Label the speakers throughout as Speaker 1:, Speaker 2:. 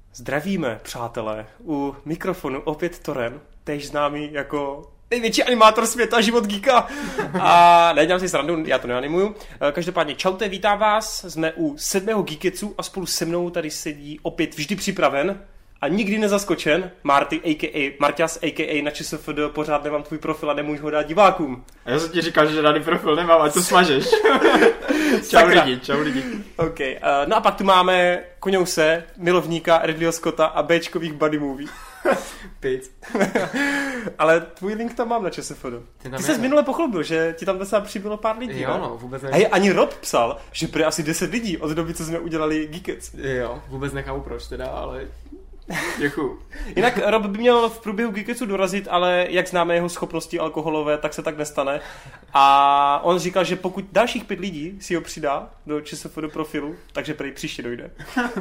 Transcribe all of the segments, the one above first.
Speaker 1: Zdravíme, přátelé, u mikrofonu opět Toren, též známý jako největší animátor světa, život geeka. A nedělám si srandu, já to neanimuju. Každopádně čaute, vítám vás, jsme u 7. Geeketsu a spolu se mnou tady sedí opět vždy připraven a nikdy nezaskočen Marty, a.k.a. Marťas, a.k.a. na ČSFD, pořád nemám tvůj profil a nemůžu ho dát divákům.
Speaker 2: A já jsem ti říkal, že žádný profil nemám, ať to smažeš. Čau lidi.
Speaker 1: Okay. No a pak tu máme Koňouse, milovníka Ridleyho Scotta a Bčkových buddy movie.
Speaker 2: Pic.
Speaker 1: Ale tvůj link tam mám na ČSFD. Ty ses minule pochlubil, že ti tam docela přibylo pár lidí.
Speaker 2: Jo, no, vůbec
Speaker 1: Hej, ani Rob psal, že prý asi 10 lidí od doby, co jsme udělali Geekets.
Speaker 2: Jo, vůbec nechápu proč teda, ale děkuju.
Speaker 1: Jinak Rob by měl v průběhu Geeketsu dorazit, ale jak známe jeho schopnosti alkoholové, tak se tak nestane. A on říkal, že pokud dalších 5 lidí si ho přidá do ČSFD profilu, takže prý příště dojde.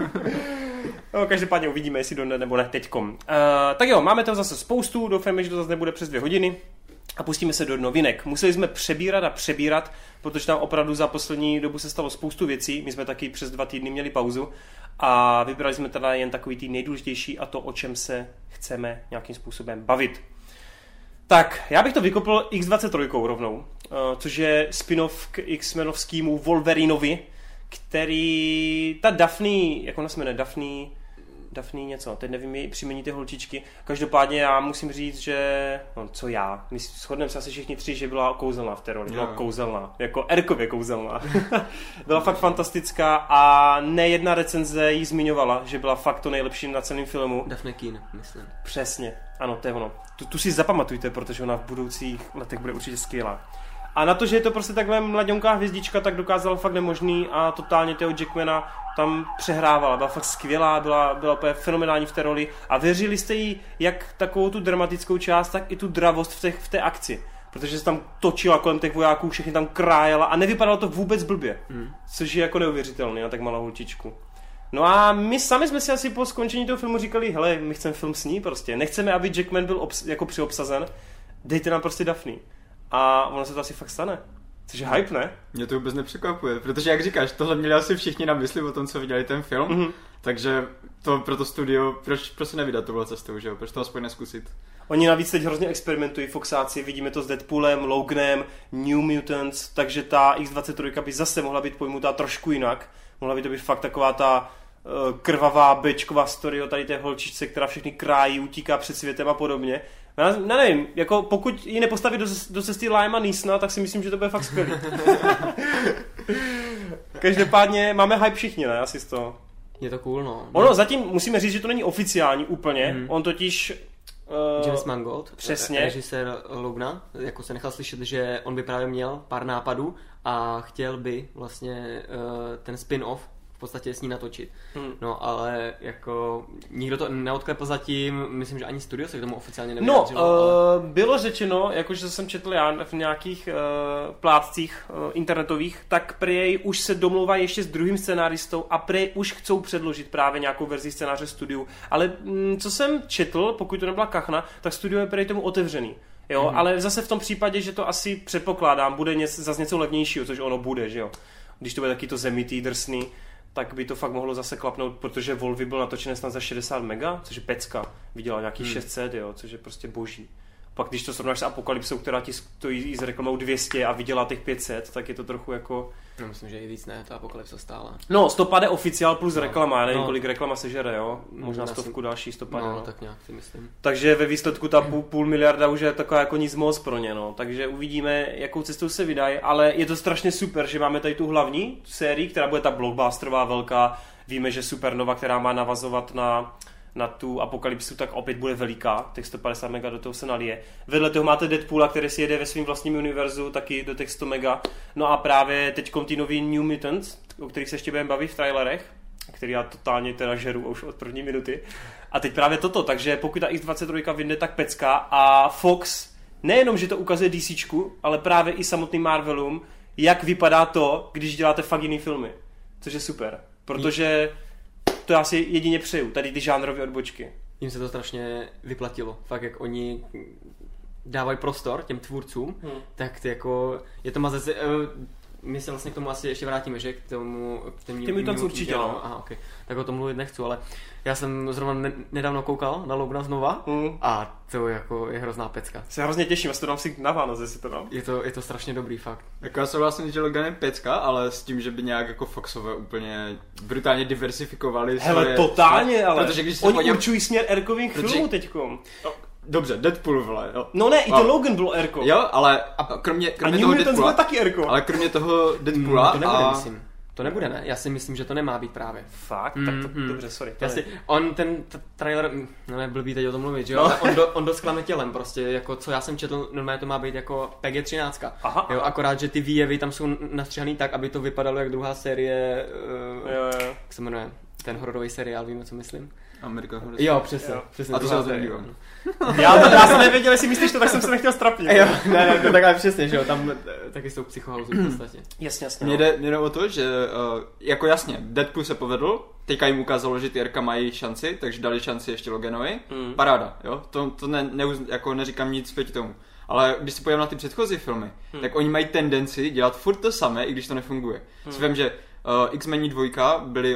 Speaker 1: No, každopádně uvidíme, jestli dojde nebo ne teďkom. Tak jo, máme toho zase spoustu, doufáme, že to zase nebude přes 2 hodiny. A pustíme se do novinek. Museli jsme přebírat, protože tam opravdu za poslední dobu se stalo spoustu věcí. My jsme taky přes 2 týdny měli pauzu a vybrali jsme teda jen takový ty nejdůležitější a to, o čem se chceme nějakým způsobem bavit. Tak, já bych to vykopl X23 rovnou, což je spin-off k X-menovskému Wolverinovi, který, ta Daphne, jak ona se jmenuje, Daphne něco, teď nevím její příjmení té holčičky. Každopádně já musím říct, že, my shodneme se asi všichni 3, že byla kouzelná v té roli, byla kouzelná, jako Erkově kouzelná. Byla fakt fantastická a nejedna recenze jí zmiňovala, že byla fakt to nejlepší na celém filmu.
Speaker 2: Daphne Keane, myslím.
Speaker 1: Přesně, ano, to je ono. Tu si zapamatujte, protože ona v budoucích letech bude určitě skvělá. A na to, že je to prostě takhle mladňonká hvězdička, tak dokázala fakt nemožný a totálně toho Jackmana tam přehrávala. Byla fakt skvělá, byla úplně fenomenální v té roli a věřili jste jí jak takovou tu dramatickou část, tak i tu dravost v té akci. Protože se tam točila kolem těch vojáků, všechny tam krájela a nevypadalo to vůbec blbě. Což je jako neuvěřitelný na tak malou holčičku. No a my sami jsme si asi po skončení toho filmu říkali, hele, my chceme film s ní prostě. Nechceme, aby Jackman byl jako přiobsazen, dejte nám prostě Daphne. A ono se to asi fakt stane. Což je hype, ne?
Speaker 2: Mě to vůbec nepřekvapuje, protože jak říkáš, tohle měli asi všichni na mysli o tom, co viděli ten film, takže to pro to studio, proč se nevydat tohle cestou, že jo? Proč to aspoň neskusit?
Speaker 1: Oni navíc teď hrozně experimentují, Foxáci, vidíme to s Deadpoolem, Loganem, New Mutants, takže ta X23 by zase mohla být pojmutá trošku jinak. Mohla by to být fakt taková ta krvavá bečková story o tady té holčičce, která všechny krájí, utíká před světem a podobně. Já nevím, jako pokud ji nepostaví do cesty Liama Neesona, tak si myslím, že to bude fakt skvělý. Každopádně máme hype všichni, ne? Asi z toho.
Speaker 2: Je to cool, no.
Speaker 1: Ono zatím musíme říct, že to není oficiální úplně. On totiž...
Speaker 2: James Mangold,
Speaker 1: přesně.
Speaker 2: Režisér Logna, jako se nechal slyšet, že on by právě měl pár nápadů a chtěl by vlastně ten spin-off v podstatě s ní natočit. No ale jako nikdo to neodklepl zatím, myslím, že ani studio se k tomu oficiálně nevyjádřilo.
Speaker 1: No, bylo řečeno, jakože jsem četl já v nějakých plátcích internetových, tak prej už se domlouvá ještě s druhým scenáristou a prej už chcou předložit právě nějakou verzi scénáře studiu. Ale co jsem četl, pokud to nebyla kachna, tak studio je prej tomu otevřený. Jo, ale zase v tom případě, že to asi předpokládám, bude zase něco levnějšího, což ono bude, že jo. Když to bude taky to zemitý, drsný, tak by to fakt mohlo zase klapnout, protože Volvy byl natočený snad za 60 mega, což je pecka. Viděla nějaký 600, jo, což je prostě boží. Pak když to srovnáš s Apokalypsou, která ti stojí s reklamou 200 a viděla těch 500, tak je to trochu jako...
Speaker 2: No, myslím, že i víc ne, ta Apokalypsa stála.
Speaker 1: No, 100 je oficiál plus reklama, já nevím, kolik reklama sežere, jo. Možná 100 další 100
Speaker 2: no. Tak nějak si myslím.
Speaker 1: Takže ve výsledku ta půl miliarda už je taková jako nic moc pro ně, no. Takže uvidíme, jakou cestou se vydají, ale je to strašně super, že máme tady tu hlavní sérii, která bude ta blockbusterová velká. Víme, že Supernova, která má navazovat na tu Apokalypsu, tak opět bude veliká, těch 150 mega do toho se nalije. Vedle toho máte Deadpoola, který si jede ve svém vlastním univerzu, taky do těch 100 mega. No a právě teďkom ty nový New Mutants, o kterých se ještě budeme bavit v trailerech, který já totálně teda žeru už od první minuty. A teď právě toto, takže pokud ta X23 vyjde, tak pecká a Fox nejenom, že to ukazuje DCčku, ale právě i samotným Marvelům, jak vypadá to, když děláte fakt jiný filmy. Což je super, protože to já si jedině přeju, tady ty žánrové odbočky.
Speaker 2: Jim se to strašně vyplatilo. Fakt, jak oni dávají prostor těm tvůrcům, tak jako je to mazec. my se vlastně k tomu asi ještě vrátíme, že? K tomu...
Speaker 1: Těm Mutants určitě, no.
Speaker 2: Aha, okay. Tak o tom mluvit nechci, ale já jsem zrovna nedávno koukal na Logana znova a to jako je hrozná pecka.
Speaker 1: Se hrozně těším, jestli to dám si na Vánoce, si to dám.
Speaker 2: Je to strašně dobrý fakt.
Speaker 3: Jako já jsem vlastně, že Logan je pecka, ale s tím, že by nějak jako Foxové úplně brutálně diversifikovali.
Speaker 1: Hele, totálně, ale
Speaker 3: protože když
Speaker 1: oni určují směr Erkových filmů teďkom.
Speaker 3: Dobře, Deadpool, vole, jo.
Speaker 1: No ne, i ten Logan byl Erko.
Speaker 3: Jo, ale kromě toho Deadpoola,
Speaker 1: taky Erko.
Speaker 3: ale kromě toho Deadpoola
Speaker 2: to nebude, myslím. To nebude, ne? Já si myslím, že to nemá být právě.
Speaker 1: Fakt? Tak to, dobře, sorry.
Speaker 2: On ten trailer, no ne, blbý teď o tom mluvit, že jo? On dost klame tělem, prostě, jako co já jsem četl, normálně to má být jako PG-13.
Speaker 1: Aha.
Speaker 2: Jo, akorát, že ty výjevy tam jsou nastřihaný tak, aby to vypadalo jak druhá série, jak se jmenuje, ten hororový seriál, víme, co myslím?
Speaker 3: Amerika.
Speaker 2: Jo, přesně.
Speaker 3: A to se o tom dívám.
Speaker 1: Já jsem nevěděl, jestli myslíš to, tak jsem se nechtěl strapnit.
Speaker 2: Jo, ne, to takhle přesně, že jo, tam taky jsou psychohauzy v podstatě.
Speaker 1: Jasně.
Speaker 3: Mně jde o to, že jako jasně, Deadpool se povedl, teďka jim ukázalo, že ty Erka mají šanci, takže dali šanci ještě Loganovi. Paráda, jo, to jako neříkám nic proti tomu. Ale když se podívám na ty předchozí filmy, tak oni mají tendenci dělat furt to samé, i když to nefunguje. Si vím, že X-meni 2 byli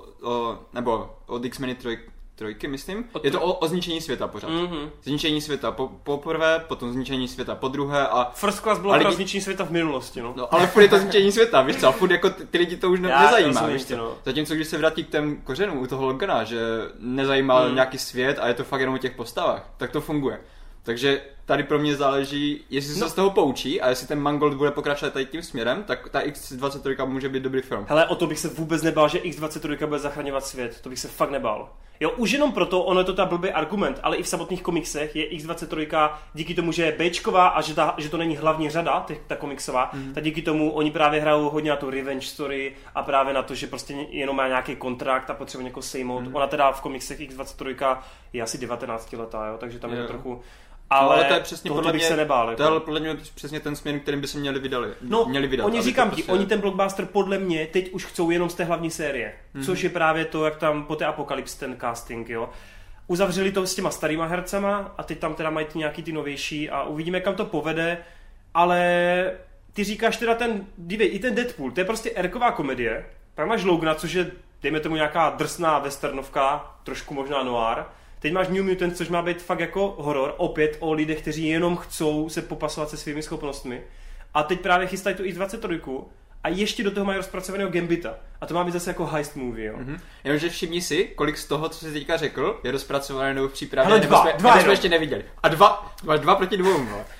Speaker 3: nebo od X-meni 3, myslím. Je to o zničení světa pořád. Zničení světa poprvé, potom zničení světa podruhé a...
Speaker 1: First Class bylo pro zničení světa v minulosti, no.
Speaker 3: No ale furt je to zničení světa, víš co? A furt jako ty lidi to už nezajímá, víš co?
Speaker 1: No.
Speaker 3: Zatímco když se vrátí k těm kořenům u toho Logana, že nezajímal nějaký svět a je to fakt jenom o těch postavách, tak to funguje. Takže tady pro mě záleží, jestli se z toho poučí a jestli ten Mangold bude pokračovat tady tím směrem, tak ta X23 může být dobrý film.
Speaker 1: Hele, o to bych se vůbec nebál, že X23 bude zachraňovat svět, to bych se fakt nebál. Jo, už jenom proto, ono je to ta blbý argument, ale i v samotných komiksech je X23 díky tomu, že je Bčková a že to není hlavní řada, ta komiksová, tak díky tomu oni právě hrajou hodně na tu revenge story a právě na to, že prostě jenom má nějaký kontrakt a potřebuje někoho sejmout. Ona teda v komiksech X23 je asi 19 letá, jo, takže tam je to trochu... Ale
Speaker 3: to je přesně podle mě,
Speaker 1: se nebál.
Speaker 3: To je podle mě přesně ten směr, kterým by se měli vydat.
Speaker 1: Oni říkám ti, oni ten blockbuster podle mě teď už chcou jenom z té hlavní série. Což je právě to, jak tam po té Apokalypse ten casting, jo. Uzavřeli to s těma starýma hercema a teď tam teda mají nějaký ty novější a uvidíme, kam to povede, ale ty říkáš teda i ten Deadpool, to je prostě erková komedie, pak máš Logana, což je, dejme tomu nějaká drsná westernovka, trošku možná noir. Teď máš New Mutants, což má být fakt jako horor, opět o lidech, kteří jenom chcou se popasovat se svými schopnostmi. A teď právě chystají tu X23 a ještě do toho mají rozpracovaného Gambita. A to má být zase jako heist movie, jo.
Speaker 3: Jenomže všimni si, kolik z toho, co jsi teďka řekl, je rozpracované nebo v přípravě,
Speaker 1: hele,
Speaker 3: nebo jsme ještě neviděli. A dva proti dvou, no.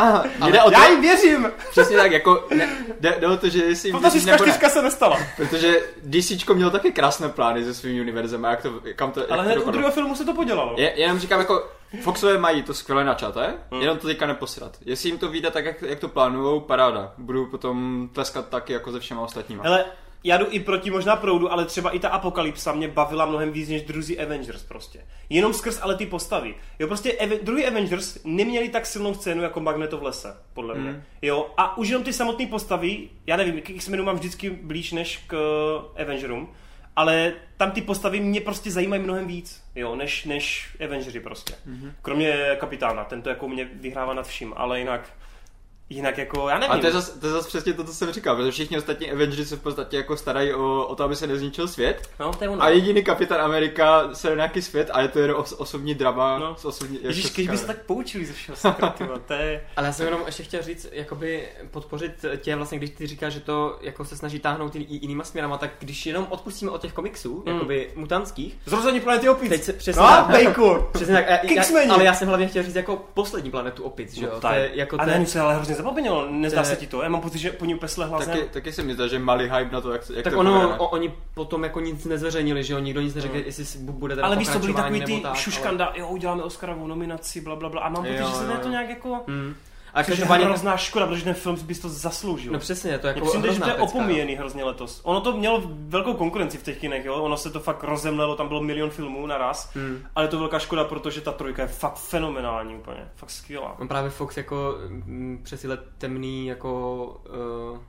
Speaker 1: Já jim věřím!
Speaker 3: Přesně tak, jako jde o to, že jestli jim
Speaker 1: věřím nebo ne. Se nestala.
Speaker 3: Protože DCčko mělo taky krásné plány se svým univerzem a kam to...
Speaker 1: Ale hned u druhého filmu se to podělalo.
Speaker 3: Já jenom říkám, jako Foxové mají to skvěle načaté, jenom to teďka neposrat. Jestli jim to vyjde tak, jak to plánujou, paráda. Budu potom tleskat taky jako se všema ostatníma.
Speaker 1: Hele, já jdu i proti možná proudu, ale třeba i ta Apokalypsa mě bavila mnohem víc než druzí Avengers prostě. Jenom skrz ale ty postavy. Jo, prostě druhý Avengers neměli tak silnou scénu jako Magneto v lese, podle mě. Jo, a už jenom ty samotné postavy, já nevím, k X-Menu mám vždycky blíž než k Avengerům, ale tam ty postavy mě prostě zajímají mnohem víc, jo, než Avengers prostě. Kromě Kapitána, ten to jako mě vyhrává nad vším, ale jinak jako, já nevím.
Speaker 3: A to je zase přesně to, co jsem říkal, protože všichni ostatní Avengers se v podstatě jako starají o to, aby se nezničil svět.
Speaker 1: No, to je ono.
Speaker 3: A jediný Kapitán Amerika se do nějaký svět a je to jenom osobní drama.
Speaker 1: Ježíš, když by se tak poučili ze všeho sakra, to je...
Speaker 2: Ale já jsem jenom ještě chtěl říct, jakoby podpořit tě vlastně, když ty říkáš, že to jako se snaží táhnout jinýma směrama, tak když jenom odpustíme od těch komiksů, jakoby mutantských.
Speaker 1: Zrození planety opic.
Speaker 2: Teď se přesně tak.
Speaker 1: Přesně tak.
Speaker 2: Ale já jsem hlavně chtěl říct jako poslední planetu opic, že jo?
Speaker 1: To je jako ale hrozně zapomnělo, nezdá se ti to? Já mám pocit, že po ní upesle hlasem.
Speaker 3: Taky se mi zdá, že malý hype na to, jak
Speaker 2: tak
Speaker 3: to
Speaker 2: oni potom jako nic nezveřejnili, že jo? Nikdo nic neřekl, jestli bude teda
Speaker 1: ale víš, co byly
Speaker 2: pokračování
Speaker 1: takový
Speaker 2: nebo
Speaker 1: ty šuškanda, jo, uděláme Oscarovou nominaci, blablabla. A mám pocit, že se to nějak jako... A což je hrozná škoda, protože ten film bys to zasloužil.
Speaker 2: No přesně, to je jako
Speaker 1: hrozná pecka. Že to je opomíjený
Speaker 2: jo.
Speaker 1: Hrozně letos. Ono to mělo velkou konkurenci v těch kinech, jo. Ono se to fakt rozemlelo, tam bylo 1 milion filmů naraz. Ale to je velká škoda, protože ta trojka je fakt fenomenální úplně. Fakt skvělá.
Speaker 2: On právě Fox jako přesile temný jako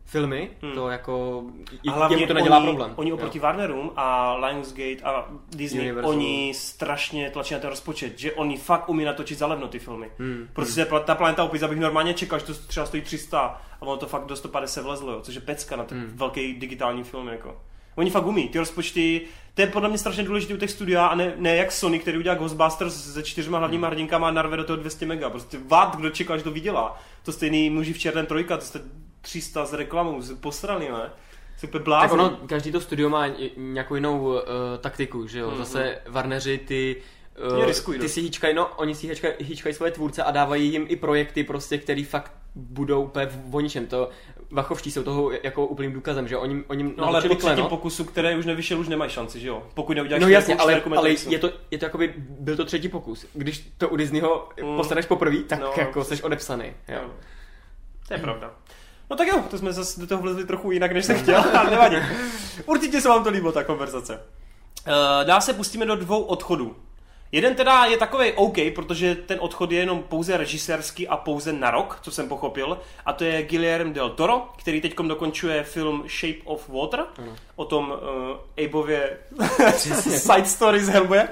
Speaker 2: filmy, to jako
Speaker 1: jemu
Speaker 2: to nedělá problém.
Speaker 1: Oni oproti Warnerům a Lionsgate a Disney,
Speaker 2: Universal.
Speaker 1: oni strašně tlačí na ten rozpočet, že oni fakt umí natočit za levno ty filmy. Protože ta Planeta opic, abych normálně čekal, že to třeba stojí 300 a ono to fakt do 150 vlezlo, jo, což je pecka na ten velký digitální film, jako. Oni fakt umí, ty rozpočty, to je podle mě strašně důležité u těch studia a ne jak Sony, který udělá Ghostbusters se 4 hlavníma hrdinkama a narve do toho 200 mega. Prostě kdo čeká, že to vydělá. To stejný Muži v černém 3, to jste 300 z reklamou, posrali, ne? Super blázen.
Speaker 2: Tak ono, každý to studio má nějakou jinou taktiku, že jo? Zase Warneri ty si hýčkají, oni si hýčkají svoje tvůrce a dávají jim i projekty prostě, který fakt budou úplně o ničem. To Vachovští jsou toho jako úplným důkazem, že oni
Speaker 1: ale po třetím pokusu, které už nevyšel, už nemají šanci, že jo? Pokud neuděláš
Speaker 2: jasně, ale je to jakoby, byl to třetí pokus. Když to u Disneyho postaneš poprvé, tak jako seš odepsaný. Jo.
Speaker 1: To je pravda. No tak jo, to jsme zase do toho vlezli trochu jinak, než jsem chtěl, ale nevadí. Určitě se vám to líbilo, ta konverzace. Dál se pustíme do 2 odchodů. Jeden teda je takovej OK, protože ten odchod je jenom pouze režisérský a pouze na rok, co jsem pochopil. A to je Guillermo del Toro, který teďkom dokončuje film Shape of Water. O tom Abeově side story z Hellboye.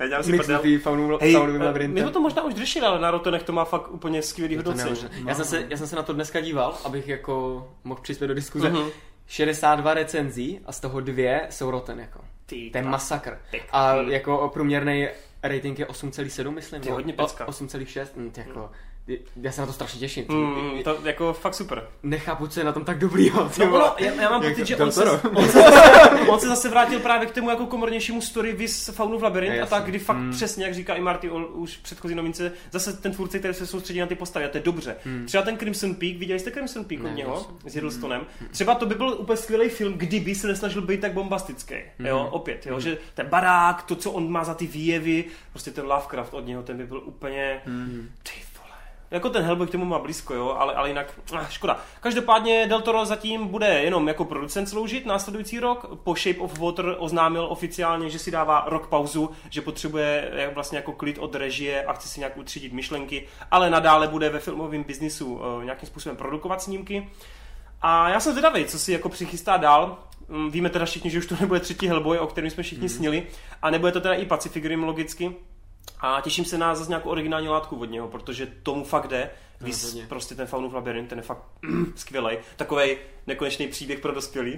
Speaker 1: My jsme to možná už řešili, ale na Rotonech to má fakt úplně skvělý hodnocení.
Speaker 2: Já jsem se na to dneska díval, abych jako mohl přispět do diskuze. 62 recenzí a z toho 2 jsou Rotten jako. To je masakr. A jako průměrný rating je 8,7, myslím.
Speaker 1: To je hodně pecka.
Speaker 2: 8,6, jako, já se na to strašně těším.
Speaker 1: To jako fakt super.
Speaker 2: Nechápu, co je na tom tak dobrýho.
Speaker 1: Já mám pocit, že on se zase vrátil právě k tomu jako komornějšímu story vis Faunu v Labyrint a tak, kdy fakt přesně, jak říká i Marty už v předchozí novince, zase ten tvůrce, který se soustředí na ty postavy a to je dobře. Třeba ten Crimson Peak, viděli jste Crimson Peak od něho s Hiddlestonem? Třeba to by byl úplně skvělý film, kdyby se nesnažil být tak bombastický. Jo, opět, jo, že ten barák, to, co on má za ty výjevy, prostě ten Lovecraft od něho, ten by byl úplně jako ten Hellboy k tomu má blízko, jo, ale jinak, škoda. Každopádně Del Toro zatím bude jenom jako producent sloužit následující rok. Po Shape of Water oznámil oficiálně, že si dává rok pauzu, že potřebuje vlastně jako klid od režie a chce si nějak utřídit myšlenky, ale nadále bude ve filmovém biznisu nějakým způsobem produkovat snímky. A já jsem zvědavý, co si jako přichystá dál. Víme teda všichni, že už to nebude 3. Hellboy, o kterém jsme všichni snili, a nebude to teda i Pacific Rim logicky. A těším se na zase nějakou originální látku od něho, protože tomu fakt jde. Víš, prostě ten Faunův labyrint, ten je fakt skvělej. Takovej nekonečný příběh pro dospělí.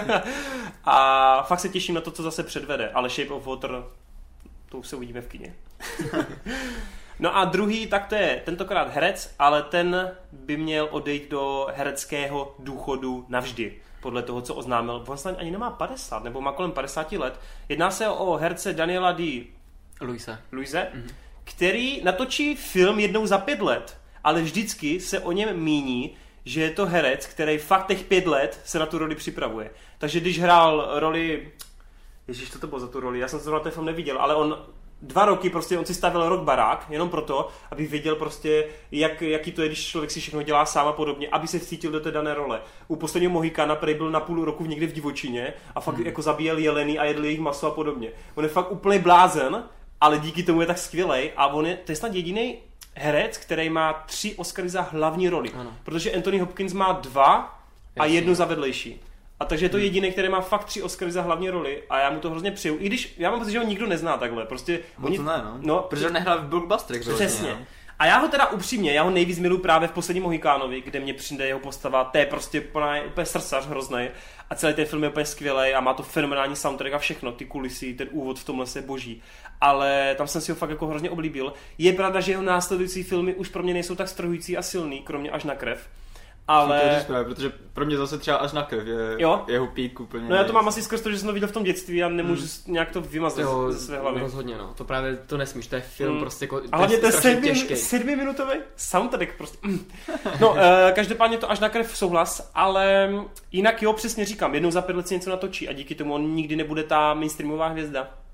Speaker 1: A fakt se těším na to, co zase předvede. Ale Shape of Water, to už se uvidíme v kině. No a druhý, tak to je tentokrát herec, ale ten by měl odejít do hereckého důchodu navždy. Podle toho, co oznámil. On ani nemá 50, nebo má kolem 50 let. Jedná se o herce Daniela Luise, který natočí film jednou za 5 let, ale vždycky se o něm míní, že je to herec, který fakt těch 5 let se na tu roli připravuje. Takže když hrál roli... Ježíš, co to bylo za tu roli? Já jsem zrovna ten film neviděl, ale on 2 roky prostě, on si stavil rok barák, jenom proto, aby věděl prostě, jaký to je, když člověk si všechno dělá sám a podobně, aby se vcítil do té dané role. U posledního Mohikána prej byl na půl roku někde v divočině a fakt jako zabíjel jeleny a jedl jejich maso a podobně. On je fakt úplný blázen, ale díky tomu je tak skvělej a to je snad jediný herec, který má 3 Oscary za hlavní roli. Ano. Protože Anthony Hopkins má 2 a 1 za vedlejší. A takže je to jediný, který má fakt 3 Oscary za hlavní roli a já mu to hrozně přeju. I když já mám pocit, že ho nikdo nezná takhle. Prostě
Speaker 3: protože nehrál v blockbusterech.
Speaker 1: Přesně. A já ho teda upřímně, já ho nejvíc miluji právě v posledním Mohikánovi, kde mě přijde jeho postava, to je prostě úplně srdcař hrozný a celý ten film je úplně skvělý a má to fenomenální soundtrack a všechno, ty kulisy, ten úvod v tomhle se boží. Ale tam jsem si ho fakt jako hrozně oblíbil. Je pravda, že jeho následující filmy už pro mě nejsou tak strhující a silný, kromě Až na krev. Ale...
Speaker 3: Protože pro mě zase třeba Až na krev je jeho pík úplně.
Speaker 1: No já to mám asi skrz to, že jsem to viděl v tom dětství a nemůžu nějak to vymazat ze své hlavy.
Speaker 2: Rozhodně, no. To právě to nesmíš, to je film prostě jako...
Speaker 1: A hlavně ten 7minutový soundtrack prostě. No, každopádně to Až na krev souhlas, ale jinak jo, přesně říkám, jednou za 5 let si něco natočí a díky tomu on nikdy nebude ta mainstreamová hvězda.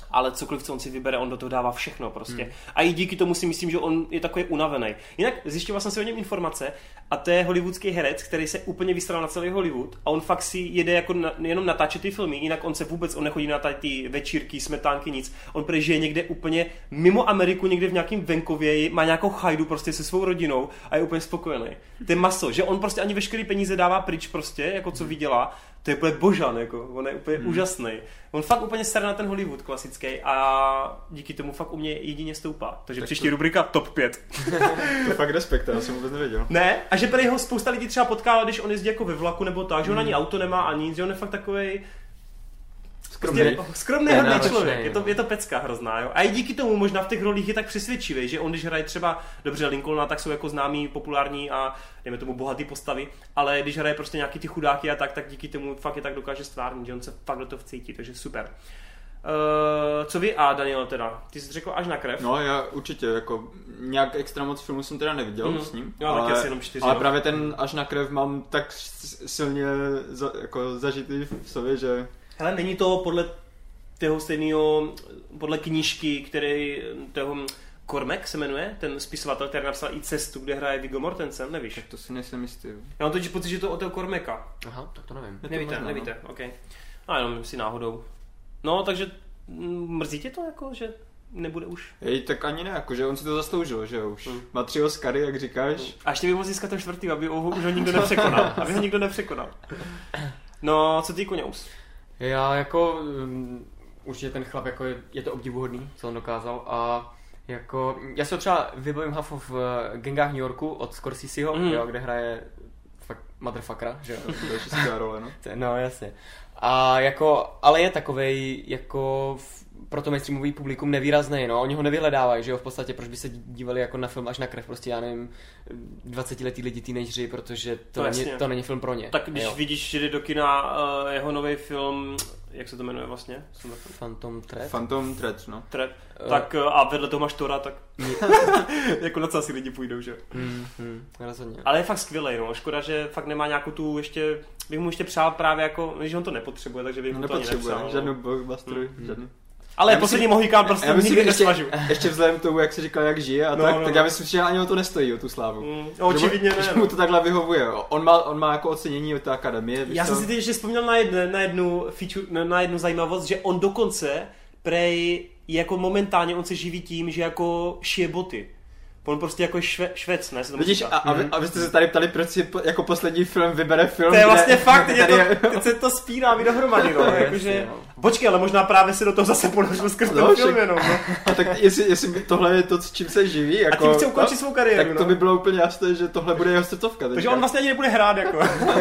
Speaker 1: ale cokoliv, co on si vybere, on do toho dává všechno prostě. A i díky tomu si myslím, že on je takový unavený. Jinak zjišťoval jsem si o něm informace a to je hollywoodský herec, který se úplně vystral na celý Hollywood a on fakt si jede jako jenom natáčet ty filmy, jinak on nechodí na ty večírky, smetánky, nic. On žije někde úplně mimo Ameriku, někde v nějakém venkově, má nějakou chajdu prostě se svou rodinou a je úplně spokojený. To je maso, že on prostě ani veškerý peníze dává pryč prostě, jako co vydělá. To je úplně božan, jako, on je úplně úžasný. On fakt úplně starý na ten Hollywood klasický a díky tomu fakt u mě jedině stoupá. Takže tak příští rubrika Top 5.
Speaker 3: To fakt respekt, já jsem vůbec nevěděl.
Speaker 1: Ne, a že prý ho spousta lidí třeba potkává, když on jezdí jako ve vlaku nebo tak, že on ani auto nemá a nic, že on je fakt takovej skromný hodný člověk, je to pecka hrozná, jo. A i díky tomu možná v těch rolích je tak přesvědčivý, že on když hraje třeba dobře Lincolna, tak jsou jako známý, populární a dejme tomu bohatý postavy, ale když hraje prostě nějaký ty chudáky a tak díky tomu fakt je tak dokáže stvárnit, že on se fakt do toho vcítí, takže super. Co vy a Daniel teda? Ty jsi řekl Až na krev?
Speaker 3: No já určitě, jako nějak extra moc filmů jsem teda neviděl s ním,
Speaker 1: jo, ale, jenom 4,
Speaker 3: ale právě ten Až na krev mám tak silně zažitý v sobě, že...
Speaker 1: Hele, není to podle toho stejného, podle knížky, který toho Cormac se jmenuje, ten spisovatel, který napsal i Cestu, kde hraje Viggo Mortensen, nevíš?
Speaker 3: Tak to si nejsem jistý.
Speaker 1: Já mám totiž pocit, že to od toho Cormaca.
Speaker 2: Aha, tak to nevím.
Speaker 1: Nevíte, ok. No jenom si náhodou. No, takže mrzí tě to jako, že nebude už?
Speaker 3: Tak ani ne, jako, že on si to zasloužil, že už. Má 3 Oscary, jak říkáš.
Speaker 1: A ještě by mohl získat ten 4., aby už ho nikdo nepřekonal. No, co ty, Koňous?
Speaker 2: Já jako, určitě ten chlap, jako je to obdivuhodný, co on dokázal a jako, já se třeba vybavím v Gangách New Yorku od Scorseseho, jo, kde hraje fakt motherfuckera, že jo.
Speaker 3: Další skvělá role, no.
Speaker 2: No, jasně. A jako, ale je takovej, jako pro to mainstreamový publikum nevýrazný, no, oni ho nevyhledávají, že jo, v podstatě, proč by se dívali jako na film Až na krev, prostě já nevím, 20letý lidi, teenageři, protože to není film pro ně.
Speaker 1: Tak když vidíš, že jde do kina jeho nový film, jak se to jmenuje vlastně?
Speaker 2: Phantom
Speaker 3: Thread, no.
Speaker 1: Tak a vedle toho máš Tora, tak jako na co asi lidi půjdou, že?
Speaker 2: Rozhodně.
Speaker 1: Ale je fakt skvělej, no, škoda, že fakt nemá nějakou tu ještě, bych mu ještě přál právě jako, že on to nepotřebuje, takže bych mu to ani nepřál.
Speaker 3: Žádnou blockbusteru, žádný.
Speaker 1: Ale poslední Mohikán prostě nikdy nesmažu.
Speaker 3: Ještě vzhledem k tomu, jak se říkal, jak žije a tak já myslím, že ani o to nestojí, o tu slávu.
Speaker 1: Očividně ne.
Speaker 3: Že mu to takhle vyhovuje. On má jako ocenění od té akademie.
Speaker 1: Já jsem si teď ještě vzpomněl na jednu zajímavost, že on dokonce prej jako momentálně on se živí tím, že jako šije boty. On prostě jako Švec, ne?
Speaker 3: Vidíš, a vy jste se tady ptali, proč si jako poslední film vybere film,
Speaker 1: to je vlastně fakt, teď se to spírá mi dohromady, no. Jakože, počkej, ale možná právě si do toho zase ponožil skrz ten film jenom, no.
Speaker 3: A tak jestli tohle je to, s čím se živí, jako...
Speaker 1: A tím chce ukončit svou kariéru,
Speaker 3: tak to by bylo úplně jasné, že tohle bude jeho srdcovka.
Speaker 1: Takže on vlastně ani nebude hrát, jako.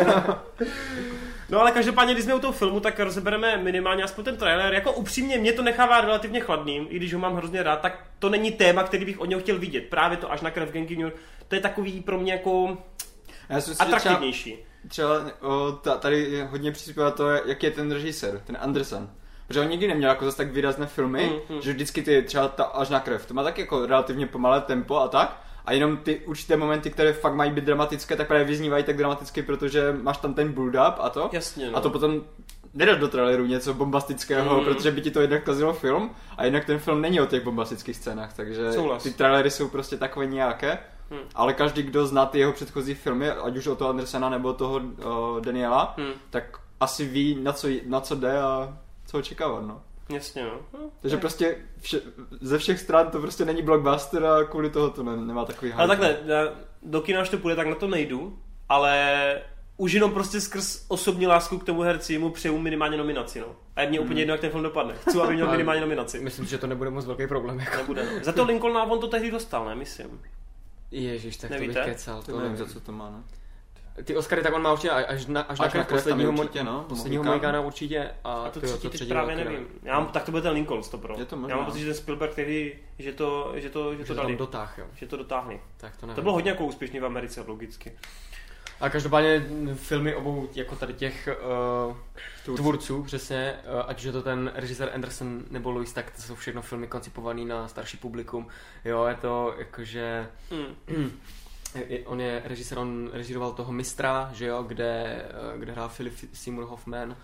Speaker 1: No ale každopádně, když jsme u toho filmu, tak rozebereme minimálně aspoň ten trailer. Jako upřímně, mě to nechává relativně chladným, i když ho mám hrozně rád, tak to není téma, který bych od něho chtěl vidět. Právě to Až na krev Gangy New York, to je takový pro mě jako atraktivnější.
Speaker 3: Třeba tady hodně přispívá to, jak je ten režisér, ten Anderson. Protože on nikdy neměl jako zase tak výrazné filmy, že vždycky ty třeba ta Až na krev, to má tak jako relativně pomalé tempo a tak. A jenom ty určité momenty, které fakt mají být dramatické, tak právě vyznívají tak dramaticky, protože máš tam ten build-up a to.
Speaker 1: Jasně, no.
Speaker 3: A to potom nedáš do traileru něco bombastického, protože by ti to jednak kazilo film a jednak ten film není o těch bombastických scénách, takže ty trailery jsou prostě takové nějaké. Ale každý, kdo zná ty jeho předchozí filmy, ať už od toho Andersena nebo toho Daniela, tak asi ví, na co jde a co očekávat, no.
Speaker 1: Jasně, no.
Speaker 3: Takže prostě ze všech stran to prostě není blockbuster a kvůli toho to nemá takový hype.
Speaker 1: Ale takhle, do kina, až to půjde, tak na to nejdu, ale už jenom prostě skrz osobní lásku k tomu herci mu přeju minimálně nominaci, no. A je mě úplně jedno, jak ten film dopadne. Chci, aby měl minimálně nominaci.
Speaker 2: Myslím, že to nebude moc velký problém. Jako.
Speaker 1: Nebude, no. Za to Lincolna on to tehdy dostal, ne? Myslím.
Speaker 2: Ježiš, tak
Speaker 1: nevíte?
Speaker 2: To bych kecal.
Speaker 3: To nevím, za co to má, no.
Speaker 2: Ty Oscary tak on má určitě až na krev posledního Mohikána určitě. A
Speaker 1: to třetí právě nevím. Tak to bude ten Lincoln, stopro. Já mám pocit, že ten Spielberg tehdy, že to dali. Že to dotáhli.
Speaker 2: Tak to nevím.
Speaker 1: To bylo hodně jako úspěšný v Americe, logicky.
Speaker 2: A každopádně filmy obou jako tady těch tvůrců, přesně, ať už je to ten režisér Anderson nebo Lewis, tak to jsou všechno filmy koncipované na starší publikum. Jo, je to jakože... On je režisér, on režíroval toho Mistra, že jo, kde hrál Philip Seymour Hoffman.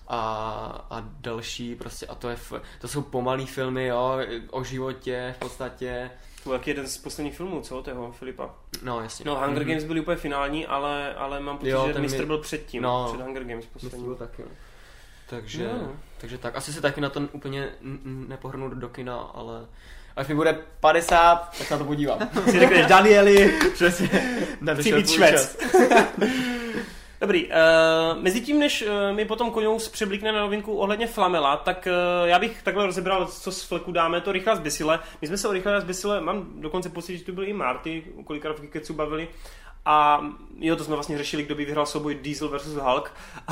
Speaker 2: a další prostě a to jsou pomalý filmy, jo, o životě v podstatě.
Speaker 1: To je jeden z posledních filmů, co, toho Filipa?
Speaker 2: No, jasně.
Speaker 1: No, Hunger Games byly úplně finální, ale mám pocit, že Mistr byl předtím, před Hunger Games poslední.
Speaker 2: Byl taky, no. Takže tak, asi se taky na to úplně nepohrnu do kina, ale až mi bude 50, tak se na to podívám.
Speaker 1: Si řekneš Danieli,
Speaker 2: přesně.
Speaker 1: Chci být Švec. Dobrý, mezi tím, než mi potom Koňous přeblíkne na novinku ohledně Flamela, tak já bych takhle rozebral, co z fleku dáme, to Rychlá zběsile. My jsme se o Rychlá zběsile, mám dokonce pocit, že tu byl i Marty, kolikrát v Geeketsu bavili. A jo, to jsme vlastně řešili, kdo by vyhrál souboj Diesel versus Hulk.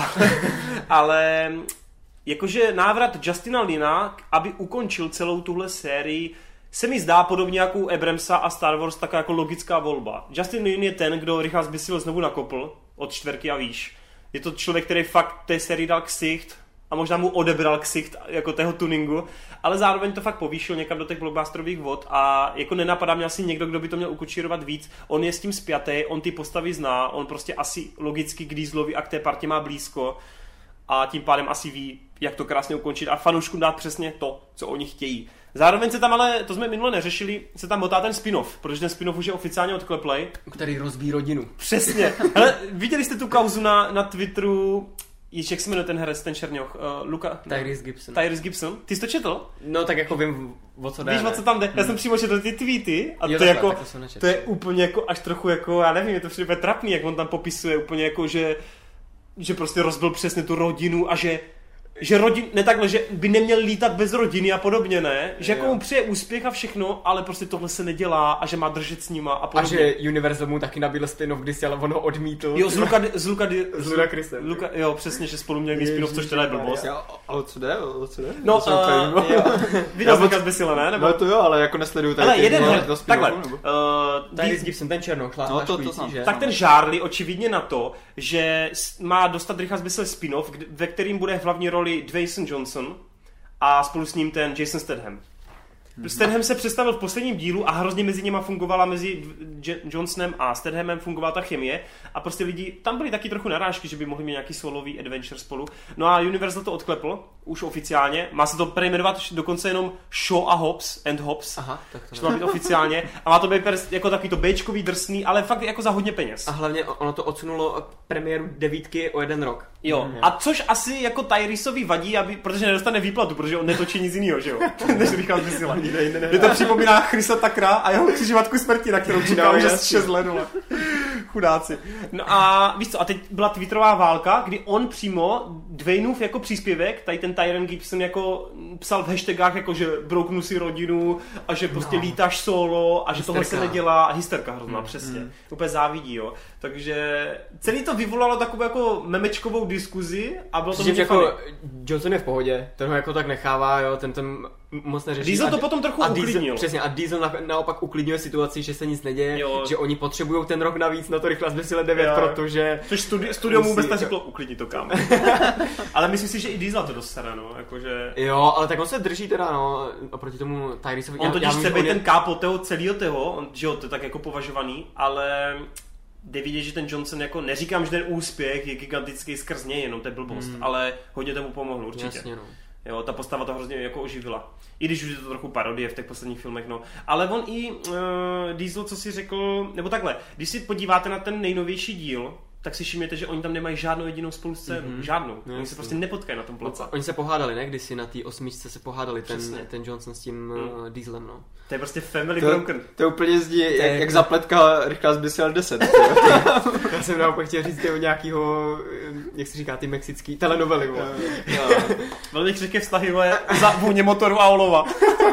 Speaker 1: Ale jakože návrat Justina Lina, aby ukončil celou tuhle sérii, se mi zdá podobně jako u Abramsa a Star Wars taková jako logická volba. Justin Lin je ten, kdo Rychlá zběsile znovu nakopl od 4 a výš. Je to člověk, který fakt té sérii dal ksicht a možná mu odebral ksicht jako tého tuningu, ale zároveň to fakt povýšil někam do těch blockbusterových vod a jako nenapadá mě asi někdo, kdo by to měl ukočírovat víc. On je s tím spjatý, on ty postavy zná, on prostě asi logicky k Dieselovi a k té partě má blízko a tím pádem asi ví, jak to krásně ukončit a fanouškům dát přesně to, co oni chtějí. Zároveň se tam ale, to jsme minule neřešili, se tam motá ten spin-off, protože ten spin-off už je oficiálně odkleplej.
Speaker 2: Který rozbíjí rodinu.
Speaker 1: Přesně. Hele, viděli jste tu kauzu na Twitteru, jak se jmenuje ten herec, ten černoch? Tyrese Gibson. Ty jsi to četl?
Speaker 2: No tak jako vím, o co jde.
Speaker 1: Víš, o co tam jde? Já jsem přímo četl ty tweety a to je úplně jako až trochu jako, já nevím, je to všechno trapný, jak on tam popisuje úplně jako, že prostě rozbil přesně tu rodinu a že že by neměl lítat bez rodiny a podobně, ne? Že jako mu přeje úspěch a všechno, ale prostě tohle se nedělá a že má držet s nima a podobně.
Speaker 2: A že Universal mu taky nabídl spin-off kdysi, ale on ho odmítl.
Speaker 1: Jo, s
Speaker 2: Ludacrisem.
Speaker 1: Jo, přesně, že spolu měli spin-off, což teda je blbost.
Speaker 3: Ale co jde?
Speaker 1: No, viděl jsem zběsile, ne?
Speaker 3: No to jo, ale jako nesleduju tady.
Speaker 1: Ale jeden, takhle.
Speaker 2: Tyrese Gibson, ten černoch,
Speaker 1: tak ten žárli očividně na to, že má dostat Rychlá zběsile spin-off, ve kterým bude hlavní roli Dwayne Johnson a spolu s ním ten Jason Statham. Statham se představil v posledním dílu a hrozně mezi nimi fungovala, mezi Johnsonem a Stathamem fungovala ta chemie a prostě lidi, tam byly taky trochu narážky, že by mohli mít nějaký solový adventure spolu. No a Universal to odklepl, už oficiálně, má se to přejmenovat dokonce jenom Shaw a Hobbs.
Speaker 2: Aha, tak
Speaker 1: to má být oficiálně a má to být jako takový to Bčkový drsný, ale fakt jako za hodně peněz.
Speaker 2: A hlavně ono to odsunulo premiéru 9 o 1 rok.
Speaker 1: Jo, a což asi jako Tyreseovi vadí, protože nedostane výplatu, protože on netočí nic jiného, že jo? Než Rychlá zběsile. Mě to připomíná Chrisa Tuckera a jeho křižovatku smrti, na kterou čekal už 6 let. Chudáci. No a víš co, a teď byla twitterová válka, kdy on přímo Dwayneův jako příspěvek, tady ten Tyrone Gibson jako psal v hashtagách, jako že brouknu si rodinu a že prostě lítáš solo a že tohle se nedělá. Hysterka hrozná, přesně. Úplně závidí, jo. Takže celý to vyvolalo takovou jako memečkovou diskuzi a bylo to hodně
Speaker 2: jako Johnson je v pohodě, ten ho jako tak nechává, jo, ten moc neřeší.
Speaker 1: Diesel to potom trochu uklidnil.
Speaker 2: Přesně, a Diesel naopak uklidňuje situaci, že se nic neděje, že oni potřebují ten rok navíc na to Rychlá zběsile 9, protože...
Speaker 1: Což studio mu vůbec řeklo, uklidni to, kámo. Ale myslím si, že i Diesel to dostane, no, jakože...
Speaker 2: Jo, ale tak on se drží teda, no, oproti tomu Tyreseovi.
Speaker 1: On totiž chce být ten kápo toho celého, že jo, to je tak jako považovaný, ale... Jde vidět, že ten Johnson jako, neříkám, že ten úspěch je gigantický skrz něj, jenom to je blbost, ale hodně tomu pomohl, určitě.
Speaker 2: Jasně, no.
Speaker 1: Jo, ta postava to hrozně jako oživila. I když už je to trochu parodie v těch posledních filmech, no. Ale on i Diesel, co si řekl, nebo takhle, když si podíváte na ten nejnovější díl, tak si všimněte, že oni tam nemají žádnou jedinou spolu scénu. Žádnou. Oni se prostě nepotkají na tom place.
Speaker 2: Oni se pohádali, ne? Kdysi na té 8 se pohádali ten Johnson s tím Dieselem, no.
Speaker 1: To je prostě family broken.
Speaker 3: To úplně zdí, jak zapletka Rychlá zběsile 10.
Speaker 2: Já jsem naopak chtěl říct o nějakýho, jak se říká, ty mexický telenovely.
Speaker 1: Velmi křehké vztahy za vůně motoru a olova.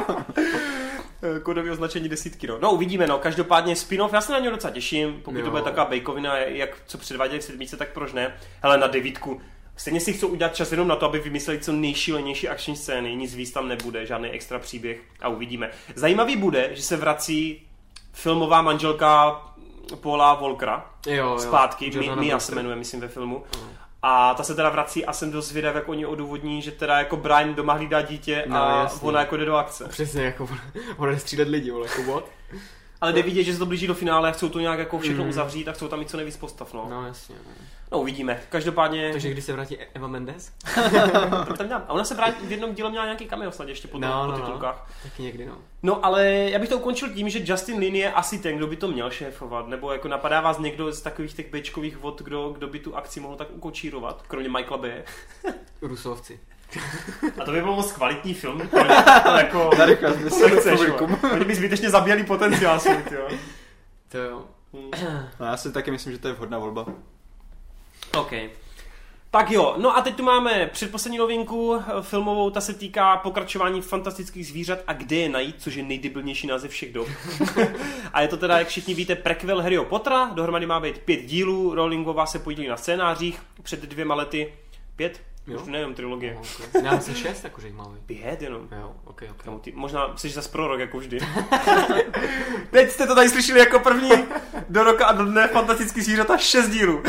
Speaker 1: Kodové označení 10, no. No uvidíme, no. Každopádně spin-off, já se na něj docela těším, pokud to bude taková bejkovina, jak co předváděli v 7, tak proč ne. Hele, na 9. Stejně si chcou udělat čas jenom na to, aby vymysleli co nejšílenější akční scény, nic víc tam nebude, žádný extra příběh a uvidíme. Zajímavý bude, že se vrací filmová manželka Paula Walkera zpátky, Mia se jmenuje, myslím, ve filmu. A ta se teda vrací a jsem dost zvědav, jak oni odůvodní, že teda jako Brian doma hlídá dítě a ona jako jde do akce.
Speaker 2: Přesně, jako ona jde střílet lidi, jako what?
Speaker 1: Ale jde vidět, že se to blíží do finále a chcou to nějak jako všechno uzavřít a chcou tam mít co nejvíc postav, no.
Speaker 2: No jasně.
Speaker 1: No, uvidíme. Každopádně...
Speaker 2: Takže kdy se vrátí Eva Mendes?
Speaker 1: A ona se v jednom díle měla nějaký cameo snad ještě po titulkách.
Speaker 2: Taky někdy, no.
Speaker 1: No, ale já bych to ukončil tím, že Justin Lin je asi ten, kdo by to měl šéfovat, nebo jako napadá vás někdo z takových těch bečkových vod, kdo by tu akci mohl tak ukočírovat, kromě Michaela Baye.
Speaker 2: Rusovci.
Speaker 1: A to by byl moc kvalitní film. Jako... Oni by zbytečně zabíjeli potenciál svůj, jo.
Speaker 2: To jo.
Speaker 3: No, já si taky myslím, že to je vhodná volba.
Speaker 1: OK. Tak jo, no a teď tu máme předposlední novinku filmovou, ta se týká pokračování fantastických zvířat a kde je najít, což je nejdebilnější název všech dob. A je to teda, jak všichni víte, prequel Harryho Pottera, dohromady má být 5 dílů, Rowlingová se podílí na scénářích, před 2 lety 5? Jo? Už nevím, trilogie.
Speaker 2: Okay. Já myslím 6, jakože jich máme.
Speaker 1: 5 jenom.
Speaker 2: Jo, okay.
Speaker 1: No, možná jsi zas prorok, jako vždy. Teď jste to tady slyšeli jako první do roka a do dne fantastický zvířata 6 dílů.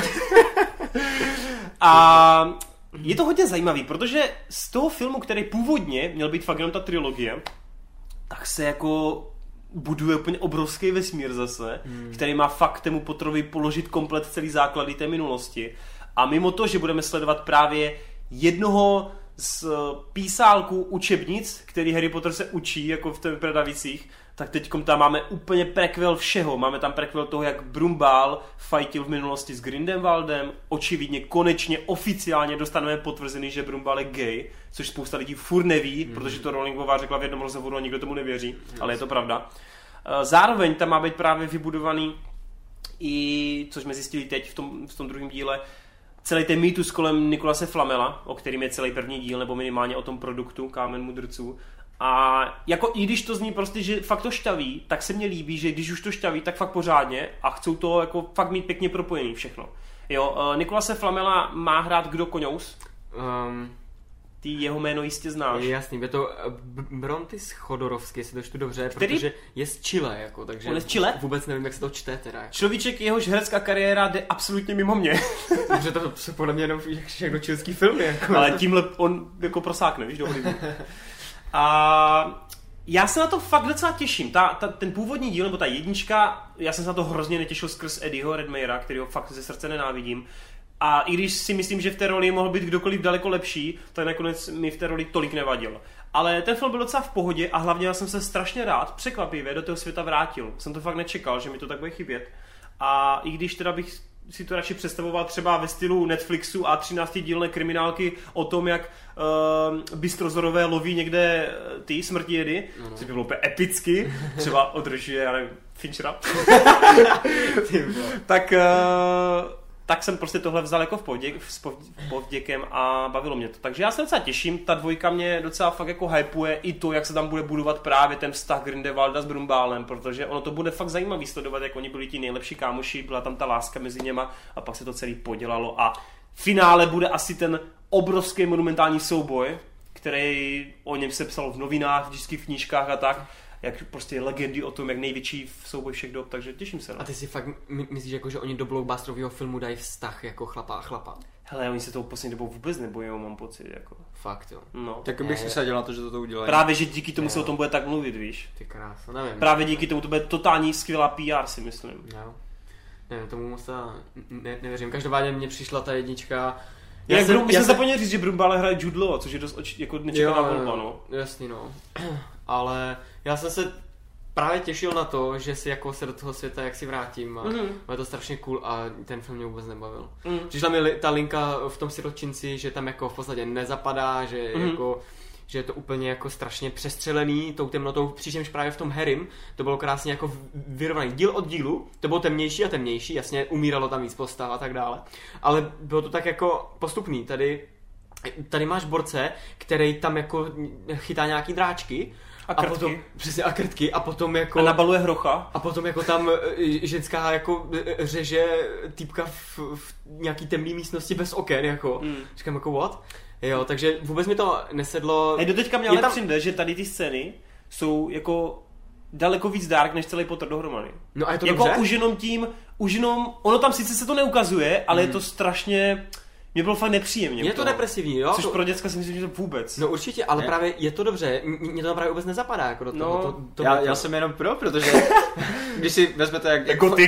Speaker 1: A je to hodně zajímavý, protože z toho filmu, který původně měl být fakt jenom ta trilogie, tak se jako buduje úplně obrovský vesmír zase, který má fakt tému Potterovi položit komplet celý základy té minulosti. A mimo to, že budeme sledovat právě jednoho z písálků učebnic, který Harry Potter se učí, jako v těch Predavicích, tak teďkom tam máme úplně prequel všeho. Máme tam prequel toho, jak Brumbál fightil v minulosti s Grindelwaldem. Očividně, konečně, oficiálně dostaneme potvrzený, že Brumbál je gay, což spousta lidí furt neví, protože to Rowlingová řekla v jednom rozhovoru a nikdo tomu nevěří, ale je to pravda. Zároveň tam má být právě vybudovaný i, což jsme zjistili teď v tom druhém díle, celý ten mýtus kolem Nikolase Flamela, o kterým je celý první díl, nebo minimálně o tom produktu Kámen mudrců. A jako i když to zní prostě, že fakt to šťaví, tak se mně líbí, že když už to šťaví, tak fakt pořádně a chcou to jako fakt mít pěkně propojený všechno. Jo, Nikolase Flamela má hrát kdo Koňous? Ty jeho jméno jistě znáš.
Speaker 2: Jasný, je to Brontis Chodorovský, jestli to čtu dobře, protože je z Chile, jako, takže
Speaker 1: on je z Chile?
Speaker 2: Vůbec nevím, jak se to čte teda.
Speaker 1: Človíček, jehož herecká kariéra jde absolutně mimo mě.
Speaker 2: Protože to se podle mě jenom všechno čilský filmy. Jako.
Speaker 1: Ale tímhle on jako prosákne, víš, do Hollywoodu. A já se na to fakt docela těším. Ten původní díl, nebo ta jednička, já jsem se na to hrozně netěšil skrz Eddieho Redmayera, kterýho fakt ze srdce nenávidím. A i když si myslím, že v té roli mohl být kdokoliv daleko lepší, tak nakonec mi v té roli tolik nevadil. Ale ten film byl docela v pohodě a hlavně já jsem se strašně rád, překvapivě, do toho světa vrátil. Jsem to fakt nečekal, že mi to tak bude chybět. A i když teda bych si to radši představoval třeba ve stylu Netflixu a 13dílné kriminálky o tom, jak bystrozorové loví někde ty smrtijedy, což by bylo úplně epicky, třeba od režie, já nevím, Finchera. Tak jsem prostě tohle vzal jako s povděkem a bavilo mě to. Takže já se docela těším, ta dvojka mě docela fakt jako hypuje i to, jak se tam bude budovat právě ten vztah Grindelwalda s Brumbálem, protože ono to bude fakt zajímavý sledovat, jak oni byli ti nejlepší kámoši, byla tam ta láska mezi něma a pak se to celý podělalo a v finále bude asi ten obrovský monumentální souboj, který o něm se psalo v novinách, vždycky v knížkách a tak, jak prostě legendy o tom, jak největší souboj všech dob, takže těším se. No.
Speaker 2: A ty si fakt myslíš, jako, že oni do blockbusterového filmu dají vztah jako chlapa a chlapa?
Speaker 1: Hele, oni se tou poslední dobou vůbec nebojí, mám pocit, jako.
Speaker 2: Fakt, jo.
Speaker 1: No.
Speaker 3: Tak bych si sadil na to, že to udělají.
Speaker 1: Právě, že díky tomu se o tom bude tak mluvit, víš.
Speaker 2: Ty krása, nevím.
Speaker 1: Právě díky tomu to bude totální skvělá PR, si myslím.
Speaker 2: Jo. Nevím, tomu moc nevěřím. Každopádně mně přišla ta jednička.
Speaker 1: Já jsem zapomněl říct, že Brumbále hraje Jude Law, což je dost jako nečekaná volba, no.
Speaker 2: Jasný, no. Ale já jsem se právě těšil na to, že si jako se do toho světa jak si vrátím a je to strašně cool a ten film mě vůbec nebavil. Přišla mi ta linka v tom sirotčinci, že tam jako v podstatě nezapadá, že jako že je to úplně jako strašně přestřelený tou temnotou, přičemž právě v tom Harrym to bylo krásně jako vyrovnaný díl od dílu, to bylo temnější a temnější, jasně umíralo tam víc postav a tak dále, ale bylo to tak jako postupný, tady máš borce, který tam jako chytá nějaký dráčky a potom, přesně, a krtky a potom jako...
Speaker 1: A nabaluje hrocha.
Speaker 2: A potom jako tam ženská jako řeže týpka v nějaký temný místnosti bez oken, jako. Říkám jako what? Jo, takže vůbec mi to nesedlo.
Speaker 1: Hej, doteďka mě ale přijde, že tady ty scény jsou jako daleko víc dark, než celý Potter dohromady.
Speaker 2: No a je to
Speaker 1: jako
Speaker 2: dobře?
Speaker 1: Už jenom ono tam sice se to neukazuje, ale je to strašně Mě bylo fakt nepříjemně.
Speaker 2: Je to depresivní, jo?
Speaker 1: Což pro děcka si myslím, že to vůbec.
Speaker 2: No určitě, ale právě je to dobře. Mně to právě vůbec nezapadá jako do toho.
Speaker 3: Já jsem jenom pro, protože když si vezmete,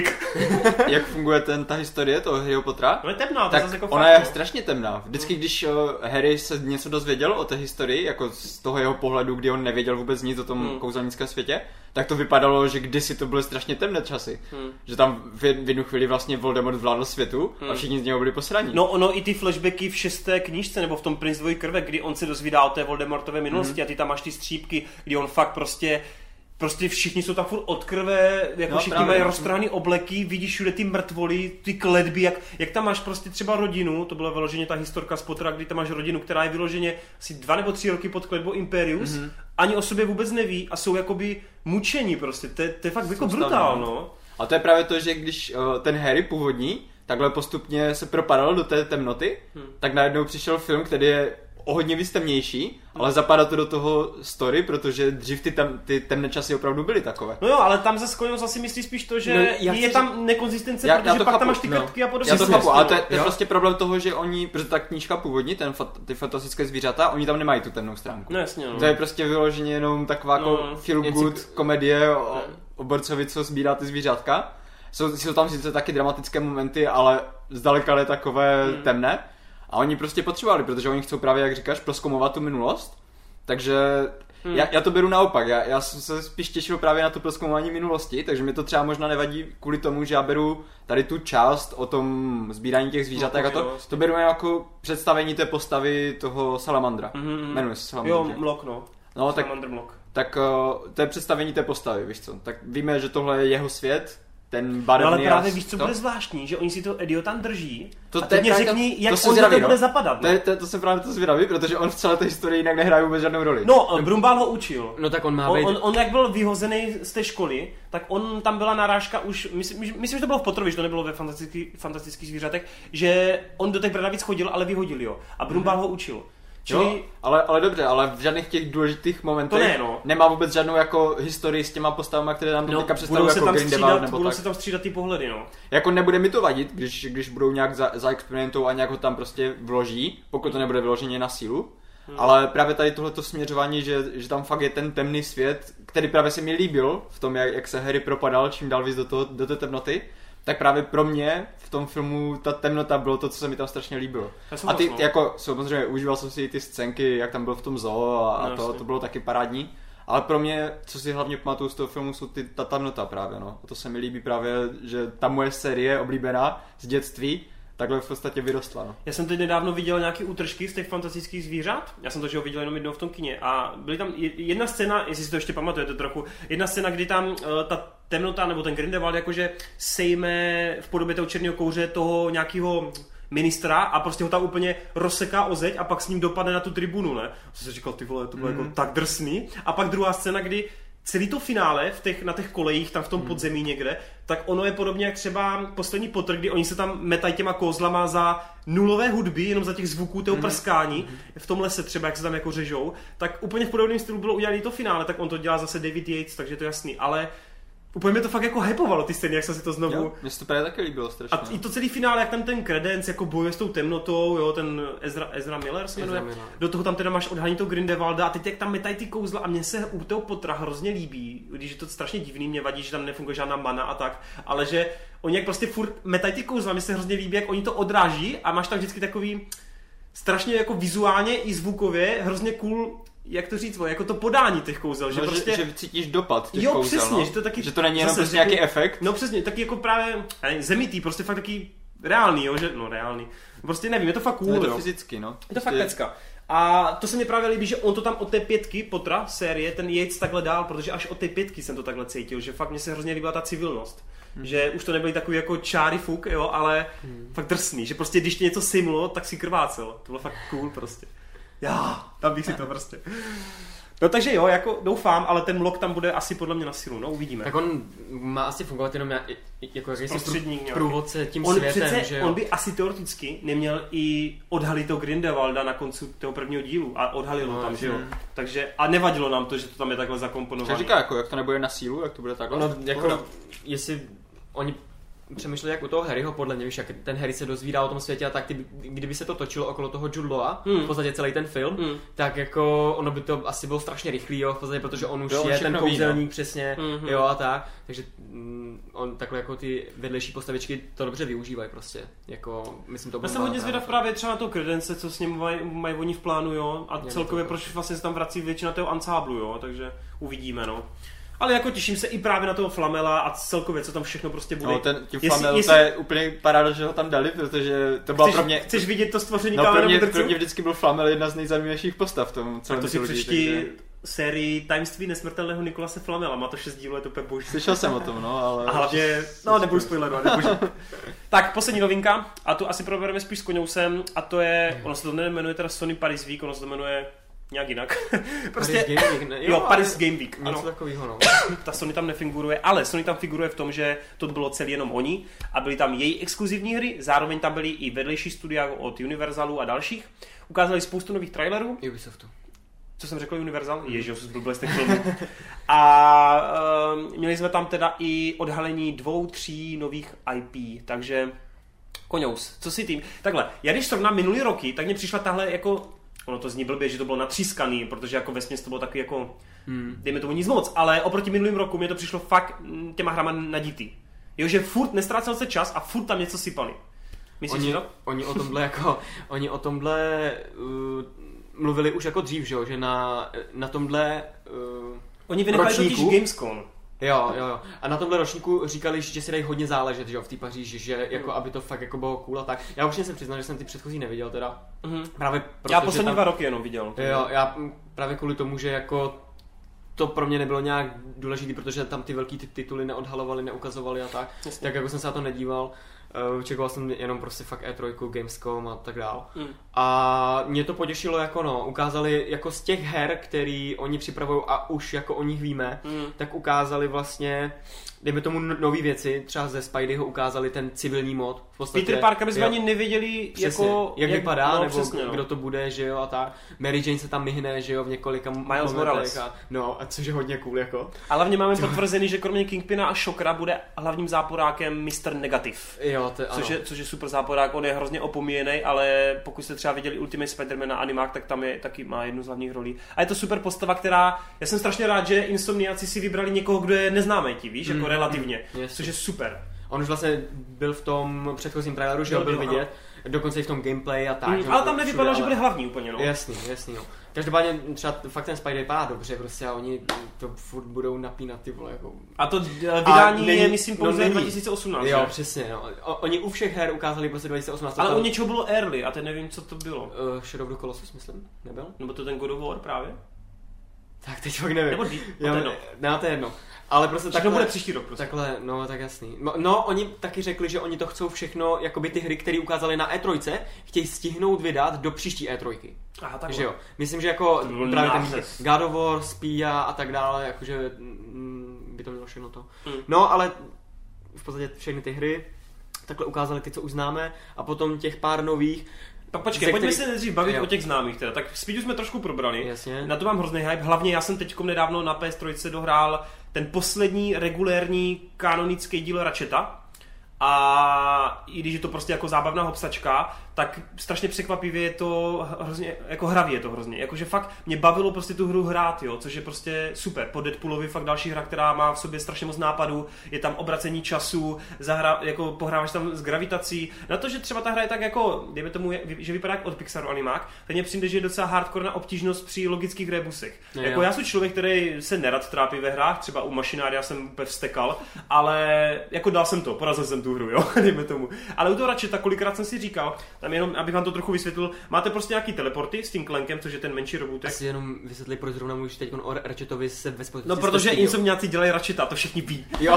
Speaker 3: jak funguje ta historie toho Harryho Pottera,
Speaker 1: no je temná,
Speaker 3: tak
Speaker 1: jako
Speaker 3: ona je strašně temná. Vždycky, když Harry se něco dozvěděl o té historii, jako z toho jeho pohledu, kdy on nevěděl vůbec nic o tom kouzelnickém světě, tak to vypadalo, že kdysi to byly strašně temné časy. Že tam v jednu chvíli vlastně Voldemort vládl světu a všichni z něho byli posraní.
Speaker 1: No ono i ty flashbacky v 6. knížce nebo v tom Princ dvojí krve, kdy on se dozvídá o té Voldemortové minulosti a ty tam máš ty střípky, kdy on fakt prostě všichni jsou tam furt od krve, jako všichni mají roztrhaný obleky, vidíš všude ty mrtvoly, ty kletby, jak tam máš prostě třeba rodinu, to byla vyloženě ta historka z Pottera, kdy tam máš rodinu, která je vyloženě asi 2 nebo 3 roky pod kletbou Imperius, ani o sobě vůbec neví a jsou jakoby mučení prostě, to je fakt jako brutálno.
Speaker 3: A to je právě to, že když ten Harry původní takhle postupně se propadal do té temnoty, tak najednou přišel film, který je o hodně víc temnější, ale zapadá to do toho story, protože dřív ty temné časy opravdu byly takové.
Speaker 1: No jo, ale tam ze Skonius asi myslí spíš to, že je tam nekonzistence, protože pak tam máš ty krtky a podobně.
Speaker 3: Já to chápu, ale to je prostě problém toho, že oni, protože ta knížka původní, ty fantastické zvířata, oni tam nemají tu temnou stránku.
Speaker 1: No jasně, no.
Speaker 3: To je prostě vyloženě jenom taková jako feel good komedie o borcovi, co sbírá ty zvířátka. Jsou tam sice taky dramatické momenty, ale zdaleka je takové temné. A oni prostě potřebovali, protože oni chcou právě, jak říkáš, prozkoumovat tu minulost. Takže já to beru naopak. Já jsem se spíš těšil právě na to prozkoumání minulosti, takže mi to třeba možná nevadí kvůli tomu, že já beru tady tu část o tom sbírání těch zvířatek a to beru jako představení té postavy toho Salamandra. Jmenuje se Salamandra.
Speaker 1: Jo, Mlok, no
Speaker 3: Salamander Mlok. Tak to je představení té postavy, víš co. Tak víme, že tohle je jeho svět, ten barevný.
Speaker 1: No ale právě víš, co bude zvláštní, že oni si to Edio tam drží a
Speaker 3: teď
Speaker 1: mě řekni, jak on to bude zapadat.
Speaker 3: To jsem právě to zvědavý, protože on v celé té historii jinak nehraje vůbec žádnou roli.
Speaker 1: No, Brumbál ho učil.
Speaker 2: No tak on má být...
Speaker 1: On jak byl vyhozený z té školy, tak on tam byla narážka už, myslím, že to bylo v Potterovi, že to nebylo ve fantastických zvířatech, že on do těch bradavic chodil, ale vyhodili ho. A Brumbál ho učil.
Speaker 3: Čili... Jo, ale dobře, ale v žádných těch důležitých momentech nemá vůbec žádnou jako historii s těma postavama, které nám teďka představují jako Grindelwald nebo
Speaker 1: budou
Speaker 3: tak.
Speaker 1: se tam střídat ty pohledy, no.
Speaker 3: Jako nebude mi to vadit, když budou nějak zaexperimentují a nějak ho tam prostě vloží, pokud to nebude vyloženě na sílu. Ale právě tady tohleto směřování, že tam fakt je ten temný svět, který právě se mi líbil v tom, jak se Harry propadal čím dál víc do té temnoty, tak právě pro mě v tom filmu ta temnota bylo to, co se mi tam strašně líbilo. A ty jako samozřejmě užíval jsem si i ty scénky, jak tam byl v tom zoo a to bylo taky parádní. Ale pro mě, co si hlavně pamatuju z toho filmu, jsou ta temnota právě, no. A to se mi líbí právě, že ta moje série oblíbená z dětství takhle v podstatě vyrostla, no.
Speaker 1: Já jsem teď nedávno viděl nějaké útržky z těch fantastických zvířat. Já jsem to, že ho viděl jenom jednou v tom kině. A byly tam jedna scéna, jestli si to ještě pamatujete trochu, jedna scéna, kdy tam ta temnota nebo ten Grindelwald jakože sejme v podobě toho černého kouře toho nějakého ministra a prostě ho tam úplně rozseká o zeď a pak s ním dopadne na tu tribunu, ne? Jsem si říkal, ty vole, to bylo jako tak drsný. A pak druhá scéna, kdy celý to finále na těch kolejích, tam v tom podzemí někde, tak ono je podobně jak třeba poslední Potter, kdy oni se tam metají těma kouzlama za nulové hudby, jenom za těch zvuků, toho prskání, v tom lese třeba, jak se tam jako řežou, tak úplně v podobném stylu bylo udělané to finále, tak on to dělá zase David Yates, takže to je jasný, ale úplně mě to fakt jako hypovalo ty scény, jak se si to znovu...
Speaker 3: Jo, mně se to právě taky líbilo strašně.
Speaker 1: A i to celý finále, jak tam ten Credence jako bojuje s tou temnotou, jo, ten Ezra Miller se jmenuje. Do toho tam teda máš odhalení toho Grindelwalda a teď jak tam metají ty kouzla a mně se u toho Pottera hrozně líbí, když je to strašně divný, mě vadí, že tam nefunguje žádná mana a tak, ale že oni jak prostě furt metají ty kouzla, mně se hrozně líbí, jak oni to odráží a máš tam vždycky takový strašně jako vizuálně i zvukově hrozně cool, jak to říct, jako to podání těch kouzel, že prostě...
Speaker 3: Že cítíš dopad těch
Speaker 1: kouzel,
Speaker 3: kouzel,
Speaker 1: přesně,
Speaker 3: no?
Speaker 1: že to taky...
Speaker 3: Že to není jenom prostě nějaký efekt.
Speaker 1: No přesně, taky jako právě zemitý, prostě fakt taky reálný, jo, že... No reálný. Prostě nevím, je to fakt cool,
Speaker 3: je to
Speaker 1: jo.
Speaker 3: fyzicky, no.
Speaker 1: Je to fakt pecka. A to se mi právě líbí, že on to tam od té 5 Pottera série, ten Yates takhle dál, protože až od té 5 jsem to takhle cítil, že fakt mně se hrozně líbila ta civilnost. Že už to nebyly takový jako čáry fuk, jo, ale fakt drsný, že prostě když tě něco simlo, tak si krvácel. To bylo fakt cool prostě. Tam bych si to prostě... No takže jo, jako doufám, ale ten Mlok tam bude asi podle mě na sílu, no uvidíme.
Speaker 2: Tak on má asi fungovat jenom jako
Speaker 1: prostředník
Speaker 2: průvodce tím
Speaker 1: on
Speaker 2: světem,
Speaker 1: přece,
Speaker 2: že jo?
Speaker 1: On by asi teoreticky neměl i odhalit toho Grindelwalda na konci toho prvního dílu a odhalil ho tam, že jo. Takže a nevadilo nám to, že to tam je takhle zakomponované.
Speaker 3: Co říká, jako jak to nebude na sílu, jak to bude takhle?
Speaker 2: No jako jestli oni přemýšlel jak u toho Harryho, podle mě, víš, jak ten Harry se dozvídá o tom světě a tak, kdyby se to točilo okolo toho Jude Lawa, v podstatě celý ten film, tak jako ono by to asi bylo strašně rychlý, jo, v podstatě, protože on už je ten kouzelník přesně, jo a tak, takže on takhle jako ty vedlejší postavičky to dobře využívají prostě, jako myslím to.
Speaker 1: Já jsem hodně zvědav právě třeba na to Credence, co s ním mají oni v plánu, jo, a celkově proč vlastně se tam vrací většina toho ansáblu, jo, takže uvidíme, no. Ale jako těším se i právě na toho Flamela a celkově, co tam všechno prostě bude.
Speaker 3: No, tím Flamel, to je úplně paráda, že ho tam dali, protože to bylo pro mě...
Speaker 1: Chceš vidět to stvoření
Speaker 3: pro mě vždycky byl Flamel jedna z nejzajímavějších postav v tom celém
Speaker 1: to si přečti sérii Tajemství nesmrtelného Nikolase Flamela, má to 6 dílů, je to úplně boží.
Speaker 3: Slyšel jsem o tom, no, ale...
Speaker 1: A hlavně, no nebudu spoilerovat, Tak, poslední novinka, a tu asi probereme spíš s Koňousem, a to je, ono se to nejmenuje teda Sony Paris Week, ono se to jmenuje nějak jinak.
Speaker 2: Prostě, Paris Game Week, ne?
Speaker 1: Jo, Paris Game Week.
Speaker 2: Něco takového, no.
Speaker 1: Ta Sony tam nefiguruje, ale Sony tam figuruje v tom, že to bylo celý jenom oni a byly tam její exkluzivní hry, zároveň tam byly i vedlejší studia od Universalu a dalších. Ukázali spoustu nových trailerů.
Speaker 2: Ubisoftu.
Speaker 1: Co jsem řekl, Universal? Ježiš, zblblil z těch filmů. A měli jsme tam teda i odhalení 2-3 nových IP, takže Koňous, co si tím? Takhle, já když srovnám minulý roky, tak mně přišla tahle jako, ono to zní blbě, že to bylo natřískaný, protože jako vesměs to bylo takový jako, dejme tomu nic moc, ale oproti minulým roku mi to přišlo fakt těma hrama nadítý. Jo, že furt nestrácel se čas a furt tam něco sypali. Myslíš to?
Speaker 2: Oni o tomhle mluvili už jako dřív, že na tomhle
Speaker 1: oni vynechali totiž Gamescom.
Speaker 2: Jo. A na tomhle ročníku říkali, že si dají hodně záležet, že jo, v té Paříži, že jako aby to fakt jako bylo cool a tak. Já už jsem přiznal, že jsem ty předchozí neviděl teda. Právě proto,
Speaker 1: já poslední 2 roky jenom viděl.
Speaker 2: Jo, já právě kvůli tomu, že jako to pro mě nebylo nějak důležitý, protože tam ty velký tituly neodhalovali, neukazovali a tak. Jasně. Tak jako jsem se na to nedíval. Čekal jsem jenom prostě fakt E3, Gamescom a tak dál. A mě to potěšilo jako ukázali jako z těch her, který oni připravují a už jako o nich víme, tak ukázali vlastně, dejme tomu nový věci, třeba ze Spideyho ukázali ten civilní mod. V podstatě,
Speaker 1: Peter Parker jsme ani nevěděli
Speaker 2: přesně,
Speaker 1: jako
Speaker 2: jak vypadá, nebo
Speaker 1: přesně,
Speaker 2: kdo to bude, že jo, a tak. Mary Jane se tam myhne, že jo, v několika
Speaker 1: Miles Morales.
Speaker 2: A což je hodně cool jako.
Speaker 1: A hlavně máme potvrzený, že kromě Kingpina a Shockera bude hlavním záporákem Mr. Negative.
Speaker 2: Jo,
Speaker 1: což je super záporák, on je hrozně opomíjený, ale pokud jste třeba viděli Ultimate Spider-Man na animák, tak tam je taky má jednu z hlavních rolí. A je to super postava, která, já jsem strašně rád, že Insomniaci si vybrali někoho, kdo je neznámý, víš, jako relativně, což je super.
Speaker 2: On už vlastně byl v tom předchozím traileru, že byl vidět, dokonce i v tom gameplay a tak.
Speaker 1: Ale tam nevypadalo, že bude hlavní úplně, no.
Speaker 2: Jasný, no. Každopádně třeba fakt ten Spider vypadá dobře, prostě a oni to furt budou napínat ty vole jako.
Speaker 1: A to vydání je myslím pouze 2018.
Speaker 2: Jo, přesně, no. Oni u všech her ukázali prostě 2018.
Speaker 1: Ale u něčeho bylo early a teď nevím, co to bylo.
Speaker 2: Shadow of the Colossus, myslím, nebyl?
Speaker 1: Nebo to ten God of War právě?
Speaker 2: Tak teď fakt nevím.
Speaker 1: Nebo
Speaker 2: to je jedno. Ale prostě takhle
Speaker 1: bude příští rok prostě.
Speaker 2: Takhle, no tak jasný. No, oni taky řekli, že oni to chcou všechno, jakoby ty hry, které ukázali na E3, chtějí stihnout vydat do příští E3.
Speaker 1: Aha, takhle.
Speaker 2: Takže jo. Myslím, že jako právě ten God of War, Spia a tak dále, jakože by to mělo všechno to. No, ale v podstatě všechny ty hry takhle ukázali ty, co už známe, a potom těch pár nových.
Speaker 1: Tak počkej, pojďme se nejdřív bavit o těch známých teda. Tak Speedu jsme trošku probrali.
Speaker 2: Jasně.
Speaker 1: Na to mám hrozný hype. Hlavně já jsem teďkom nedávno na PS3 dohrál ten poslední regulérní kanonický díl Ratcheta. A i když je to prostě jako zábavná hopsačka, tak strašně překvapivě je to hrozně, jako hravě je to hrozně. Jakože fakt mě bavilo prostě tu hru hrát, jo, což je prostě super. Po Deadpoolovi fakt další hra, která má v sobě strašně moc nápadů, je tam obracení času, jako pohráváš tam s gravitací. Na to, že třeba ta hra je tak jako, dejme tomu, že vypadá jak od Pixaru animák, tak mně přijde, že je docela hardcore na obtížnost při logických rebusech. No, jako já jsem člověk, který se nerad trápí ve hrách, třeba u Machinária jsem úplně vstekal, ale jako dal jsem to, porazil jsem tu hru, jo, dejme tomu. Ale u toho Ratcheta kolikrát jsem si říkal, tam jenom, abych vám to trochu vysvětlil, máte prostě nějaký teleporty s tím Klenkem, což je ten menší robůtek.
Speaker 2: Asi jenom vysvětlit, proč zrovna mluvíš teď o Ratchetovi se ve společnosti.
Speaker 1: No, protože Insomniaci dělají Ratcheta, to všichni ví.
Speaker 2: Jo.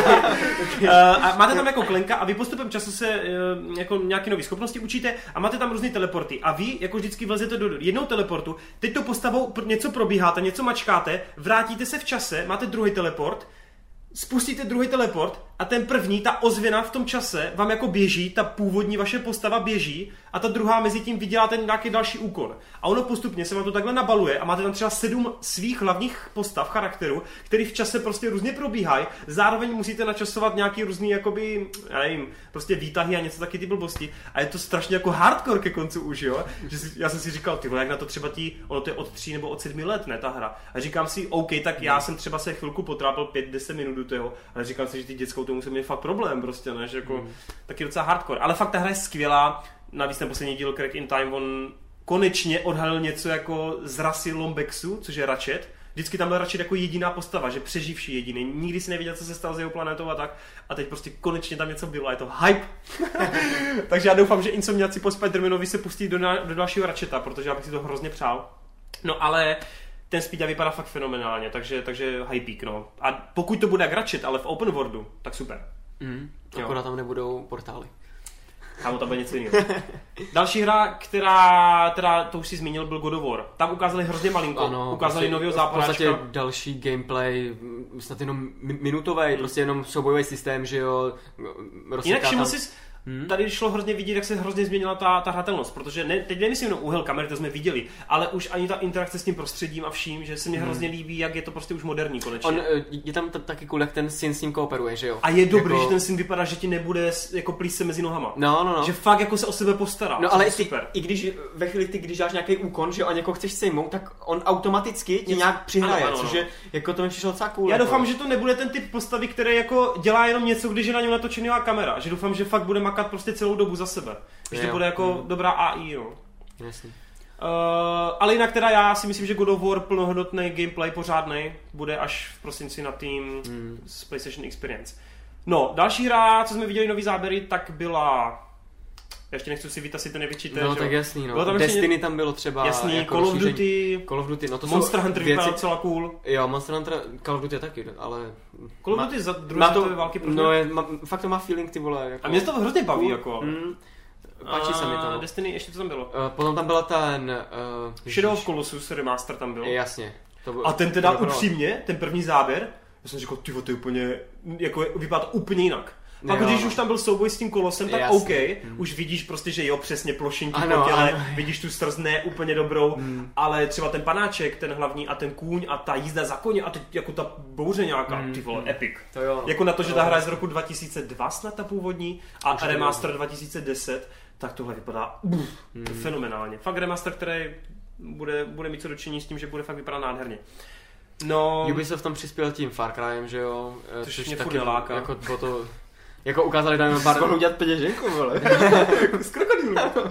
Speaker 1: A máte tam jako Klenka a vy postupem času se jako nějaké nové schopnosti učíte a máte tam různé teleporty. A vy jako vždycky vlezete do jednou teleportu, teď to postavou něco probíháte, něco mačkáte, vrátíte se v čase, máte druhý teleport, spustíte druhý teleport a ten první, ta ozvěna v tom čase vám jako běží, ta původní vaše postava běží a ta druhá mezi tím vydělá ten nějaký další úkon. A ono postupně se vám to takhle nabaluje a máte tam třeba 7 svých hlavních postav, charakterů, který v čase prostě různě probíhají. Zároveň musíte načasovat nějaký různý, jakoby, já nevím, prostě výtahy a něco taky ty blbosti. A je to strašně jako hardcore ke koncu už, jo. Já jsem si říkal, ty vole, jak na to třeba ono to je od 3 nebo od 7 let, ne, ta hra. A říkám si, OK, tak já jsem třeba se chvilku potrápil 5-10 minut do toho, ale říkám si, že ty dětskou to musí mít fakt problém prostě, ne, že jako taky docela hardcore. Ale fakt ta hra je skvělá. Navíc ten poslední díl Crack in Time, on konečně odhalil něco jako z rasy Lombexu, což je Ratchet. Vždycky tam byl Ratchet jako jediná postava, že přeživší jediný. Nikdy si nevěděl, co se stalo s jeho planetou a tak. A teď prostě konečně tam něco bylo a je to hype. Takže já doufám, že Insomniaci po Spider-Manovi se pustí do dalšího Ratcheta, protože já bych si to hrozně přál. No ale ten Speeda vypadá fakt fenomenálně, takže hypík, no. A pokud to bude jak Ratchet, ale v open worldu, tak super.
Speaker 2: Akorát tam nebudou portály.
Speaker 1: Kámo, tam bude něco jiného. Další hra, která to už si zmínil, byl God of War. Tam ukázali hrozně malinko. Ano, ukázali nového záporáčka.
Speaker 2: V podstatě další gameplay, snad jenom minutový, prostě jenom soubojový systém, že jo.
Speaker 1: Jinak všiml jsi, tady šlo hrozně vidět, jak se hrozně změnila ta hratelnost, protože teď nemyslím jenom úhel kamery, to jsme viděli, ale už ani ta interakce s tím prostředím a vším, že se mi hrozně líbí, jak je to prostě už moderní konečně.
Speaker 2: Je tam taky cool, jak ten syn s ním kooperuje, že jo?
Speaker 1: A je dobrý, že ten syn vypadá, že ti nebude jako plíst se mezi nohama.
Speaker 2: No.
Speaker 1: Že fakt jako se o sebe postará.
Speaker 2: No ale i když ve chvíli když dáš nějaký úkon, že jo, a někoho chceš sejmout, tak on automaticky ti nějak přihraje, což je jako to mi přišlo docela cool.
Speaker 1: Já doufám, že to nebude ten typ postavy, který jako dělá jenom něco, když je na něm natočená kamera, že doufám, že fakt bude makat prostě celou dobu za sebe. Že to bude jako dobrá AI, no.
Speaker 2: Jasně.
Speaker 1: Ale jinak teda já si myslím, že God of War plnohodnotný gameplay pořádnej bude až v prosinci na tým z PlayStation Experience. No, další hra, co jsme viděli nový záběry, tak byla... Ještě nechci si vytasit ten nevyčíte,
Speaker 2: no,
Speaker 1: že?
Speaker 2: Tak jasný, no. Tam Destiny tam bylo třeba...
Speaker 1: Jasný,
Speaker 2: jako
Speaker 1: Call of Duty,
Speaker 2: no to
Speaker 1: Monster Hunter vypadal docela cool.
Speaker 2: Jo, Monster Hunter, Call of Duty taky, ale...
Speaker 1: Call of Duty za druhé světové války pro mě.
Speaker 2: No, fakt to má feeling, ty vole. Jako...
Speaker 1: A mě to hrozně baví, jako.
Speaker 2: Páčí se mi to. No.
Speaker 1: Destiny, ještě to tam bylo.
Speaker 2: Potom tam byla ten...
Speaker 1: Shadow of Colossus remaster tam byl.
Speaker 2: Jasně.
Speaker 1: A ten teda upřímně, ten první záběr, já jsem říkal, tyvo, to je úplně, jako vypadá to úplně jinak. Pak když už tam byl souboj s tím kolosem, tak OK, už vidíš prostě, že jo, přesně plošinky po těle, vidíš tu srst ne úplně dobrou, ale třeba ten panáček, ten hlavní a ten kůň a ta jízda za koně a teď jako ta bouře nějaká, ty vole, epic.
Speaker 2: To jo,
Speaker 1: jako na to, že ta hra je z roku 2002 snad ta původní a remaster 2010, tak tohle vypadá fenomenálně. Fakt remaster, který bude mít co dočinit s tím, že bude fakt vypadat nádherně. No,
Speaker 2: Ubisoft tam přispěl tím Far Cryem, že jo?
Speaker 1: Což mě furt neláká.
Speaker 2: Jako ukázali tam pár...
Speaker 3: Skoro udělat peněženku, vole.
Speaker 1: Z krokodýlů.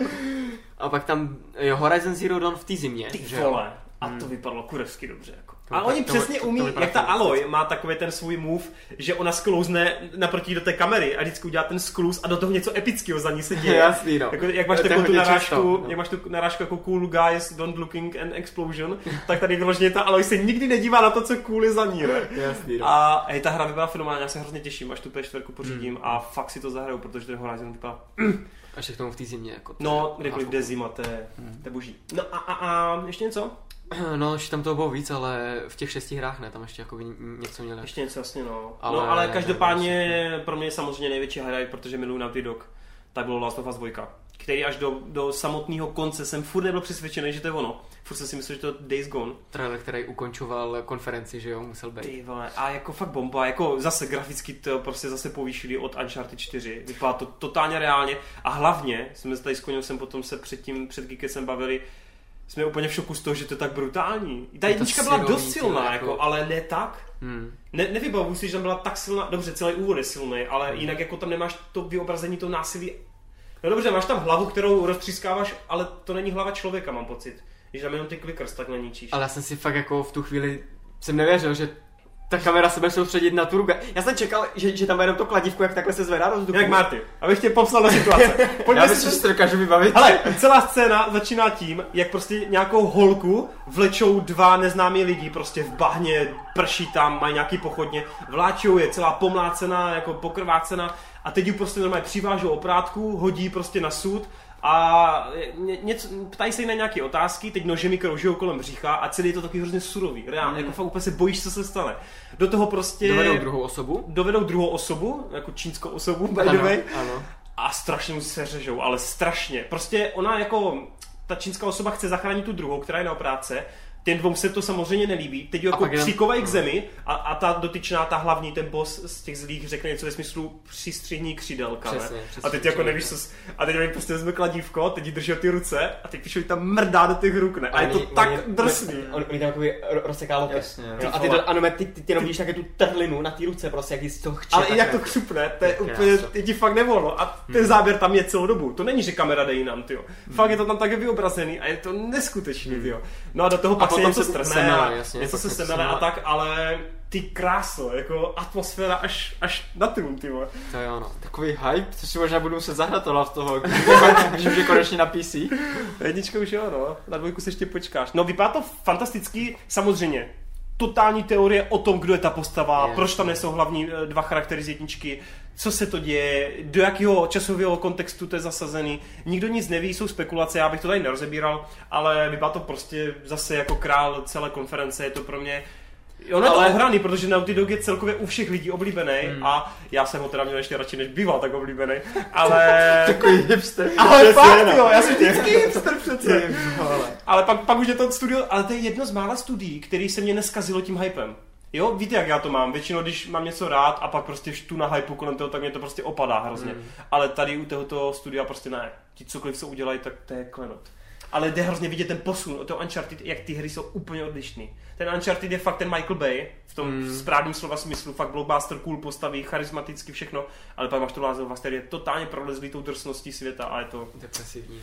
Speaker 2: A pak tam Horizon Zero Dawn v té zimě.
Speaker 1: Ty vole. A to vypadalo kurevsky dobře. Jako. A oni přesně umí, jak ta Aloy má takový ten svůj move, že ona sklouzne naproti do té kamery a vždycky udělá ten skluz a do toho něco epického za ní se děje.
Speaker 2: Jasný, no.
Speaker 1: Jako, jak máš takovou tu narážku, jak máš tu narážku jako cool guys don't looking and explosion, tak tady vyloženě ta Aloy se nikdy nedívá na to, co cool je za ní, ne?
Speaker 2: Jasný, no.
Speaker 1: A ta hra vypadá fenomenálně, já se hrozně těším, až tu P4 pořídím a fakt si to zahraju, protože ten Horizon vypadá...
Speaker 2: Až k tomu v té zimě. Jako
Speaker 1: no, kdekoliv jde zima, to je boží. No a ještě něco?
Speaker 2: No, ještě tam toho bylo víc, ale v těch 6 hrách ne, tam ještě jako něco měli.
Speaker 1: Ještě něco, jasně, no. Ale každopádně pro mě je samozřejmě největší highlight, protože miluji Naughty Dog, tak bylo Last of Us 2, který až do samotného konce jsem furt nebyl přesvědčený, že to je ono. Furt jsem si myslel, že to je Days Gone.
Speaker 2: Trailer, který ukončoval konferenci, že jo, musel být.
Speaker 1: Ty vole, a jako fakt bomba, jako zase graficky to prostě zase povýšili od Uncharted 4, vypadá to totálně reálně a hlavně, jsme tady s Koňou jsem potom se před Geekem bavili, jsme úplně v šoku z toho, že to je tak brutální. Ta jednička byla dost silná, jako, ale ne tak. Nevybavuji si, že tam byla tak silná, dobře, celý úvod je silný, ale jinak jako tam nemáš to vyobrazení toho násilí. No dobře, máš tam hlavu, kterou roztřískáváš, ale to není hlava člověka, mám pocit. Když tam jenom ty clickers takhle ničíš.
Speaker 2: Ale já jsem si fakt jako v tu chvíli jsem nevěřil, že ta kamera se bude soustředit na tu ruku. Já jsem čekal, že tam jenom to kladívko, jak takhle se zvedá do vzduchu.
Speaker 1: Jak Marty, abych tě popsal na situace.
Speaker 3: Já myslím, že si to dokážu vybavit.
Speaker 1: Hele, celá scéna začíná tím, jak prostě nějakou holku vlečou dva neznámí lidi, prostě v bahně, prší tam, mají nějaký pochodně, vláčou je celá pomlácená, jako pokrvácená a teď ji prostě normálně přivážou oprátku, hodí prostě na sud a ptají se jí na nějaké otázky, teď nožemi kroužijou kolem břicha a celý je to takový hrozně surový, reálně, jako fakt úplně se bojíš, co se stane. Do toho prostě... Dovedou druhou osobu, jako čínskou osobu, by the way.
Speaker 2: Ano.
Speaker 1: A strašně mu se řežou, ale strašně. Prostě ona jako, ta čínská osoba chce zachránit tu druhou, která je na oprávce. Těm dvou se to samozřejmě nelíbí. Teď jako přikovají k zemi a ta dotyčná, ta hlavní, ten boss z těch zlých řekne něco ve smyslu přistřihni křídelka.
Speaker 2: Přesně,
Speaker 1: a teď jako nevíš, co... A teď oni prostě vezme kladívko, teď jí drží ty ruce a teď píšou tam mrdá do těch ruk, ne? A je to tak drsný.
Speaker 2: Oni tam takový rozseká loket. A ty jenom vidíš také tu trhlinu na té ruce, prostě jak jí z toho chče.
Speaker 1: Ale i jak to křupne, to je úplně, ti fakt nevolno. A ten záběr tam je celou dobu. To není, že kamera jde jinam, tyjo. Fakt je to tam tak vyobrazený a je to neskutečný, tyjo. No a do toho pak se něco strhne, něco se semele a tak, ale ty kráso, jako atmosféra až na trůn, ty vole.
Speaker 2: To je ono.
Speaker 3: Takový hype, to si možná budu muset zahrát tohle v toho, když už je konečně na PC.
Speaker 1: Jednička už jo, no, na dvojku se ještě počkáš. No vypadá to fantasticky, samozřejmě. Totální teorie o tom, kdo je ta postava, proč tam nejsou hlavní dva charaktery z jedničky, co se to děje, do jakého časového kontextu to je zasazený. Nikdo nic neví, jsou spekulace, já bych to tady nerozebíral, ale vypadá to prostě zase jako král celé konference, je to pro mě... Ono je to ohraný, protože Naughty Dog je celkově u všech lidí oblíbený a já jsem ho teda měl ještě radši, než býval tak oblíbený, ale...
Speaker 3: Takový hipster.
Speaker 1: Ale fakt jo, já jsem vždycky hipster přece. Ale pak už je to studio, ale to je jedno z mála studií, který se mě neskazilo tím hypem. Jo, víte, jak já to mám. Většinou, když mám něco rád a pak prostě štu na hypu kolem toho, tak mě to prostě opadá hrozně. Ale tady u tohoto studia prostě ne. Ti cokoliv co udělají, tak to je klenot. Ale jde hrozně vidět ten posun od toho Uncharted, jak ty hry jsou úplně odlišný. Ten Uncharted je fakt ten Michael Bay, v tom správným slova smyslu, fakt blockbuster, cool postavy, charismaticky všechno, ale pak máš tu Last of Us, který je totálně prolezlý tou drsností světa a je to...
Speaker 2: depresivní.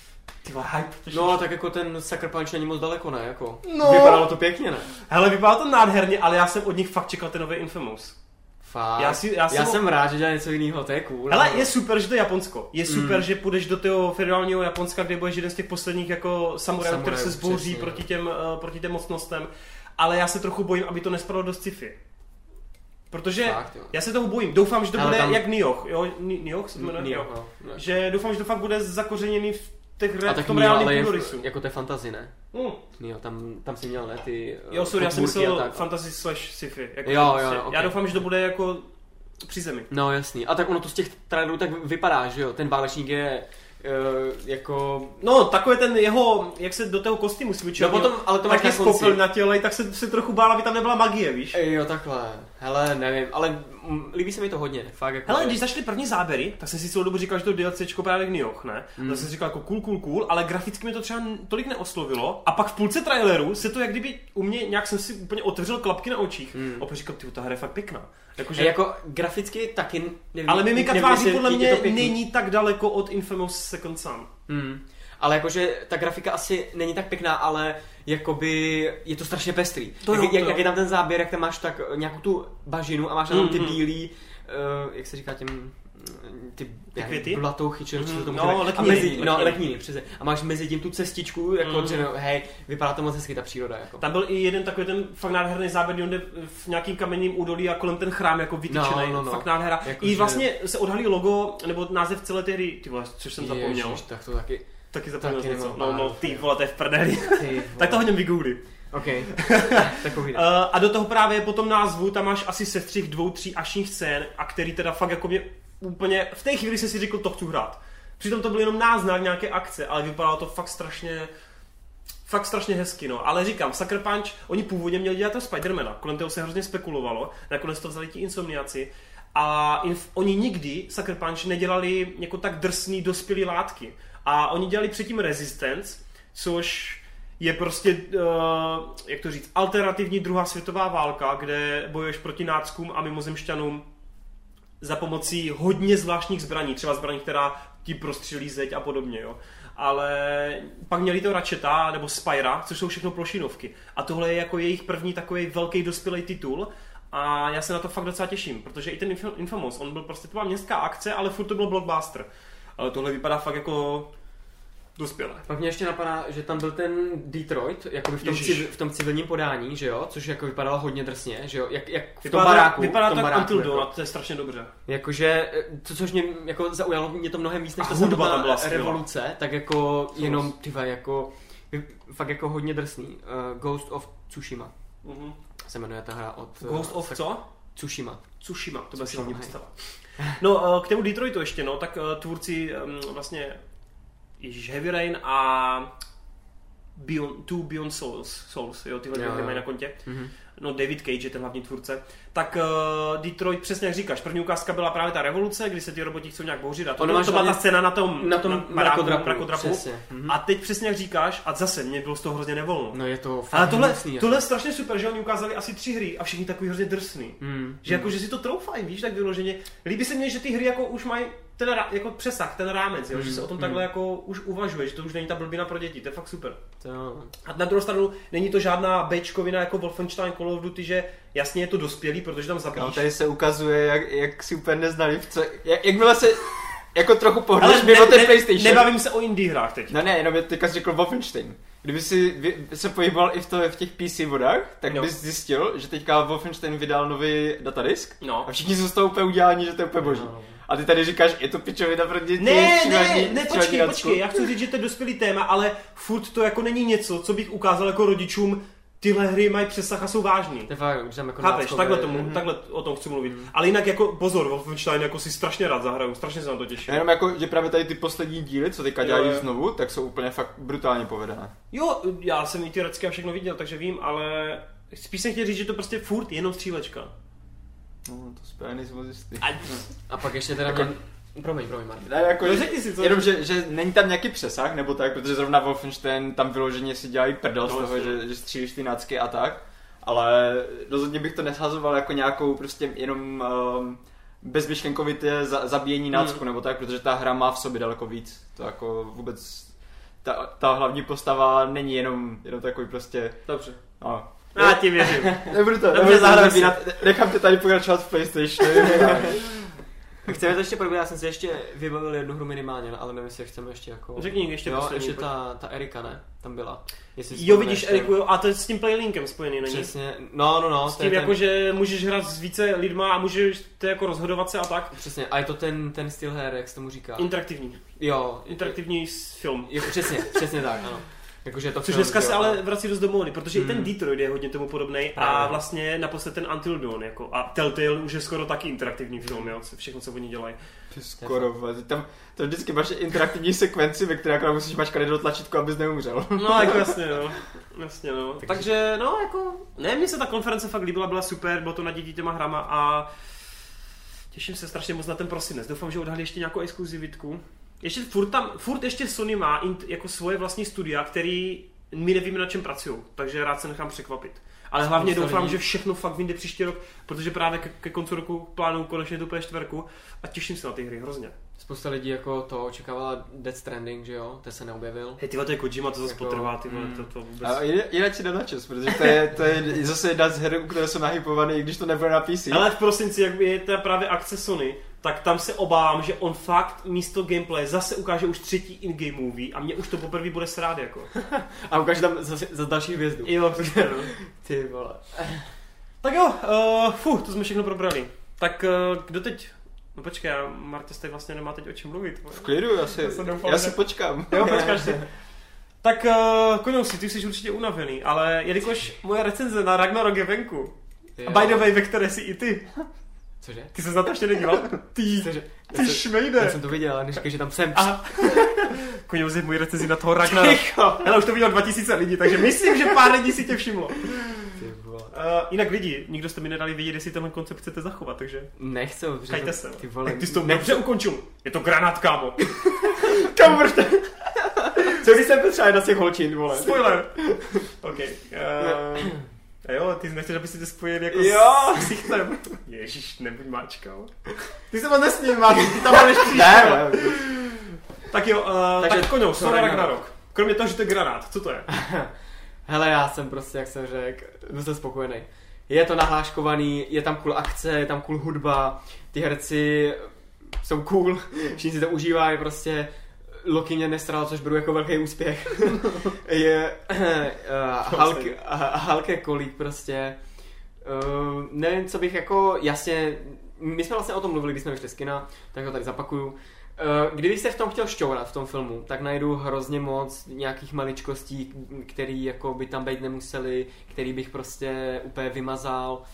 Speaker 1: Ty hype.
Speaker 2: No, tak jako ten Sucker Punch není moc daleko, ne? Jako, vypadalo to pěkně, ne?
Speaker 1: Hele, vypadalo to nádherně, ale já jsem od nich fakt čekal ten nový Infamous.
Speaker 2: Fakt. Já jsem rád, že dělá něco jiného, to je cool.
Speaker 1: Hele, je super, že to je Japonsko. Je super, že půjdeš do toho federálního Japonska, kde budeš jeden z těch posledních jako samurajů, který se zbouří proti těm mocnostem. Ale já se trochu bojím, aby to nespadlo do sci-fi. Protože fakt, já se toho bojím. Doufám, že to bude jak Nioh. Jo, Nioh se to jmenuje?
Speaker 2: Nioh, no.
Speaker 1: Že doufám, že to fakt bude zakořeněný v tom
Speaker 2: reálném
Speaker 1: půdorysu.
Speaker 2: Jako to je fantasy, ne? Nioh, tam si měl, ne? Ty
Speaker 1: jo, sorry, já jsem myslel fantasy / sci-fi. Jako
Speaker 2: jo, okay.
Speaker 1: Já doufám, že to bude jako při zemi.
Speaker 2: No jasný. A tak ono to z těch trailerů tak vypadá, že jo? Ten válečník je jako...
Speaker 1: No, takové ten jeho, jak se do toho kostýmu svičil,
Speaker 2: no potom, ale to máš
Speaker 1: taky spopil na těle, tak se trochu bál, aby tam nebyla magie, víš?
Speaker 2: Jo, takhle. Hele, nevím, ale líbí se mi to hodně, fakt jako...
Speaker 1: Hele, když začaly první záběry, tak jsem si celou dobu říkal, že to DLCčko právě k Nioh, ne? Tak jsem si říkal jako cool, ale graficky mi to třeba tolik neoslovilo. A pak v půlce traileru se to jak kdyby u mě, nějak jsem si úplně otevřel klapky na očích. A pak říkal, ta hra je fakt pěkná.
Speaker 2: Jako graficky taky nevím.
Speaker 1: Ale mimika tváří podle mě není tak daleko od Infamous Second Son.
Speaker 2: Ale jakože ta grafika asi není tak pěkná, ale jakoby je to strašně pestrý. Jak je tam ten záběr, jak tam máš tak nějakou tu bažinu a máš tam ty bílý, jak se říká těm... ty
Speaker 1: květy?
Speaker 2: Blatouchy, či co to tomu
Speaker 1: lekníny,
Speaker 2: přesně. A máš mezi tím tu cestičku, jako že hej, vypadá to moc hezky ta příroda. Jako.
Speaker 1: Tam byl i jeden takový ten fakt nádherný záběr, kde jde v nějakým kamenním údolí a kolem ten chrám jako vytyčený, fakt nádhera. Jako, i vlastně se odhalí logo, nebo název celé té hry, ty vole, což jsem zapomněl.
Speaker 2: Ježiš, tak to taky
Speaker 1: zapomněl něco. No, ty vole, to je v prdeli. Tak to hodně vygoogli.
Speaker 2: Okay.
Speaker 1: A do toho právě po tom názvu tam máš asi sestřih 2-3 akčních scén, a který teda fakt jako mě úplně, v té chvíli jsem si řekl, to chci hrát. Přitom to byl jenom náznak nějaké akce, ale vypadalo to fakt strašně hezky, no. Ale říkám, Sucker Punch, oni původně měli dělat toho Spidermana, kolem toho se hrozně spekulovalo, nakonec to vzali ti Insomniaci a oni nikdy, Sucker Punch, nedělali jako tak drsný dospělý látky. A oni dělali předtím Resistance, což je prostě, jak to říct, alternativní druhá světová válka, kde bojuješ proti náckům a mimozemšťanům za pomocí hodně zvláštních zbraní, třeba zbraní, která ti prostřelí zeď a podobně, jo. Ale pak měli to Ratcheta nebo Spyra, což jsou všechno plošinovky. A tohle je jako jejich první takový velký dospělý titul a já se na to fakt docela těším, protože i ten Infamous, on byl prostě taková městská akce, ale furt to byl blockbuster. Ale tohle vypadá fakt jako dospělé.
Speaker 2: Pak mě ještě napadá, že tam byl ten Detroit, jakoby v tom civilním podání, že jo, což jako vypadalo hodně drsně, že jo, jak v tom baráku.
Speaker 1: Vypadá
Speaker 2: v tom
Speaker 1: tak
Speaker 2: baráku,
Speaker 1: Until Dawn,
Speaker 2: jako.
Speaker 1: to je strašně dobře.
Speaker 2: Jakože, což mě jako zaujalo mě to mnohem víc, než ta samotná revoluce, tak jako jenom, tyva, jako, fakt jako hodně drsný. Ghost of Tsushima se jmenuje ta hra od...
Speaker 1: Ghost of co?
Speaker 2: Tsushima,
Speaker 1: to bude si hlavně představa. No, k tomu Detroitu ještě, no, tak tvůrci vlastně Heavy Rain a Beyond Souls, jo, tyhle dvě mají na kontě. No, David Cage je ten hlavní tvůrce. Tak Detroit, přesně jak říkáš, první ukázka byla právě ta revoluce, kdy se ty roboti chcou nějak bouřit a to byla ta scéna na tom mrakodrapu. A teď přesně jak říkáš, a zase mě bylo z toho hrozně nevolno.
Speaker 2: No je to
Speaker 1: ale tohle je strašně super, že oni ukázali asi 3 hry a všichni takový hrozně drsný. Že jako, že si to troufají, víš, tak vyloženě. Líbí se mně, že ty hry jako už mají ten jako přesah, ten rámec, jo, že se o tom takhle jako už uvažuje, že to už není ta blbina pro děti, to je fakt super. A na druhou stranu není to žádná bečkovina jako Wolfenstein, Call of Duty, že jasně je to dospělý, protože tam zabíjíš.
Speaker 3: No, tady se ukazuje, jak si úplně neznali, jakmile se jako trochu pohneš mimo ten PlayStation.
Speaker 1: Nebavím se o indie hrách teď.
Speaker 3: No ne, jenom teďka jsi řekl Wolfenstein. Kdyby si se pohyboval i v těch PC vodách, tak bys zjistil, že teďka Wolfenstein vydal nový datadisk a všichni jsou z toho úplně udělání, že to je úplně boží. A ty tady říkáš, je to pičovina pro děti.
Speaker 1: Ne, počkej, já chci říct, že to je dospělý téma, ale furt to jako není něco, co bych ukázal jako rodičům, tyhle hry mají přesah a jsou vážný. Chápeš, takhle o tom chci mluvit. Ale jinak jako pozor, Wolfenstein jako si strašně rád zahraju, strašně se na to těším.
Speaker 3: Jenom jako, že právě tady ty poslední díly, co teďka dělají znovu, tak jsou úplně fakt brutálně povedené.
Speaker 1: Jo, já jsem i ty recky a všechno viděl, takže vím, ale spíš jsem chtěl říct, že to prostě furt jenom střílečka.
Speaker 3: No, to spíš nejsem moc jistý.
Speaker 2: A pak ještě teda jako... Promiň, Martin.
Speaker 3: Ne, jako, jenom, že není tam nějaký přesah, nebo tak, protože zrovna Wolfenstein tam vyloženě si dělají prdel z toho, že střílíš ty nácky a tak, ale rozhodně bych to neshazoval jako nějakou prostě jenom bezmyšlenkovité zabíjení nácku, nebo tak, protože ta hra má v sobě daleko víc. To jako vůbec, ta hlavní postava není jenom takový prostě...
Speaker 1: Dobře.
Speaker 3: No.
Speaker 1: Já ti věřím.
Speaker 3: Nebudu nechám tě tady pokračovat v PlayStation.
Speaker 2: Chceme to ještě probrat, já jsem si ještě vybavil jednu hru minimálně, ale nevím, jestli chceme ještě jako...
Speaker 1: Řekni ještě poslední.
Speaker 2: Ještě ta Erika, ne? Tam byla.
Speaker 1: Jo, vidíš Eriku, jo, a to je s tím playlinkem spojený, není?
Speaker 2: Přesně, no.
Speaker 1: S tím jako, že můžeš hrát s více lidma a můžeš to jako rozhodovat se a tak.
Speaker 2: Přesně, a je to ten styl her, jak se tomu říká.
Speaker 1: Interaktivní.
Speaker 2: Jo.
Speaker 1: Interaktivní film.
Speaker 2: Jo, přesně tak, ano. Jakože to
Speaker 1: což dneska se ale vrací dost do módy, protože i ten Detroit je hodně tomu podobný a vlastně naposled ten Until Dawn jako a Telltale už je skoro taky interaktivní film, jo, všechno co oni dělají.
Speaker 3: Skoro, tam to vždycky máš interaktivní sekvenci, ve které jako musíš mačkat do tlačítku, abys neumřel.
Speaker 1: No jako jasně no. Takže no jako, ne, mně se ta konference fakt líbila, byla super, bylo to na děti těma hrama a těším se strašně moc na ten prosinec. Doufám, že odhalí ještě nějakou exkluzivitku. Ještě furt ještě Sony má jako svoje vlastní studia, který my nevíme, na čem pracují, takže rád se nechám překvapit. Ale hlavně doufám, že všechno fakt vyjde příští rok, protože právě ke konci roku plánuju konečně tu PS4 a těším se na ty hry hrozně.
Speaker 2: Spousta lidí jako to očekávala Death Stranding, že jo, ten se neobjevil.
Speaker 1: Hej, tyhle, to je Kojima, to zase potrvá, to vůbec...
Speaker 3: A jinak si dá na čas, protože to je zase jedna z her, které jsou nahypované, i když to nebude na PC.
Speaker 1: Ale v prosinci, jak je ta právě akce Sony, tak tam se obávám, že on fakt místo gameplay zase ukáže už 3. in-game movie a mě už to poprvé bude srát jako.
Speaker 2: A ukáže tam za další hvězdu.
Speaker 1: Jo, přesně.
Speaker 2: Ty vole.
Speaker 1: Tak jo, to jsme všechno probrali. Tak kdo teď? No počkej, Marta tady vlastně nemá teď o čem mluvit.
Speaker 3: V klidu, já si počkám.
Speaker 1: Jo, počkáš si. Tak Konousi, ty jsi určitě unavený, ale jelikož moje recenze na Ragnarok je venku, a by the way, ve které jsi i ty.
Speaker 2: Cože?
Speaker 1: Ty se na to ještě nedíval? Ty šmejde.
Speaker 2: Já jsem to viděl, ale neříkej, že tam jsem.
Speaker 1: Konousi je můj recenzi na toho Ragnarok. Hele, už to viděl 2000 lidí, takže myslím, že pár lidí si tě všimlo. Jinak lidi, nikdo jste mi nedali vědět, jestli tenhle koncept chcete zachovat, takže...
Speaker 2: Nechci,
Speaker 1: kajte se.
Speaker 2: Ty vole.
Speaker 1: Ty jsi to dobře ukončil. Je to granát, kámo.
Speaker 2: Kámo, prostě. Co když jsem potřeba jedna z těch holčin, vole.
Speaker 1: Spoiler. OK. A jo, ty nechceš, aby si to spojil jako s ksichtem. Ježíš, nebuď máčkal. Ty se moc nesmím, ty tam budeš příště.
Speaker 3: Ne.
Speaker 1: Tak jo, tak Koňou, Thor Ragnarok. Kromě toho, že to je granát, co to je?
Speaker 2: Hele, já jsem prostě, jak jsem řekl, jsem spokojený. Je to nahláškovaný, je tam cool akce, je tam cool hudba, ty herci jsou cool, všichni si to užívají, prostě Loki mě nestral, což beru jako velký úspěch. Je Hulk je kolík prostě. Nevím, co bych jako jasně... My jsme vlastně o tom mluvili, když jsme vyšli z kina, tak to tady zapakuju. Kdybych se v tom chtěl šťourat v tom filmu, tak najdu hrozně moc nějakých maličkostí, který jako by tam být nemuseli, který bych prostě úplně vymazal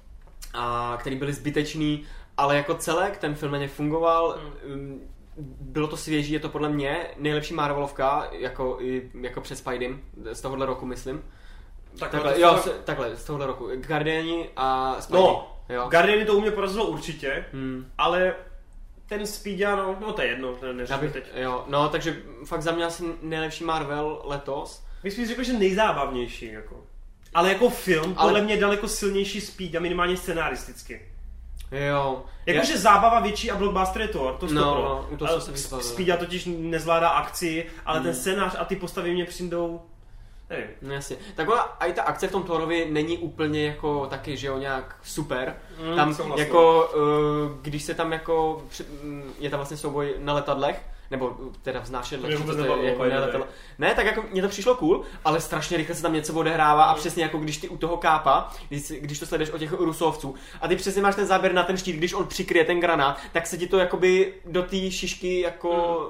Speaker 2: a který byly zbytečný, ale jako celek ten film mě fungoval. Bylo to svěží, je to podle mě nejlepší Marvelovka, jako před Spidem, z tohohle roku myslím. Takhle, z tohohle roku. Guardiani a Spidey.
Speaker 1: No, Guardiani to u mě porazilo určitě, ale ten Speediano, no to je jedno, to neřešíme teď.
Speaker 2: Jo, no takže fakt za mě asi nejlepší Marvel letos.
Speaker 1: Bych si řekl, že nejzábavnější, jako. Ale jako film, podle mě daleko silnější Speed a minimálně scenaristicky.
Speaker 2: Jo.
Speaker 1: Jakože zábava větší a blockbuster je to 100%.
Speaker 2: No, to se
Speaker 1: Speeda totiž nezvládá akci, ale ten scénář a ty postavy mě přijdou, nevím.
Speaker 2: No jasně. Taková i ta akce v tom Thorovi není úplně jako taky, že jo, nějak super. Tam jako, když se tam jako, je tam vlastně souboj na letadlech, nebo teda vznášedle, jako ne, tak jako mně to přišlo cool, ale strašně rychle se tam něco odehrává a přesně jako když ty u toho kápa, když to sleduješ od těch Rusovců a ty přesně máš ten záběr na ten štít, když on přikryje ten granát, tak se ti to jakoby do té šišky jako...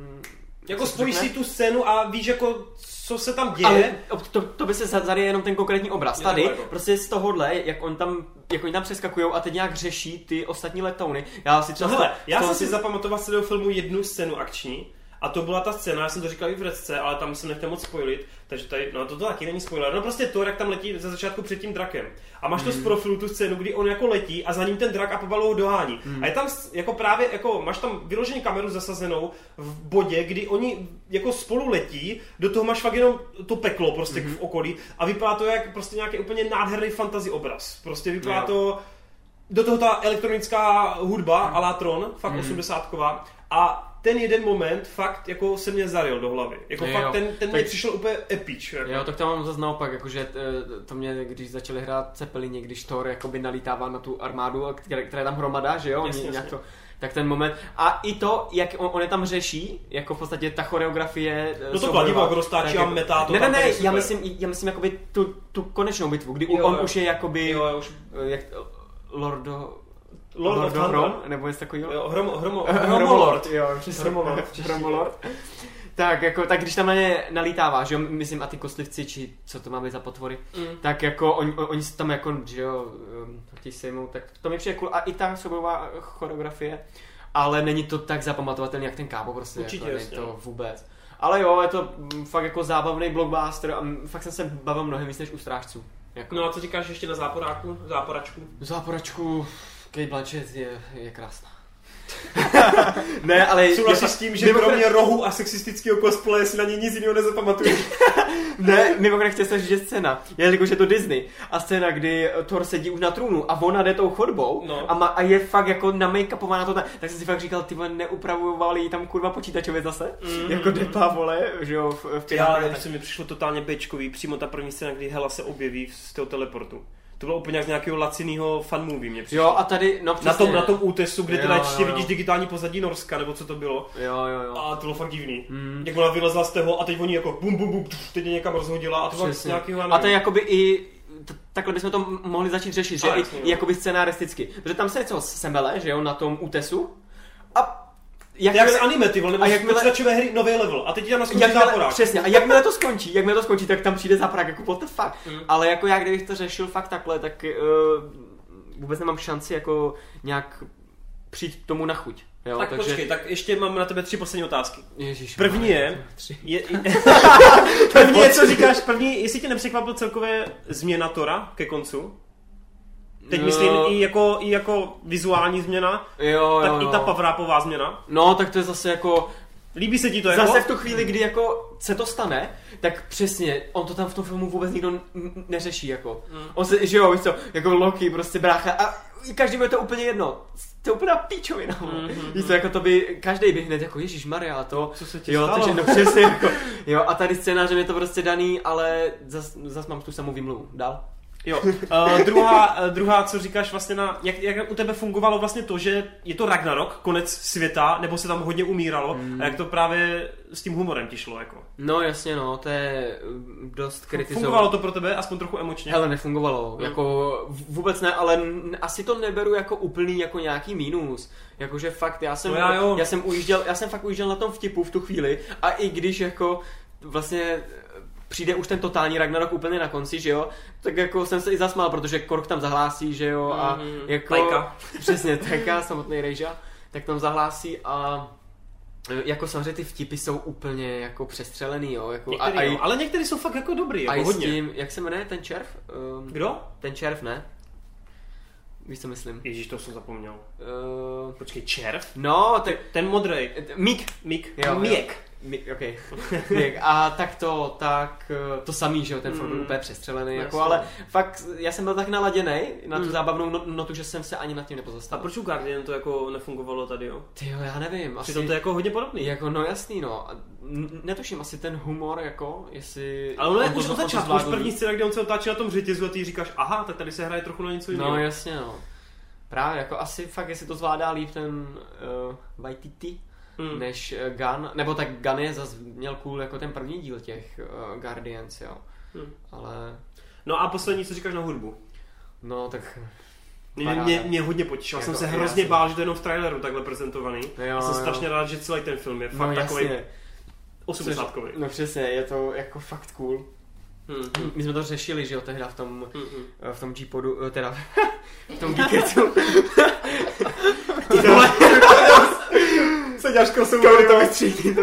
Speaker 1: Jako spojíš si tu scénu a víš jako, co se tam děje.
Speaker 2: Ale to by se zaryje jenom ten konkrétní obraz. Tady prostě z tohohle, jak oni tam přeskakujou a teď nějak řeší ty ostatní letouny. Já jsem si
Speaker 1: zapamatoval z toho filmu jednu scénu akční a to byla ta scéna, já jsem to říkal i v recce, ale tam jsem nechtěl moc spoilit, takže tady, no to taky není spoiler, no prostě to, jak tam letí ze začátku před tím drakem. A máš to z profilu tu scénu, kdy on jako letí a za ním ten drak a pomalu ho dohání. A je tam jako právě, jako máš tam vyloženě kameru zasazenou v bodě, kdy oni jako spolu letí, do toho máš fakt jenom to peklo prostě v okolí a vypadá to jak prostě nějaký úplně nádherný fantasy obraz. Prostě vypadá to, do toho ta elektronická hudba a la Tron, fakt 80ková a ten jeden moment fakt jako se mě zaryl do hlavy. Jako fakt ten mě přišel úplně epic. Jako.
Speaker 2: Jo, tak to mám zase naopak, jakože to mě, když začali hrát Cepelini, když Thor jakoby nalítává na tu armádu, která je tam hromada, že jo?
Speaker 1: Jasně.
Speaker 2: Tak ten moment. A i to, jak on je tam řeší, jako v podstatě ta choreografie...
Speaker 1: No to kladivo, jak roztáčí a metá to.
Speaker 2: Ne, já myslím jakoby tu konečnou bitvu, kdy on už je jakoby... Jak Lord of Hrom, nebo něco takového?
Speaker 1: Hromolord.
Speaker 2: Jo, přesně. Hromolord. Tak když tam na ně nalítává, že jo, myslím a ty kostlivci, či co to má být za potvory, tak jako oni se tam jako, že jo, chtějí sejmout, tak to mi přijde cool. A i ta soubojová choreografie, ale není to tak zapamatovatelný, jak ten kápo prostě.
Speaker 1: Určitě,
Speaker 2: jako, není to vůbec. Ale jo, je to fakt jako zábavný blockbuster a fakt jsem se bavil mnohem víc než u Strážců. Jako.
Speaker 1: No a co říkáš ještě na záporačku?
Speaker 2: Kate Blanchett je krásná. Ne, ale...
Speaker 1: Souhlasíš s tím, že kromě rohu a sexistického cosplaye si na něj nic jiného nezapamatuješ?
Speaker 2: Ne, mimochodem chtěl se říct, že scéna, jelikož je to Disney, a scéna, kdy Thor sedí už na trůnu a ona jde tou chodbou a je fakt jako na-make-upovaná to tak jsem si fakt říkal, ty vole, neupravovali tam kurva počítačově zase? Jako depa, vole, že jo, v
Speaker 1: Pirátovi. Já, mi přišlo totálně bečkový, přímo ta první scéna, kdy Hela se objeví z toho teleportu. To bylo úplně jak z nějakého lacinného fanmovie mě přišlo.
Speaker 2: Jo, a tady, no přesně.
Speaker 1: Na tom útesu, kde teda ještě vidíš digitální pozadí Norska, nebo co to bylo.
Speaker 2: Jo.
Speaker 1: A to bylo fakt divný. Jak ona vylezla z toho a teď oni jako bum, teď je někam rozhodila a to bylo nějakého...
Speaker 2: A to je jakoby i... Takhle bychom to mohli začít řešit, že i jakoby scenaristicky. Protože tam se něco semele, že jo, na tom útesu. A
Speaker 1: jak z anime, ty vole, nebo z počítačové hry nový level. A teď tam naskočí záporák.
Speaker 2: Přesně, a jakmile to skončí, tak tam přijde záporák, jako what the fuck. Ale jako já, kdybych to řešil fakt takhle, tak vůbec nemám šanci jako nějak přijít tomu na chuť. Jo,
Speaker 1: tak
Speaker 2: takže...
Speaker 1: počkej, tak ještě mám na tebe 3 poslední otázky.
Speaker 2: Ježiš,
Speaker 1: první je co říkáš, jestli tě nepřekvapil celkové změna Thora ke koncu? Teď myslím i jako vizuální změna, tak i ta pavrápová změna.
Speaker 2: No, tak to je zase jako...
Speaker 1: Líbí se ti to
Speaker 2: zase v tu chvíli, kdy jako se to stane, tak přesně, on to tam v tom filmu vůbec nikdo neřeší, jako. On se, že jo, víš co, jako Loki, prostě brácha, a každý bude to úplně jedno. To je úplná píčovina. Víš co, jako to by, každý by hned jako ježišmarja, to...
Speaker 1: Co se ti stalo?
Speaker 2: Takže, no přesně, jako, jo, a tady scénářem je to prostě daný, ale zas mám tu samou výmluvu. Dál?
Speaker 1: Jo. Druhá, co říkáš vlastně jak u tebe fungovalo vlastně to, že je to Ragnarok, konec světa, nebo se tam hodně umíralo, a jak to právě s tím humorem ti šlo, jako?
Speaker 2: No jasně, no, to je dost kritizované.
Speaker 1: Fungovalo to pro tebe aspoň trochu emočně?
Speaker 2: Hele, nefungovalo, jako vůbec ne, ale asi to neberu jako úplný jako nějaký mínus. Jakože fakt, já jsem fakt ujížděl na tom vtipu v tu chvíli a i když jako vlastně přijde už ten totální Ragnarok úplně na konci, že jo, tak jako jsem se i zasmál, protože Korg tam zahlásí, že jo, a jako...
Speaker 1: Taika.
Speaker 2: Přesně, Taika, samotný Rejža, tak tam zahlásí a jako samozřejmě ty vtipy jsou úplně jako přestřelený, jo. Jako,
Speaker 1: některý, ale některý jsou fakt jako dobrý, jako hodně.
Speaker 2: A s tím, jak se jmenuje ten červ?
Speaker 1: Kdo?
Speaker 2: Ten červ, ne? Víš, co myslím?
Speaker 1: Ježíš, to jsem zapomněl. Počkej, červ?
Speaker 2: No,
Speaker 1: ten modrej.
Speaker 2: Mík. Okay. A tak to samý, že jo, ten film byl úplně přestřelený, jako, ale fakt, já jsem byl tak naladěnej na tu zábavnou notu, že jsem se ani nad tím nepozastavil.
Speaker 1: A proč u Guardian to jako nefungovalo tady, jo?
Speaker 2: Tyjo, já nevím.
Speaker 1: Přitom to je jako hodně podobný.
Speaker 2: Jako, no jasný, no. Netuším, asi ten humor, jako, jestli...
Speaker 1: Ale ono je už od začátku, už první scéna, kde on se otáčí na tom řetězu a ty říkáš, aha, tak tady se hraje trochu na něco jiného.
Speaker 2: No jasně, no. Právě, jako asi fakt, jestli to zvládá líp ten Waititi, než Gunn, nebo tak Gunn je zase měl cool jako ten první díl těch Guardians, jo. Ale...
Speaker 1: No a poslední, co říkáš na hudbu?
Speaker 2: No tak...
Speaker 1: Mě hodně potěšil, jsem se hrozně bál, že to je jenom v traileru takhle prezentovaný. Jsem strašně rád, že celý ten film je fakt takový 80kový.
Speaker 2: No přesně, je to jako fakt cool. My jsme to řešili, že jo, tehda v tom G-podu, teda v tom Geeketsu.
Speaker 1: Se ťažko se
Speaker 2: to vystřídí.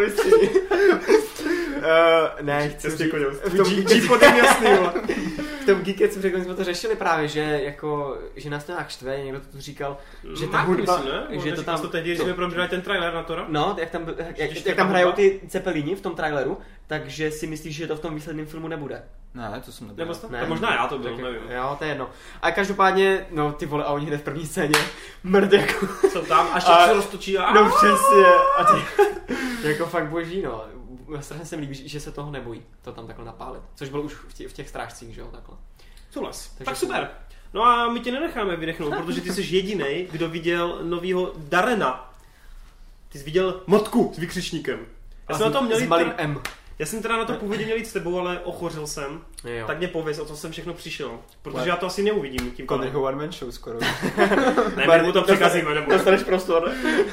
Speaker 2: Ne, chci říct.
Speaker 1: V tom G-podem jasný, jo.
Speaker 2: V tom Geeketsu jsme to řešili právě, že jako, že nás to nějak štve, někdo to tu říkal, že ta hudba, že to tam...
Speaker 1: To tehdy, když jsme probírali ten trailer na Tora?
Speaker 2: No, jak tam hrajou ty Cepelini v tom traileru, takže si myslíš, že to v tom výsledném filmu nebude.
Speaker 3: Ne, to jsem nebyl.
Speaker 1: Ne, možná já to byl, nevím.
Speaker 2: Jo, to je jedno. A každopádně, no ty vole, a oni hned v první scéně mrd jako...
Speaker 1: Jsou tam, až se roztočí a...
Speaker 2: No přesně. A ty, jako fakt boží, no. Strašně se mi líbí, že se toho nebojí, to tam takhle napálit. Což bylo už v těch strážcích, že jo, takhle.
Speaker 1: Souhlas. Tak super. No a my tě nenecháme vydechnout, protože ty jsi jedinej, kdo viděl novýho Darrena. Ty jsi viděl Motku s vykřičníkem. Já jsem na to měl
Speaker 2: s malým M.
Speaker 1: Já jsem teda na to původně měl jít s tebou, ale ochořil jsem.
Speaker 2: Jo.
Speaker 1: Tak mě pověz, o co jsem všechno přišel. Protože já to asi neuvidím tím
Speaker 3: pádem. Conryho one man show skoro.
Speaker 1: Ne, my mu to překazíme, nebo...
Speaker 2: Dostaneš prostor.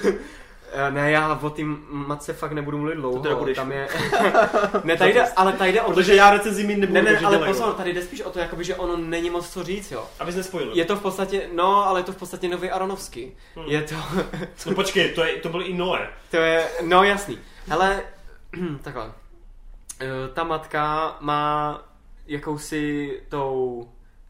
Speaker 2: Ne, já o tým matce fakt nebudu mluvit dlouho.
Speaker 1: To teda budeš.
Speaker 2: Tam je... Ne, tady jde, ale tady jde o to,
Speaker 1: protože já recenzím nebudu.
Speaker 2: Ne, ale pozor, tady jde spíš o to, jakoby, že ono není moc co říct, jo.
Speaker 1: Abys nespojil.
Speaker 2: Je to v podstatě, no, ale je to v podstatě nový Aronovský. Je to...
Speaker 1: No počkej, to byl i Noé.
Speaker 2: To je, no jasný. Hele, takhle. Ta matka má jakousi tou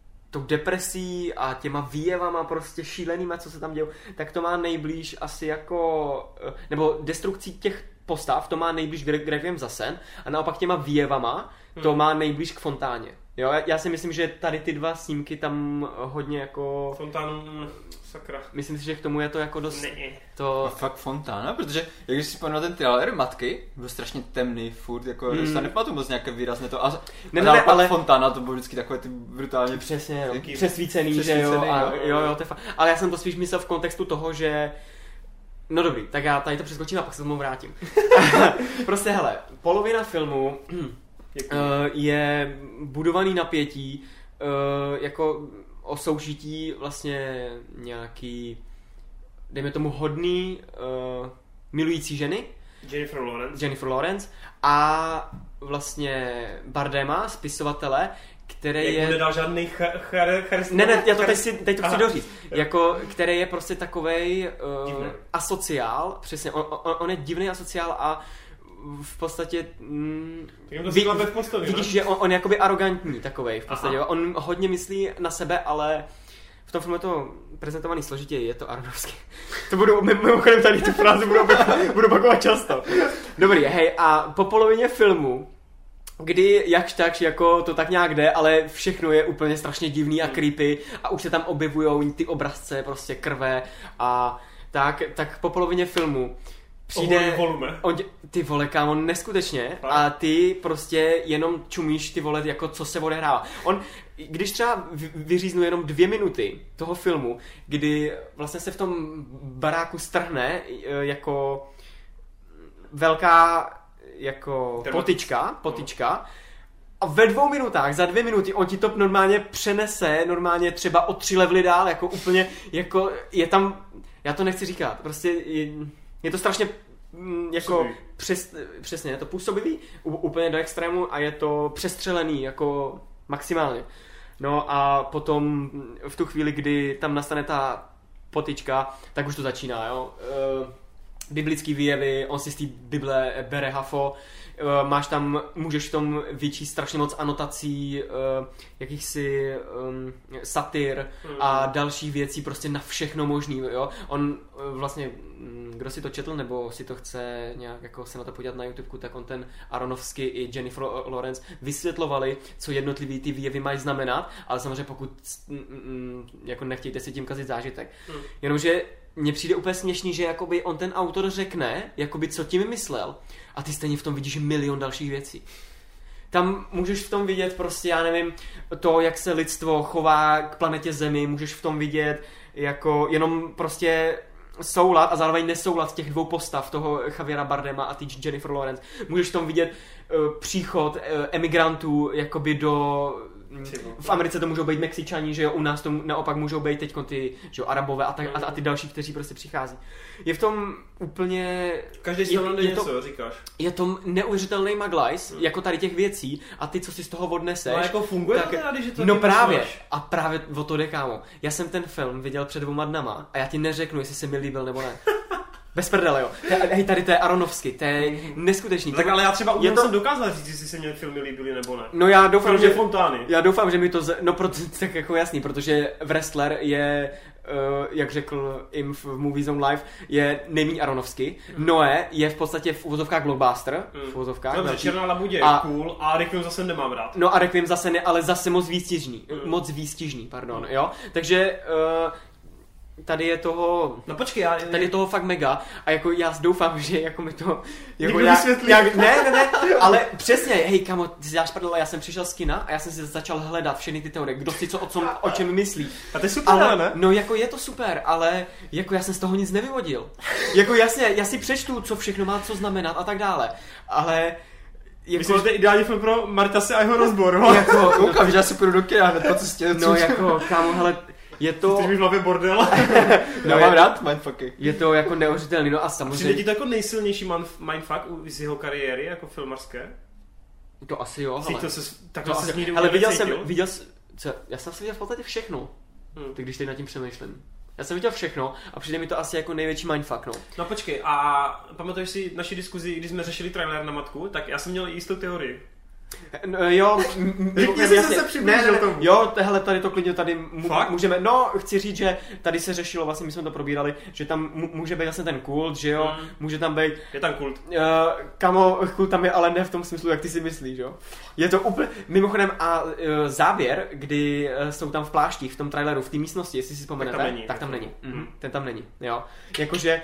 Speaker 2: depresí a těma výjevama prostě šílenýma, co se tam dějou, tak to má nejblíž asi jako, nebo destrukcí těch postav, to má nejblíž k Requiem za sen a naopak těma výjevama to má nejblíž k Fontáně. Jo, já si myslím, že tady ty dva snímky tam hodně jako...
Speaker 1: Fontánu, sakra.
Speaker 2: Myslím si, že k tomu je to jako dost...
Speaker 1: Ne.
Speaker 2: To...
Speaker 3: A fakt Fontána, protože jak když si pamatuju ten trailer Matky, byl strašně temný furt, jako se nepamatuju moc nějaké výrazné to. A ale Fontána to bylo vždycky takové ty brutálně...
Speaker 2: Přesně, jo. Přesvícený, že jo. A jo, to je fakt. Ale já jsem to spíš myslel v kontextu toho, že... No dobrý, tak já tady to přeskočím a pak se tomu vrátím. Prostě hele, polovina filmu je budovaný napětí jako o soužití vlastně nějaký, dejme tomu hodný milující ženy Jennifer Lawrence a vlastně Bardema, spisovatele, který je...
Speaker 1: nedal žádný
Speaker 2: Ne, já to teď to chci doříct. Jako, který je prostě takovej asociál, přesně, on je divný asociál a v podstatě vidíš, že on je jakoby arrogantní takovej v podstatě. Aha. On hodně myslí na sebe, ale v tom filmu je to prezentovaný složitě, je to Aronovský. To budu, mimochodem tady tu frázi budu opakovat často. Dobrý, hej, a po polovině filmu, kdy jakž tak, jako to tak nějak jde, ale všechno je úplně strašně divný a creepy a už se tam objevujou ty obrazce prostě krve a tak po polovině filmu přijde, ty vole, kámo, neskutečně, a ty prostě jenom čumíš, ty vole, jako co se odehrává. On, když třeba vyříznu jenom 2 minuty toho filmu, kdy vlastně se v tom baráku strhne jako velká jako potyčka a ve 2 minutách, za 2 minuty on ti to normálně přenese, normálně třeba o 3 levely dál, jako úplně, jako je tam, já to nechci říkat, prostě je to strašně jako přesně, je to působivý úplně do extrému a je to přestřelený jako maximálně. No a potom v tu chvíli, kdy tam nastane ta potyčka, tak už to začíná, jo. Biblický výjevy, on si z té Bible bere hafo, můžeš v tom vyčíst strašně moc anotací, jakýchsi satyr a dalších věcí prostě na všechno možný, jo. On vlastně, kdo si to četl, nebo si to chce nějak jako se na to podívat na YouTubeku, tak on ten Aronofsky i Jennifer Lawrence vysvětlovali, co jednotlivý ty výjevy mají znamenat, ale samozřejmě pokud jako nechtějte si tím kazit zážitek. Jenomže mně přijde úplně směšný, že jakoby on ten autor řekne, jakoby co tím myslel, a ty stejně v tom vidíš milion dalších věcí. Tam můžeš v tom vidět prostě, já nevím, to, jak se lidstvo chová k planetě Zemi, můžeš v tom vidět jako jenom prostě soulad a zároveň nesoulad těch 2 postav, toho Javiera Bardema a ty Jennifer Lawrence. Můžeš v tom vidět příchod emigrantů jakoby v Americe to můžou být Mexičani, že jo, u nás to naopak můžou být teďko ty, že jo, Arabové a ty další, kteří prostě přichází. Je v tom úplně...
Speaker 1: Každý si tam něco, říkáš.
Speaker 2: Je to neuvěřitelný maglajs, jako tady těch věcí a ty, co si z toho odneseš.
Speaker 1: No jako funguje tak, to, když to
Speaker 2: no právě, a právě o to jde, kámo. Já jsem ten film viděl před 2 dnama a já ti neřeknu, jestli se mi líbil nebo ne. Bez prdele, jo. Hej, tady to je Aronofsky, to je neskutečný.
Speaker 1: Tak ale já třeba u jsem dokázal říct, jestli se mě filmy líbily nebo ne.
Speaker 2: No já doufám, že
Speaker 1: Fontány.
Speaker 2: Já doufám, že mi to tak jako jasný, protože Wrestler je jak řekl im v Movies on Live, je nejméně Aronofsky. Noé je v podstatě v uvozovkách blockbuster. V uvozovkách.
Speaker 1: Dobře, Černá labuť je cool a Requiem zase nemám rád.
Speaker 2: No a Requiem zase ne, ale zase moc výstižný, pardon, jo. Takže tady je toho...
Speaker 1: No počkej,
Speaker 2: tady je toho fakt mega a jako já doufám, že jako mi to... Jako ne, ale přesně, hej kamo, ty si dáš prdele, já jsem přišel z kina a já jsem si začal hledat všechny ty teorie, kdo si o čem myslí.
Speaker 1: A to je super, ale, ne?
Speaker 2: No jako je to super, ale jako já jsem z toho nic nevyvodil. Jako jasně, já si přečtu, co všechno má co znamenat a tak dále, ale...
Speaker 1: Jako, myslím, že to je ideální film pro Martase a jeho rozbor.
Speaker 2: Jako,
Speaker 3: koukám, že já si půjdu do kina hned po cestě.
Speaker 2: No jako, kámo, hele, je to...
Speaker 1: Chceš mít v hlavě bordel?
Speaker 3: No mám rád mindfucky.
Speaker 2: Je to jako neuvěřitelný, no a samozřejmě...
Speaker 1: Přijde ti to jako nejsilnější mindfuck z jeho kariéry, jako filmarské?
Speaker 2: To asi jo, hele.
Speaker 1: Tak to asi
Speaker 2: ale viděl jsem, co, já jsem si viděl v podstatě všechno, tak když teď nad tím přemýšlím. Já jsem viděl všechno a přijde mi to asi jako největší mindfuck, no.
Speaker 1: No počkej, a pamatuješ si naši diskuzi, když jsme řešili trailer na matku, tak já jsem měl jistou teorii.
Speaker 2: No, jo,
Speaker 1: řekni si, se přiblížil tomu.
Speaker 2: Jo, hele, tady to klidně tady můžeme, no, chci říct, že tady se řešilo, vlastně my jsme to probírali, že tam může být vlastně ten kult, že jo, může tam být...
Speaker 1: Je tam kult.
Speaker 2: Kamo, kult tam je, ale ne v tom smyslu, jak ty si myslíš, jo. Je to úplně, mimochodem, a záběr, kdy jsou tam v pláštích, v tom traileru, v té místnosti, jestli si vzpomenete, tak tam není. Ten tam není, jo. Jakože...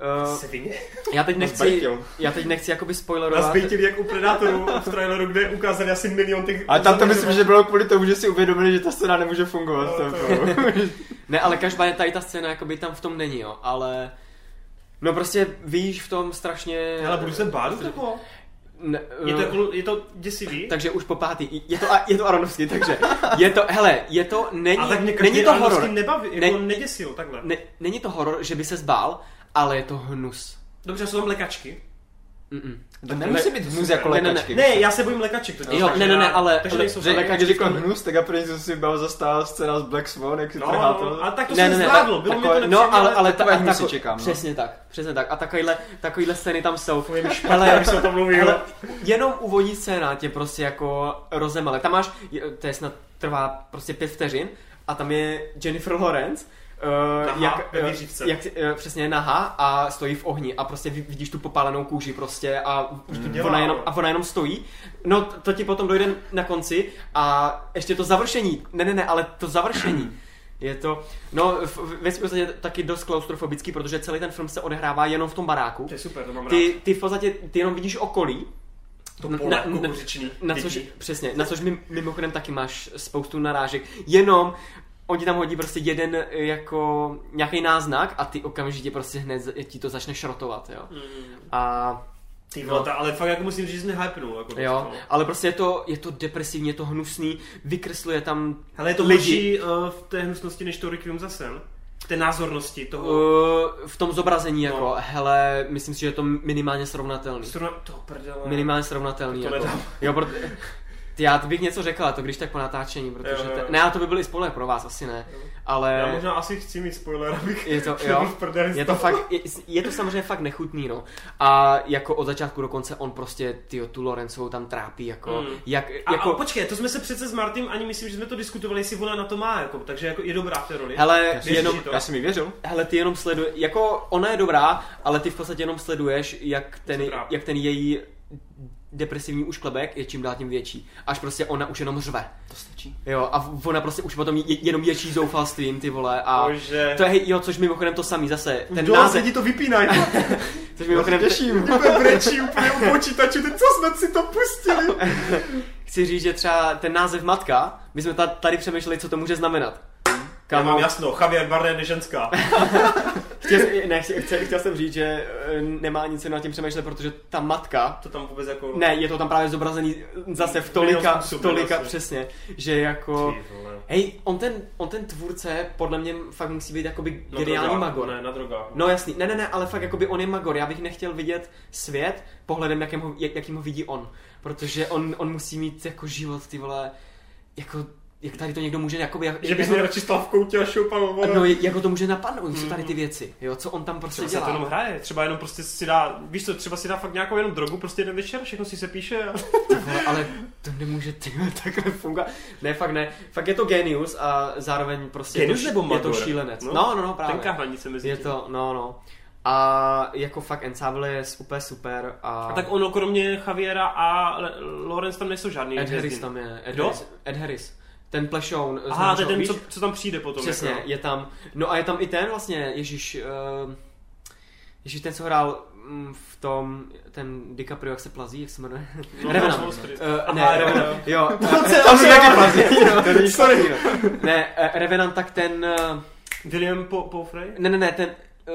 Speaker 2: Já teď nechci jakoby spoilerovat.
Speaker 1: Nás bejtili jak u Predatoru v traileru, kde ukázali asi milion těch...
Speaker 3: Ale tam to myslím, že bylo kvůli tomu, že si uvědomili, že ta scéna nemůže fungovat.
Speaker 2: Ne, ale každopádně tady ta scéna jakoby tam v tom není, jo, ale... No prostě víš v tom strašně...
Speaker 1: Ale budu se bát toho? Ne, je to děsivý?
Speaker 2: Takže už po pátý, je to Aronofsky, takže není to horor.
Speaker 1: Nebaví, neděsil, takhle.
Speaker 2: Není to horor, že by se zbál, ale je to hnus.
Speaker 1: Dobře, jsou tam lékačky.
Speaker 3: To nemusí být hnus jako lékačky.
Speaker 1: Ne, já se bojím lékaček.
Speaker 2: Jo, ne, ale...
Speaker 3: Takže lékačky řekl hnus, tak a pro něco si byl zastává scéna z Black Swan, jak si trhá to.
Speaker 1: Ale tak to jsem zvládl, bylo mi to nepříjemné.
Speaker 2: No, ale
Speaker 3: takové hnusy čekám.
Speaker 2: Přesně tak. A takovýhle scény tam jsou.
Speaker 1: Ale se o tom mluví, jo.
Speaker 2: Jenom úvodní scéna tě prostě jako rozemele. Tam máš, to je snad trvá prostě 5 vteřin a tam je Jennifer Lawrence, přesně nahá a stojí v ohni a prostě vidíš tu popálenou kůži prostě a ona jenom stojí. No to ti potom dojde na konci a ještě to završení, ale to završení Je to, no ve podstatě je taky dost klaustrofobický, protože celý ten film se odehrává jenom v tom baráku.
Speaker 1: To je super, to mám rád.
Speaker 2: Ty v podstatě, ty jenom vidíš okolí.
Speaker 1: To pole kukuřičný.
Speaker 2: Přesně, na což mimochodem taky máš spoustu narážek. Jenom on ti tam hodí prostě jeden jako nějaký náznak a ty okamžitě prostě hned ti to začne šrotovat, jo. A
Speaker 1: ty vole, ale fakt jako musím říct, že mě hypenul. Jako
Speaker 2: jo, ale prostě je to depresivní, je to hnusný, vykresluje tam
Speaker 1: hele, je to lidi v té hnusnosti než to Requiem za sen? V té názornosti toho?
Speaker 2: V tom zobrazení, jako, hele, myslím si, že je to minimálně srovnatelný.
Speaker 1: To prdele.
Speaker 2: Minimálně srovnatelný,
Speaker 1: to
Speaker 2: jako. Jo, já bych něco řekl, to když tak po natáčení, protože
Speaker 1: jo.
Speaker 2: Ne, ale to by byl i spoiler pro vás, asi ne. Ale
Speaker 1: já možná asi chci mít spoiler, abych
Speaker 2: je to fakt, je to samozřejmě fakt nechutný, no. A jako od začátku do konce on prostě tu Lorenzovou tam trápí, jako,
Speaker 1: jako... počkej, to jsme se přece s Martym ani myslím, že jsme to diskutovali, jestli ona na to má, jako, takže jako je dobrá v té roli.
Speaker 2: Hele,
Speaker 3: já jsem jí věřil.
Speaker 2: Hele, ty jenom sleduješ, jako ona je dobrá, ale ty v podstatě jenom sleduješ, jak ten její depresivní ušklebek je čím dál tím větší. Až prostě ona už jenom řve.
Speaker 3: To stačí.
Speaker 2: Jo, a ona prostě už potom jenom ječí zoufalstvím, ty vole. A
Speaker 1: bože.
Speaker 2: to je, jo, což mimochodem to samý zase.
Speaker 1: Ten název. Lidi to vypínají.
Speaker 2: Což mimochodem
Speaker 3: těším.
Speaker 1: Úplně brečí úplně u počítačů, teď co jsme si to pustili.
Speaker 2: Chci říct, že třeba ten název Matka, my jsme tady přemýšleli, co to může znamenat.
Speaker 1: Já mám jasno, Javier Bardem je ženská.
Speaker 2: Chtěl jsem říct, že nemá nic nad tím přemýšlet, protože ta matka...
Speaker 1: To tam vůbec jako...
Speaker 2: Ne, je to tam právě zobrazený zase v tolika přesně, že jako... Hej, on ten tvůrce podle mě fakt musí být jakoby geniální magor.
Speaker 1: Ne, na drogách.
Speaker 2: No jasný, ne, ale fakt jakoby on je magor, já bych nechtěl vidět svět pohledem, jakým ho vidí on. Protože on musí mít jako život, ty vole, jako... Jak tady to někdo může jakoby...
Speaker 1: Že bys radši stál v koutě a šoupal.
Speaker 2: No, jako to může napadnout, jsou tady ty věci, jo, co on tam prostě
Speaker 1: třeba
Speaker 2: dělá.
Speaker 1: Třeba se to jenom hraje, třeba jenom prostě si dá, víš co, třeba si dá fakt nějakou jenom drogu, prostě jeden večer, všechno si se píše a...
Speaker 2: Ale to nemůže takhle fungovat. Ne, fakt je to genius a zároveň prostě
Speaker 1: genius
Speaker 2: je to šílenec. No, právě.
Speaker 1: Tenká hranice mezi
Speaker 2: je to, no. A jako fakt ensemble je úplně super. A
Speaker 1: tak ono kromě Javiera a Lorenz tam nejsou žádný.
Speaker 2: Ed Harris tam je. Ed Harris. Ten Plešoun.
Speaker 1: Aha, to je ten, co tam přijde potom.
Speaker 2: Přesně, jako. Je tam. No a je tam i ten vlastně, Ježíš, ten, co hrál v tom, ten DiCaprio, jak se plazí, jak se jmenuje? Revenant.
Speaker 1: Revenant.
Speaker 2: Jo.
Speaker 3: Tam se taky plazí.
Speaker 2: Sorry. Ne, Revenant, tak ten...
Speaker 1: William Poufrey?
Speaker 2: Ne, ten...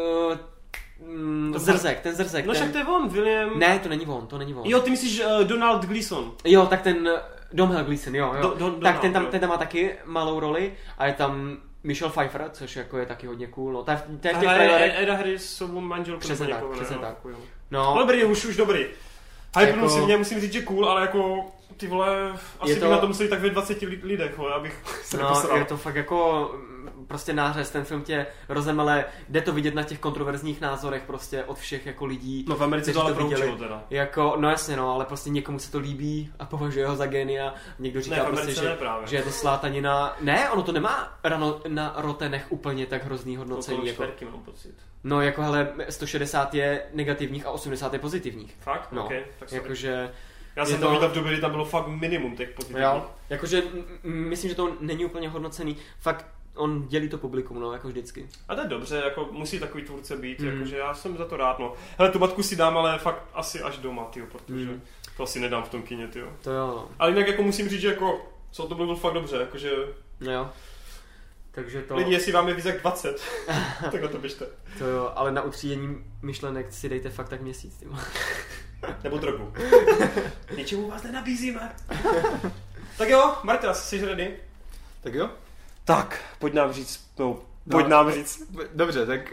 Speaker 2: Zrzek.
Speaker 1: No však to je on, William...
Speaker 2: Ne, to není on.
Speaker 1: Jo, ty myslíš Donald Gleeson.
Speaker 2: Jo, tak ten... Domhnall Gleeson, jo. Tak
Speaker 1: Donald,
Speaker 2: ten tam má taky malou roli a je tam Michelle Pfeiffer, což jako je taky hodně cool. No, to je v těch trailerech.
Speaker 1: Eda Harrisovou manželku.
Speaker 2: Přesně tak.
Speaker 1: No. Dobrý, už dobrý. Hypnul si mě, musím říct, že cool, ale jako ty vole, asi by na to museli tak ve 20 lidech, vole, abych se neposral.
Speaker 2: Je to fakt jako prostě nářez, ten film tě rozemele, jde to vidět na těch kontroverzních názorech prostě od všech jako lidí.
Speaker 1: No v Americe to ale proučilo teda.
Speaker 2: Jako, no jasně no, ale prostě někomu se to líbí a považuje ho za genia. Někdo říká prostě, že je to slátanina. Ne, ono to nemá na Rottenech úplně tak hrozný hodnocení.
Speaker 1: Jako mám pocit.
Speaker 2: No jako hele, 160 je negativních a 80 je pozitivních.
Speaker 1: Fakt?
Speaker 2: No,
Speaker 1: okay, tak
Speaker 2: jakože...
Speaker 1: Já jsem to viděl v době, kdy tam bylo fakt minimum těch pozitivních.
Speaker 2: Jo, jakože myslím, že to není úplně hodnocený. Fakt on dělí to publikum, no, jako vždycky.
Speaker 1: A to je dobře, jako musí takový tvůrce být, jakože já jsem za to rád, no. Hele, tu matku si dám, ale fakt asi až doma, tyjo, protože to asi nedám v tom kině, tyjo.
Speaker 2: To jo, no.
Speaker 1: Ale jinak jako musím říct, že jako, co to bylo fakt dobře, jakože...
Speaker 2: No jo. Takže to...
Speaker 1: Lidi, jestli vám je víc jak 20, tak na to běžte.
Speaker 2: To jo, ale na utříjení myšlenek si dejte fakt tak měsíc, tyjo.
Speaker 1: Nebo drogu. Ničemu vás nenabízíme. Tak jo, Marta, jsi ready?
Speaker 3: Tak jo.
Speaker 1: Tak, pojď nám říct. Pojď nám říct.
Speaker 3: Dobře, tak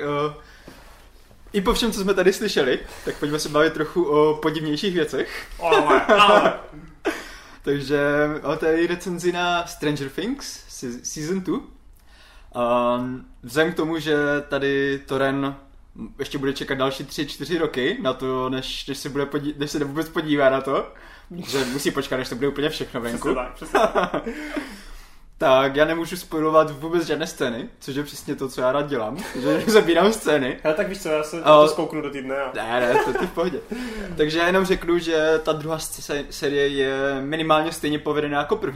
Speaker 3: i po všem, co jsme tady slyšeli, tak pojďme se bavit trochu o podivnějších věcech.
Speaker 1: Ale.
Speaker 3: Takže o té recenzi na Stranger Things Season 2. Vzhledem k tomu, že tady Toren ještě bude čekat další 3-4 roky na to, než se vůbec podívá na to, že musí počkat, než to bude úplně všechno venku.
Speaker 1: Přesně tak.
Speaker 3: Tak já nemůžu spoilovat vůbec žádné scény, což je přesně to, co já rád dělám, že zabírám scény.
Speaker 1: Hele, tak víš co, já se to zkouknu do týdne.
Speaker 3: Ne, to je v pohodě. Takže já jenom řeknu, že ta druhá série je minimálně stejně povedená jako první,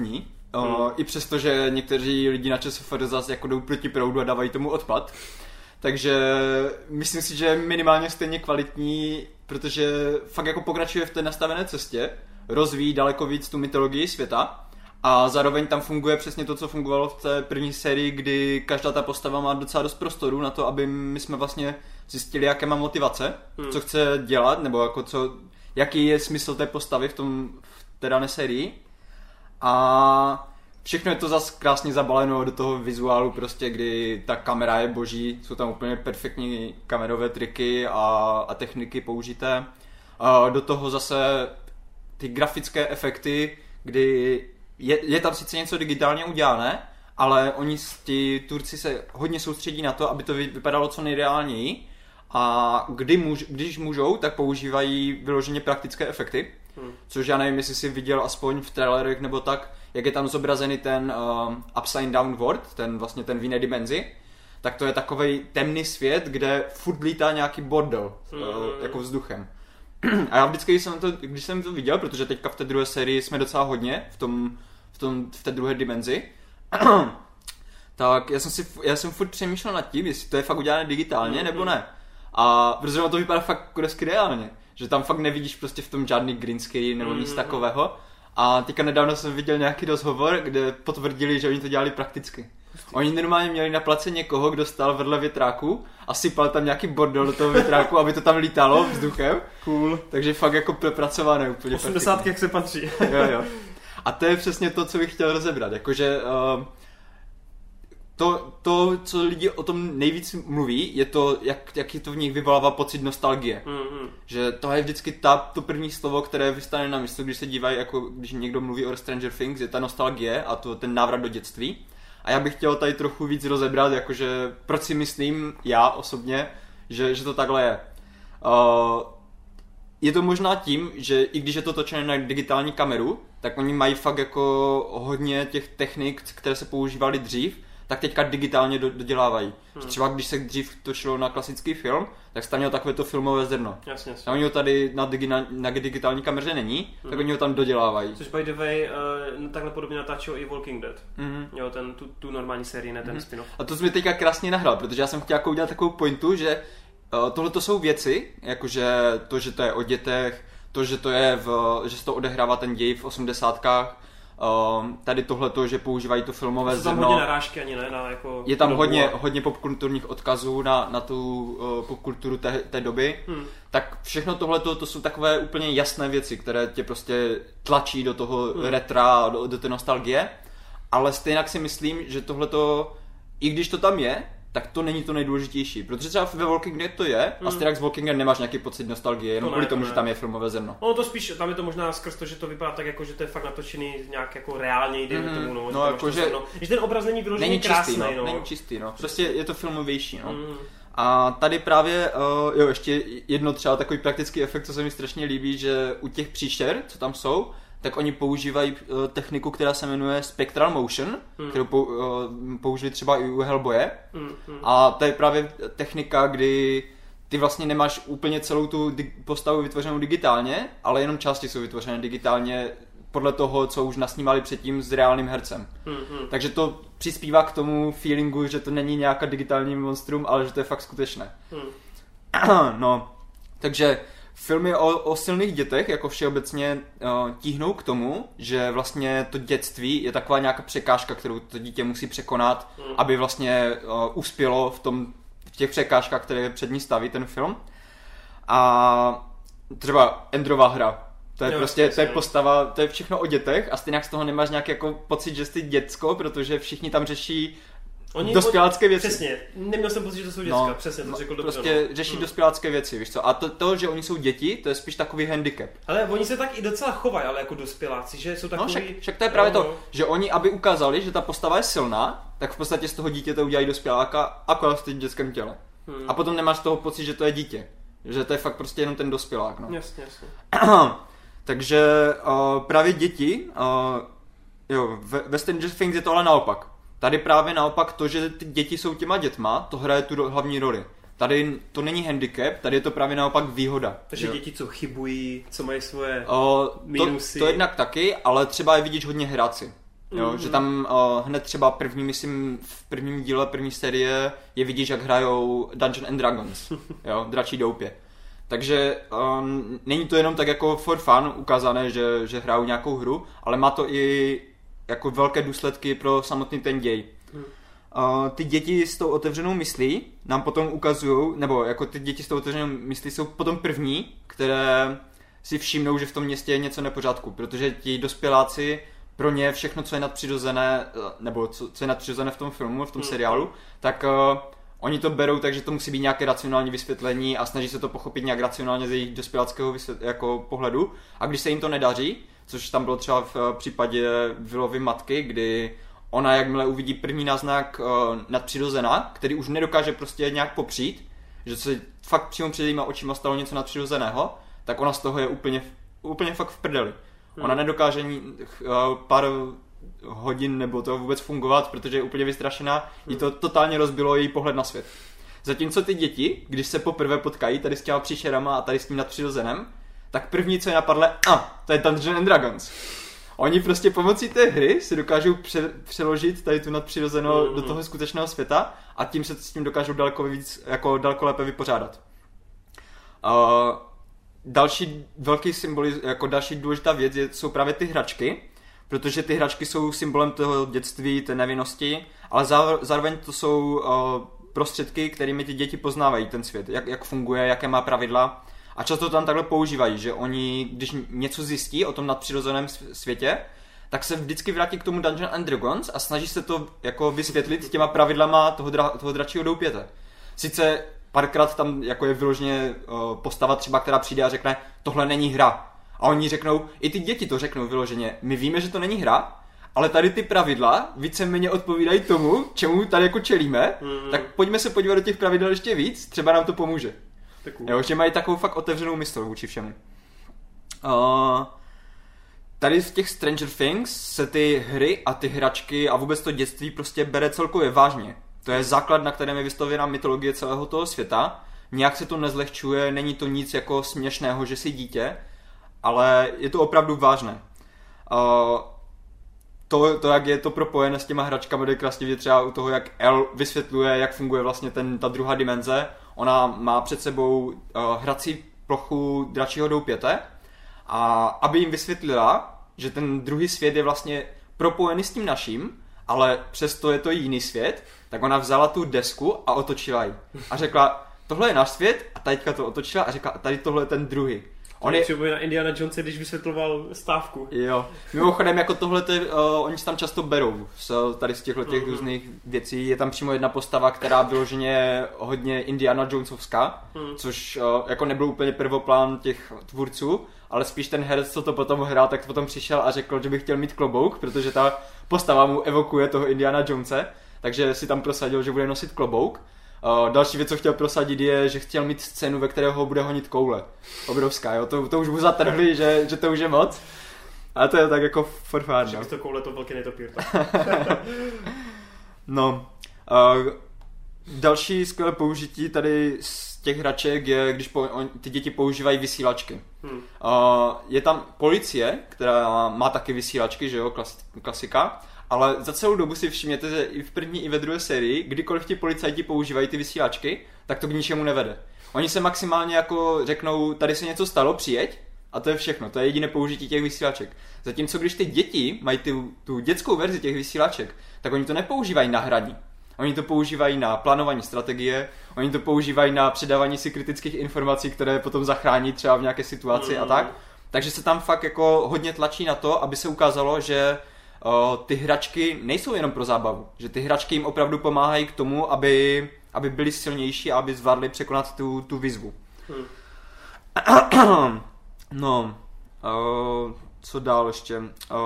Speaker 3: I přesto, že někteří lidi na ČSFD zase jako jdou proti proudu a dávají tomu odpad. Takže myslím si, že je minimálně stejně kvalitní, protože fakt jako pokračuje v té nastavené cestě, rozvíjí daleko víc tu mytologii světa a zároveň tam funguje přesně to, co fungovalo v té první sérii, kdy každá ta postava má docela dost prostoru na to, aby my jsme vlastně zjistili, jaké má motivace, co chce dělat, nebo jako jaký je smysl té postavy v té dané sérii. A všechno je to zase krásně zabaleno do toho vizuálu, prostě, kdy ta kamera je boží, jsou tam úplně perfektní kamerové triky a techniky použité. A do toho zase ty grafické efekty, kdy je tam sice něco digitálně udělané, ale ti Turci se hodně soustředí na to, aby to vypadalo co nejreálněji. A když můžou, tak používají vyloženě praktické efekty. Což já nevím, jestli jsi viděl aspoň v trailerech nebo tak, jak je tam zobrazený ten Upside Down World, ten v jiné dimenzi, tak to je takovej temný svět, kde furt lítá nějaký bordel, jako vzduchem. A já vždycky, když jsem to viděl, protože teďka v té druhé sérii jsme docela hodně v té druhé dimenzi, tak já jsem furt přemýšlel nad tím, jestli to je fakt udělané digitálně nebo ne. A protože to vypadá fakt hezky reálně. Že tam fakt nevidíš prostě v tom žádný green screen nebo nic takového. A teďka nedávno jsem viděl nějaký rozhovor, kde potvrdili, že oni to dělali prakticky. Oni normálně měli na place někoho, kdo stál vedle větráku a sypal tam nějaký bordel do toho větráku, aby to tam lítalo vzduchem.
Speaker 1: Cool.
Speaker 3: Takže fakt jako propracované úplně.
Speaker 1: 80, jak se patří.
Speaker 3: Jo. A to je přesně to, co bych chtěl rozebrat. Jakože to, co lidi o tom nejvíc mluví, je to, jak to v nich vyvolává pocit nostalgie. Že to je vždycky to první slovo, které vystane na mysl, když se dívají, jako když někdo mluví o Stranger Things, je ta nostalgie a ten návrat do dětství. A já bych chtěl tady trochu víc rozebrat, jakože proč si myslím já osobně, že to takhle je. Je to možná tím, že i když je to točené na digitální kameru, tak oni mají fakt jako hodně těch technik, které se používaly dřív, tak teďka digitálně dodělávají. Třeba když se dřív točilo na klasický film, tak se tam mělo takovéto filmové zrno.
Speaker 1: Jasně.
Speaker 3: A oni ho tady na digitální kameře není, tak oni ho tam dodělávají.
Speaker 1: Což by the way, takhle podobně natáčelo i Walking Dead. Jo, tu normální sérii, ne ten spin-off. A
Speaker 3: to jsi mi teďka krásně nahrál, protože já jsem chtěl jako udělat takovou pointu, že tohle to jsou věci, jakože to, že to je o dětech, to, že že se to odehrává ten děj v 80kách, tady tohleto, že používají to filmové zrno.
Speaker 1: Tam hodně narážky ani ne? Jako
Speaker 3: je tam hodně popkulturních odkazů na tu popkulturu té doby. Tak všechno tohleto, to jsou takové úplně jasné věci, které tě prostě tlačí do toho retra, do té nostalgie. Ale stejně si myslím, že tohleto, i když to tam je, tak to není to nejdůležitější, protože třeba ve Walking Dead to je a stejně z Walking Dead nemáš nějaký pocit nostalgie, jenom kvůli tomu, že tam je filmové zrno.
Speaker 1: No to spíš, tam je to možná skrz to, že to vypadá tak jako, že to je fakt natočený nějak jako reálně, dejme tomu, no jako že ten obraz není vyložený krásný, no.
Speaker 3: Není čistý, no. Prostě je to filmovější, no. A tady právě, ještě jedno třeba takový praktický efekt, co se mi strašně líbí, že u těch příšer, co tam jsou, tak oni používají techniku, která se jmenuje Spectral Motion, kterou použili třeba i u Hellboye. A to je právě technika, kdy ty vlastně nemáš úplně celou tu postavu vytvořenou digitálně, ale jenom části jsou vytvořené digitálně podle toho, co už nasnímali předtím s reálným hercem. Takže to přispívá k tomu feelingu, že to není nějaká digitální monstrum, ale že to je fakt skutečné. No, takže filmy o silných dětech jako všeobecně tíhnou k tomu, že vlastně to dětství je taková nějaká překážka, kterou to dítě musí překonat, aby vlastně uspělo v těch překážkách, které před ní staví ten film. A třeba Enderova hra. To je prostě, to je postava, to je všechno o dětech a stejně z toho nemáš nějaký jako pocit, že jsi děcko, protože všichni tam řeší dospělácké věci.
Speaker 1: Přesně, neměl jsem pocit, že to jsou děcka, přesně, to řekl dobře.
Speaker 3: Prostě řeší dospělácké věci, víš co? A to, že oni jsou děti, to je spíš takový handicap.
Speaker 1: Ale oni se tak i docela chovají, ale jako dospěláci, že jsou takový...
Speaker 3: No však to je právě to, že oni, aby ukázali, že ta postava je silná, tak v podstatě z toho dítěte udělají dospěláka, akorát v tím dětském těle. A potom nemáš z toho pocit, že to je dítě. Že to je fakt prostě jenom ten dospělák, no.
Speaker 1: Jasně.
Speaker 3: Takže právě děti, ve Stranger Things je to ale naopak. Tady právě naopak to, že ty děti jsou těma dětma, to hraje tu hlavní roli. Tady to není handicap, tady je to právě naopak výhoda.
Speaker 1: Takže děti, co chybují, co mají svoje minusy.
Speaker 3: To jednak taky, ale třeba je vidět hodně hráci. Jo, že tam hned třeba v prvním díle první série je vidíš, jak hrajou Dungeons and Dragons, jo, dračí doupě. Takže není to jenom tak jako for fun ukázané, že hrajou nějakou hru, ale má to i jako velké důsledky pro samotný ten děj. Ty děti s tou otevřenou myslí nám potom ukazují, nebo jako ty děti s tou otevřenou myslí jsou potom první, které si všimnou, že v tom městě je něco nepořádku, protože ti dospěláci pro ně všechno, co je nadpřirozené, nebo co je nadpřirozené v tom filmu, v tom seriálu, tak oni to berou tak, že to musí být nějaké racionální vysvětlení a snaží se to pochopit nějak racionálně z jejich dospěláckého jako pohledu. A když se jim to nedaří, což tam bylo třeba v případě Willovy matky, kdy ona jakmile uvidí první náznak nadpřirozena, který už nedokáže prostě nějak popřít, že se fakt přímo před jejíma očima stalo něco nadpřirozeného, tak ona z toho je úplně fakt v prdeli. Ona nedokáže pár hodin nebo to vůbec fungovat, protože je úplně vystrašená, jí to totálně rozbilo její pohled na svět. Zatímco ty děti, když se poprvé potkají tady s těma příšerama a tady s tím nadpřirozenem, tak první, co je napadlo, to je Dungeons and Dragons. Oni prostě pomocí té hry si dokážou přeložit tady tu nadpřirozenou do toho skutečného světa a tím se s tím dokážou daleko lépe vypořádat. Další velký symbol, jako další důležitá věc jsou právě ty hračky, protože ty hračky jsou symbolem toho dětství, té nevinnosti, ale zároveň to jsou prostředky, kterými ty děti poznávají ten svět, jak funguje, jaké má pravidla. A často to tam takhle používají, že oni, když něco zjistí o tom nadpřirozeném světě, tak se vždycky vrátí k tomu Dungeons and Dragons a snaží se to jako vysvětlit těma pravidlama toho dračího doupěte. Sice párkrát tam jako je vyloženě postava třeba, která přijde a řekne, tohle není hra. A oni řeknou, i ty děti to řeknou vyloženě, my víme, že to není hra, ale tady ty pravidla víceméně odpovídají tomu, čemu tady jako čelíme, tak pojďme se podívat do těch pravidel ještě víc, třeba nám to pomůže. Jo, že mají takovou fakt otevřenou mysl vůči všemu. Tady v těch Stranger Things se ty hry a ty hračky a vůbec to dětství prostě bere celkově vážně. To je základ, na kterém je vystavěna mytologie celého toho světa. Nějak se to nezlehčuje, není to nic jako směšného, že jsi dítě, ale je to opravdu vážné. To, jak je to propojené s těma hračkami, je krásně vidět třeba u toho, jak Elle vysvětluje, jak funguje vlastně ta druhá dimenze. Ona má před sebou hrací plochu dračího doupěte a aby jim vysvětlila, že ten druhý svět je vlastně propojený s tím naším, ale přesto je to jiný svět, tak ona vzala tu desku a otočila ji. A řekla, tohle je náš svět a taďka to otočila a řekla, tady tohle je ten druhý.
Speaker 1: On je třeba na Indiana Jonese, když vysvětloval stávku.
Speaker 3: Jo. Mimochodem, jako tohle, oni se tam často berou. Tady z těchto těch různých věcí. Je tam přímo jedna postava, která vyloženě hodně Indiana Jonesovská, což jako nebyl úplně prvoplán těch tvůrců, ale spíš ten herec, co to potom hrál, tak potom přišel a řekl, že by chtěl mít klobouk, protože ta postava mu evokuje toho Indiana Jonese, takže si tam prosadil, že bude nosit klobouk. Další věc, co chtěl prosadit, je, že chtěl mít scénu, ve které ho bude honit koule. Obrovská, jo, to už mu zatrhli, že to už je moc. A to je tak jako for fun,
Speaker 1: no. To koule to velký netopír.
Speaker 3: No. Další skvělé použití tady z těch hraček je, když ty děti používají vysílačky. Je tam policie, která má taky vysílačky, že jo, klasika. Ale za celou dobu si všimněte, že i v první, i ve druhé sérii, kdykoliv ti policajti používají ty vysílačky, tak to k ničemu nevede. Oni se maximálně jako řeknou, tady se něco stalo, přijeď, a to je všechno, to je jediné použití těch vysílaček. Zatímco když ty děti mají tu dětskou verzi těch vysílaček, tak oni to nepoužívají na hraní. Oni to používají na plánování strategie, oni to používají na předávání si kritických informací, které potom zachrání třeba v nějaké situaci a tak. Takže se tam fakt jako hodně tlačí na to, aby se ukázalo, že ty hračky nejsou jenom pro zábavu, že ty hračky jim opravdu pomáhají k tomu, aby byli silnější a aby zvládli překonat tu výzvu. No, co dál ještě?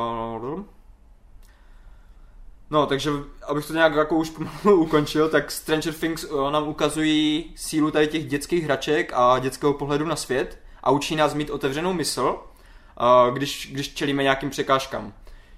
Speaker 3: No, takže abych to nějak jako už pomalu ukončil, tak Stranger Things nám ukazují sílu tady těch dětských hraček a dětského pohledu na svět a učí nás mít otevřenou mysl, když čelíme nějakým překážkám.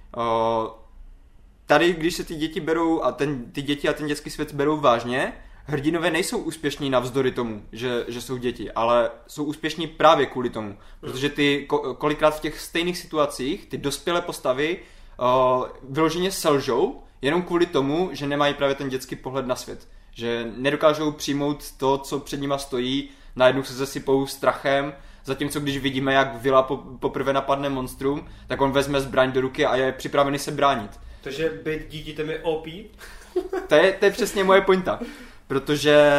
Speaker 3: Tady, když se ty děti berou a ty děti a ten dětský svět berou vážně, hrdinové nejsou úspěšní navzdory tomu, že jsou děti, ale jsou úspěšní právě kvůli tomu, protože ty kolikrát v těch stejných situacích ty dospělé postavy vyloženě selžou jenom kvůli tomu, že nemají právě ten dětský pohled na svět. Že nedokážou přijmout to, co před nima stojí, najednou se zasypou strachem, zatímco když vidíme, jak Vila poprvé napadne monstrum, tak on vezme zbraň do ruky a je připravený se bránit.
Speaker 1: Takže být dítětem je OP?
Speaker 3: To je přesně moje pointa. Protože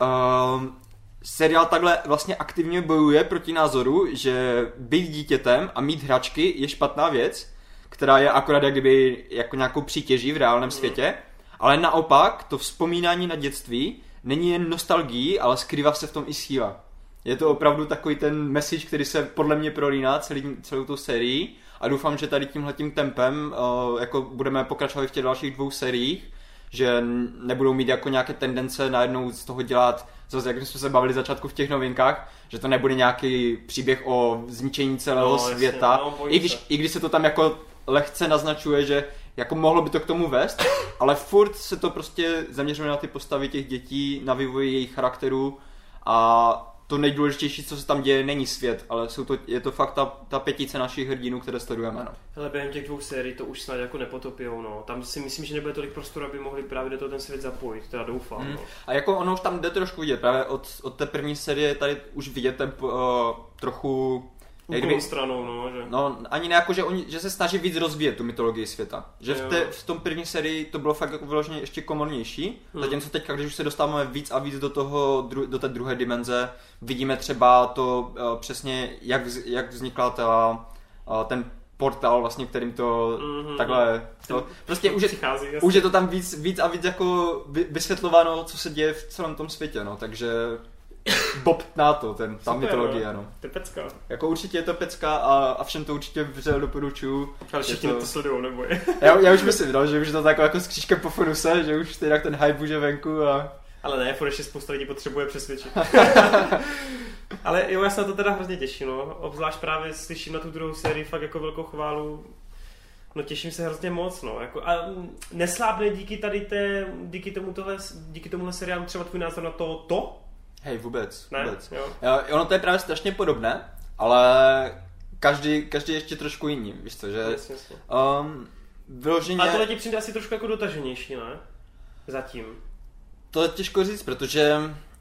Speaker 3: seriál takhle vlastně aktivně bojuje proti názoru, že být dítětem a mít hračky je špatná věc, která je akorát jak kdyby jako nějakou přítěží v reálném světě, ale naopak to vzpomínání na dětství není jen nostalgií, ale skrývá se v tom i síla. Je to opravdu takový ten message, který se podle mě prolíná celou tou sérií a doufám, že tady tímhletím tempem jako budeme pokračovat v těch dalších 2 sériích, že nebudou mít jako nějaké tendence najednou z toho dělat, zase jak jsme se bavili začátku v těch novinkách, že to nebude nějaký příběh o zničení celého světa, i když se to tam jako lehce naznačuje, že jako mohlo by to k tomu vést, ale furt se to prostě zaměřuje na ty postavy těch dětí, na vývoj jejich charakterů a to nejdůležitější, co se tam děje, není svět, ale je to fakt ta 5 našich hrdinů, které sledujeme. No.
Speaker 1: Hele, během těch 2 sérií to už snad jako nepotopijou, no. Tam si myslím, že nebude tolik prostoru, aby mohli právě do toho ten svět zapojit, teda doufám. No.
Speaker 3: A jako ono už tam jde trošku vidět, právě od té první série tady už vidět ten trochu...
Speaker 1: Úkolnou stranou, no, že?
Speaker 3: No, ani ne jako, že se snaží víc rozvíjet tu mytologii světa. Že v tom první sérii to bylo fakt jako vyloženě ještě komornější, zatímco teďka, když už se dostáváme víc a víc do té druhé dimenze, vidíme třeba to přesně, jak vznikla ten portál vlastně, kterým to takhle... Prostě už je to tam víc a víc jako vysvětlováno, co se děje v celém tom světě, no, takže... Bob na to, ta mytologie, no.
Speaker 1: To je pecka.
Speaker 3: Jako určitě je to pecka a všem to určitě vřel doporučuju.
Speaker 1: Ale všichni to sledujou, nebo je?
Speaker 3: Já už myslím, no, že už je to jako s křížkem po funuse, že už teda ten hype už je venku a...
Speaker 1: Ale ne, furt ještě spousta lidí potřebuje přesvědčit. Ale jo, já se na to teda hrozně těším, no. Obzvlášť právě slyším na tu druhou sérii fakt jako velkou chválu. No těším se hrozně moc, no. Jako, a neslábne díky tomuhle seriálu třeba tvůj názor na to?
Speaker 3: Hej, vůbec.
Speaker 1: Jo.
Speaker 3: Ono to je právě strašně podobné, ale každý ještě trošku jiný, víš co, že...
Speaker 1: Jasně.
Speaker 3: Vyloženě...
Speaker 1: Ale tohle ti přijde asi trošku jako dotaženější, ne? Zatím.
Speaker 3: To je těžko říct, protože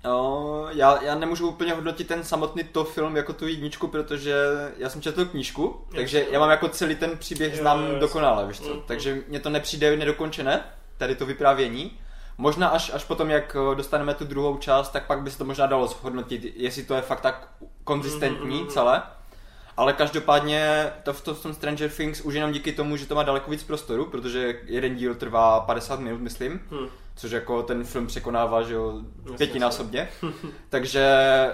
Speaker 3: já nemůžu úplně hodnotit ten samotný film jako tu jedničku, protože já jsem četl knížku, takže já mám jako celý ten příběh znám dokonale, víš co, takže mně to nepřijde nedokončené, tady to vyprávění. Možná až potom, jak dostaneme tu druhou část, tak pak by se to možná dalo zhodnotit, jestli to je fakt tak konzistentní celé. Ale každopádně to v tom Stranger Things už jenom díky tomu, že to má daleko víc prostoru, protože jeden díl trvá 50 minut, myslím, což jako ten film překonává, že jo, 5násobně. Takže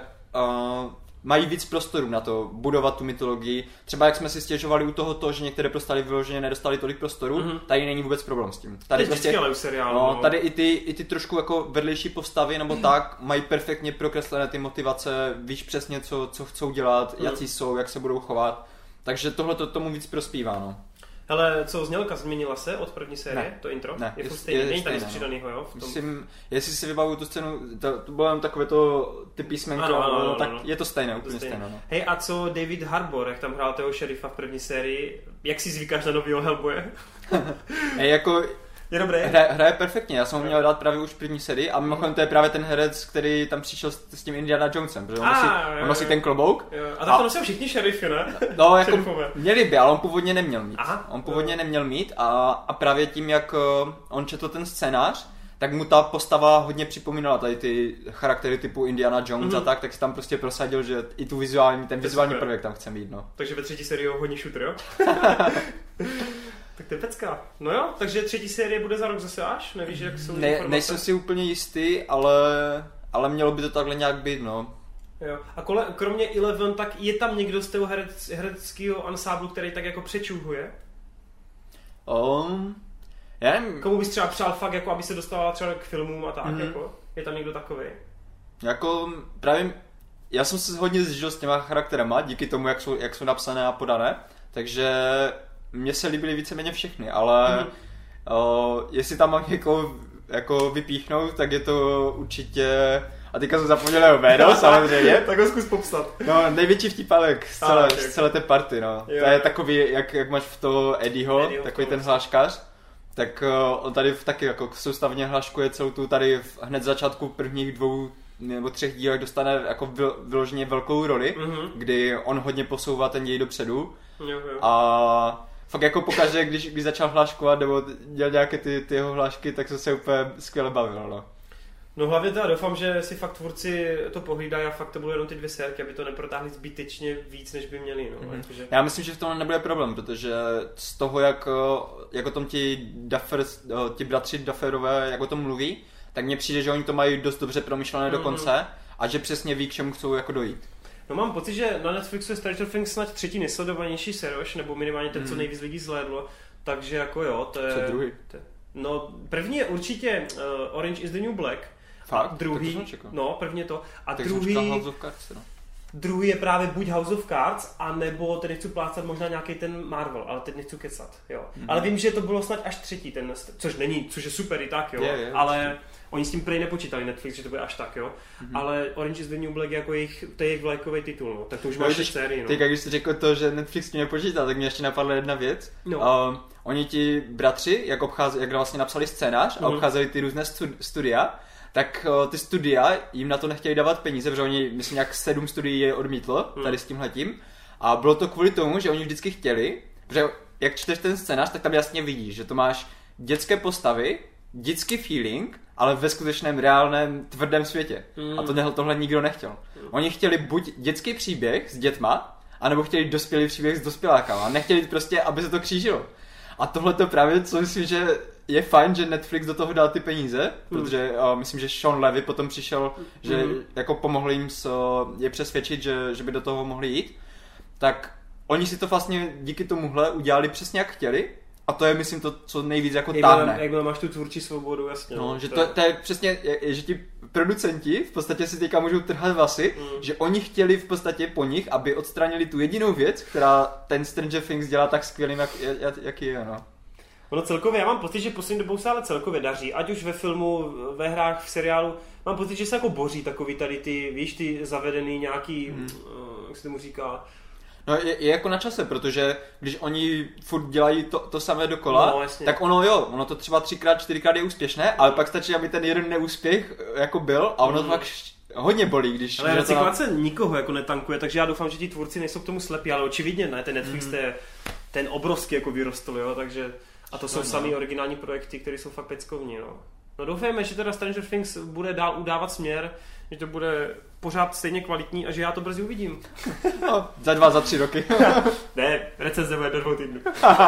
Speaker 3: mají víc prostoru na to budovat tu mytologii. Třeba jak jsme si stěžovali u toho, že některé postavy vyloženě nedostali tolik prostoru, tady není vůbec problém s tím. Tady prostě, tady i ty trošku jako vedlejší postavy nebo tak mají perfektně prokreslené ty motivace, víš přesně, co chcou dělat, jaký jsou, jak se budou chovat. Takže tohle to tomu víc prospívá, no.
Speaker 1: Hele, co znělka změnila se od první série,
Speaker 3: ne.
Speaker 1: To intro?
Speaker 3: Ne,
Speaker 1: je stejný, není tady střídanýho, jo?
Speaker 3: Myslím, jestli si vybavuju tu scénu, to bylo jen takové to, ty písmenko, tak je to stejné, úplně stejné. No.
Speaker 1: Hej, a co David Harbour, jak tam hrál toho šerifa v první sérii, jak si zvykáš na novýho Hellboye?
Speaker 3: Hej, jako...
Speaker 1: Je dobrý.
Speaker 3: Hraje perfektně, já jsem ho měl dát právě už v první sérii a mimochodem to je právě ten herec, který tam přišel s tím Indiana Jonesem, protože on nosí ten klobouk.
Speaker 1: Jo. A tak to nosí všichni šerify, ne?
Speaker 3: No, jako měli by, ale on původně neměl mít. Neměl mít a právě tím, jak on četl ten scénář, tak mu ta postava hodně připomínala tady ty charaktery typu Indiana Jones a tak si tam prostě prosadil, že i ten vizuální prvek tam chce mít, no.
Speaker 1: Takže ve třetí sérii hodně shooter, jo? Tak to je pecka. No jo, takže třetí série bude za rok zase až? Nevíš, jak jsou informace?
Speaker 3: Nejsem si úplně jistý, ale mělo by to takhle nějak být, no.
Speaker 1: Jo. A kromě Eleven, tak je tam někdo z toho hereckého ansáblu, který tak jako přečuhuje?
Speaker 3: Já nevím.
Speaker 1: Komu bys třeba přál fakt, jako aby se dostala třeba k filmům a tak, jako? Je tam někdo takový?
Speaker 3: Jako právě, já jsem se hodně zžil s těma charakterama, díky tomu, jak jsou napsané a podané, takže mně se líbily víceméně všechny, ale jestli tam mám jako vypíchnout, tak je to určitě, A teďka jsem zapomněl jeho jméno, samozřejmě.
Speaker 1: Tak ho zkus popsat.
Speaker 3: No, největší vtípalek z celé té party, no. Jo. To je takový, jak máš v toho Eddieho takový ten hláškař. Tak on tady taky jako soustavně hlaškuje celou tu tady hned začátku prvních 2 nebo 3 dílech dostane jako vyloženě velkou roli, kdy on hodně posouvá ten děj dopředu.
Speaker 1: Jo.
Speaker 3: A fakt jako pokaždé, když začal hláškovat nebo dělal nějaké ty jeho hlášky, tak se úplně skvěle bavil, no.
Speaker 1: No hlavně teda doufám, že si fakt tvůrci to pohlídají a fakt to budou jenom ty 2 sérky, aby to neprotáhli zbytečně víc, než by měli, no. Jakože...
Speaker 3: Já myslím, že v tom nebude problém, protože z toho, jak o tom ti bratři Dufferové, jak o tom mluví, tak mně přijde, že oni to mají dost dobře promyšlené do konce a že přesně ví, k čemu chcou jako dojít.
Speaker 1: No mám pocit, že na Netflixu je Stranger Things snad 3. nejsledovanější seriál, nebo minimálně ten, co nejvíc lidí zhlédlo, takže jako jo, to je...
Speaker 3: Co druhý?
Speaker 1: No první je určitě Orange is the New Black.
Speaker 3: Fakt?
Speaker 1: Druhý, no prvně to. A
Speaker 3: tak
Speaker 1: druhý...
Speaker 3: House of Cards, no.
Speaker 1: Druhý je právě buď House of Cards, anebo teď nechci plácat možná nějaký ten Marvel, ale teď nechci kecat, jo. Ale vím, že to bylo snad až 3. ten, což je super i tak, jo. Je, ale oni s tím prej nepočítali Netflix, že to bude až tak, jo. Ale Orange is the New Black je jako jejich vlajkový titul, no. Tak to už máš 6 sérií, no.
Speaker 3: Teď, když jsi řekl to, že Netflix tím nepočítal, tak mě ještě napadla jedna věc. No. Oni ti bratři, jak vlastně napsali scénář a obcházeli ty různé studia, tak ty studia jim na to nechtěli dávat peníze, protože oni, myslím, nějak 7 studií je odmítlo tady s tímhletím. A bylo to kvůli tomu, že oni vždycky chtěli, protože jak čteš ten scénář, tak tam jasně vidíš, že to máš dětské postavy, dětský feeling, ale ve skutečném, reálném, tvrdém světě. A tohle nikdo nechtěl. Oni chtěli buď dětský příběh s dětma, anebo chtěli dospělý příběh s dospělákama. A nechtěli prostě, aby se to křížilo. A tohle to právě, co myslím, že je fajn, že Netflix do toho dal ty peníze, protože myslím, že Sean Levy potom přišel, že jako pomohl jim je přesvědčit, že by do toho mohli jít. Tak oni si to vlastně díky tomuhle udělali přesně jak chtěli. A to je, myslím, to, co nejvíc jako táhne.
Speaker 1: Jakmile máš tu tvůrčí svobodu, jasně.
Speaker 3: No, že to je přesně, že ti producenti v podstatě si teďka můžou trhat vlasy, že oni chtěli v podstatě po nich, aby odstranili tu jedinou věc, která ten Stranger Things dělá tak skvělým, jaký je, no.
Speaker 1: Ono celkově, já mám pocit, že poslední dobou se ale celkově daří, ať už ve filmu, ve hrách, v seriálu, mám pocit, že se jako boří takový tady ty, víš, ty zavedený nějaký, jak se tomu říká.
Speaker 3: No je jako na čase, protože když oni furt dělají to samé dokola, tak ono to třeba 3x, 4x je úspěšné, ale pak stačí, aby ten jeden neúspěch jako byl a ono to pak hodně bolí, když...
Speaker 1: Ale recyklace nikoho jako netankuje, takže já doufám, že ti tvůrci nejsou k tomu slepí, ale očividně ne, ten Netflix ten obrovský jako vyrostl, jo, takže... A to jsou samý originální projekty, které jsou fakt peckovní, no. No doufejme, že teda Stranger Things bude dál udávat směr, že to bude pořád stejně kvalitní a že já to brzy uvidím.
Speaker 3: No, za 2, za 3 roky.
Speaker 1: Ne, recenze bude do 2 týdnů.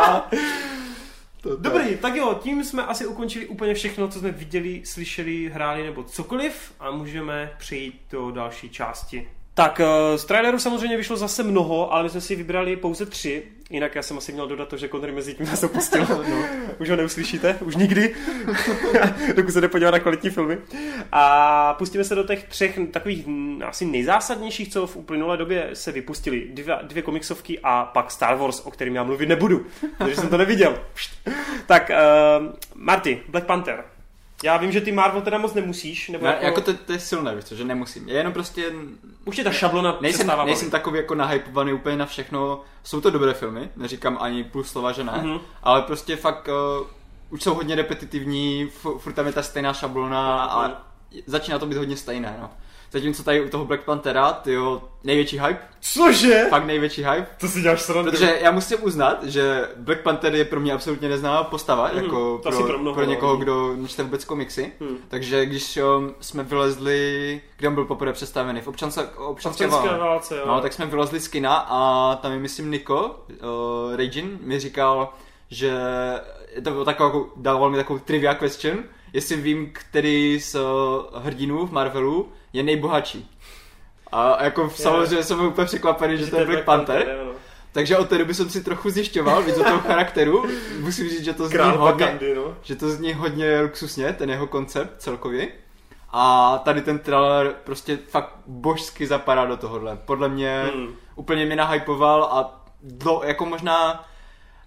Speaker 1: Dobrý, tak jo, tím jsme asi ukončili úplně všechno, co jsme viděli, slyšeli, hráli nebo cokoliv a můžeme přejít do další části. Tak, z traileru samozřejmě vyšlo zase mnoho, ale my jsme si vybrali pouze 3. Jinak já jsem asi měl dodat to, že Connery mezi tím nás opustil. No. Už ho neuslyšíte, už nikdy, dokud se nepodívá na kvalitní filmy. A pustíme se do těch 3 takových asi nejzásadnějších, co v uplynulé době se vypustili. 2 komiksovky a pak Star Wars, o kterým já mluvit nebudu, protože jsem to neviděl. Tak, Marty, Black Panther. Já vím, že ty Marvel teda moc nemusíš, nebo
Speaker 3: ne, jako to je silné, víš co, že nemusím. Já jenom prostě...
Speaker 1: Už je ta šablona přestává.
Speaker 3: Nejsem takový jako nahypovaný úplně na všechno. Jsou to dobré filmy, neříkám ani půl slova, že ne, ale prostě fakt už jsou hodně repetitivní, furt tam je ta stejná šablona a začíná to být hodně stejné, no. Zatímco tady u toho Black Panthera, tyjo, největší hype.
Speaker 1: Cože?
Speaker 3: Fakt největší hype.
Speaker 1: To si děláš srandu.
Speaker 3: Protože já musím uznat, že Black Panther je pro mě absolutně neznámá postava, jako pro někoho, kdo nečte vůbec komiksy. Takže když jsme vylezli, kde on byl poprvé představený, v občanské válce, jo. No, tak jsme vylezli z kina a tam je, myslím, Niko, Regin, mi říkal, že to bylo takovou, dával mi takovou trivia question, jestli vím, který z hrdinů v Marvelu je nejbohatší. A jako samozřejmě jsem úplně překvapený, že to je Black Panther. Takže od té doby jsem si trochu zjišťoval víc o toho charakteru. Musím říct, že to zní hodně luxusně, ten jeho koncept celkově. A tady ten trailer prostě fakt božsky zapadá do tohohle. Podle mě úplně mě nahypoval a jako možná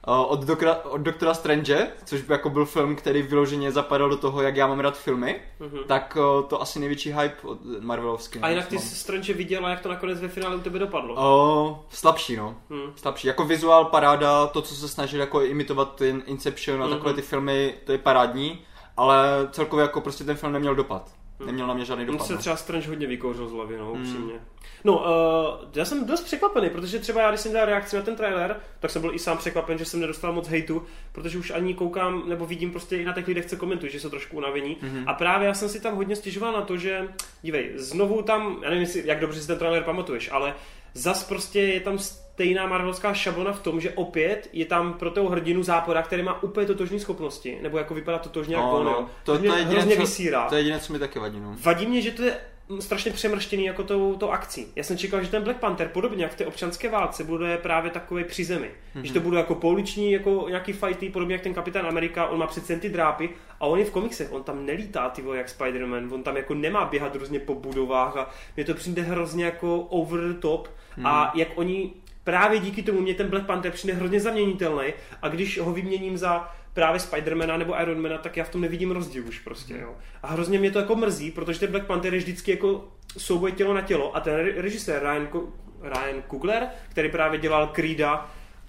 Speaker 3: od Doktora Strange, což by jako byl film, který vyloženě zapadal do toho, jak já mám rád filmy, tak to asi největší hype od Marvelovský.
Speaker 1: A jinak ty Strange viděla, jak to nakonec ve finále u tebe dopadlo?
Speaker 3: Slabší, no. Slabší. Jako vizuál paráda, to, co se snažili jako imitovat ten Inception a takové ty filmy, to je parádní, ale celkově jako prostě ten film neměl dopad. Neměl na mě žádný dopad.
Speaker 1: Se třeba Strange hodně vykouřil z hlavy, no, upřímně. No, já jsem dost překvapený, protože třeba já, když jsem dal reakci na ten trailer, tak jsem byl i sám překvapen, že jsem nedostal moc hejtu, protože už ani koukám, nebo vidím prostě i na těch lidech, co komentují, že jsou trošku unavení. A právě já jsem si tam hodně stěžoval na to, že, dívej, znovu tam, já nevím, jak dobře si ten trailer pamatuješ, ale zas prostě je tam stejná marvelovská šablona v tom, že opět je tam pro toho hrdinu zápora, který má úplně totožné schopnosti, nebo jako vypadá totožně jak on.
Speaker 3: To je
Speaker 1: hrozně vysírá.
Speaker 3: To je jediné, co mi taky vadí. No.
Speaker 1: Vadí mě, že to je strašně přemrštěný jako tou akcí. Já jsem čekal, že ten Black Panther, podobně jak v té občanské válce, bude právě takový při zemi. Že to budou jako pouliční, jako nějaký fighty, podobně jak ten Kapitán Amerika, on má přece ty drápy a on je v komiksech, on tam nelítá, ty vole, jak Spider-Man, on tam jako nemá běhat různě po budovách a mně to přijde hrozně jako over the top a jak oni právě díky tomu mě ten Black Panther přijde hrozně zaměnitelný a když ho vyměním za právě Spidermana nebo Ironmana, tak já v tom nevidím rozdíl už prostě, jo. A hrozně mě to jako mrzí, protože ten Black Panther je vždycky jako souboj tělo na tělo a ten režisér Ryan Coogler, který právě dělal Creeda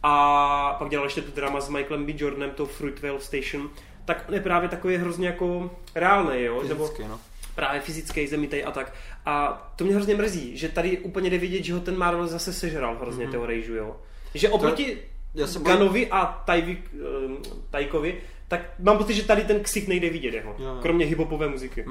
Speaker 1: a pak dělal ještě tu drama s Michaelem B. Jordanem, to Fruitvale Station, tak on je právě takový hrozně jako reálný, jo.
Speaker 3: Fyzicky, no.
Speaker 1: Právě fyzický, zemitej a tak. A to mě hrozně mrzí, že tady úplně jde vidět, že ho ten Marvel zase sežral hrozně toho rejžu, jo. Že oproti Ganovi a Taikovi, tak mám pocit, že tady ten ksik nejde vidět jeho, kromě hiphopové muziky.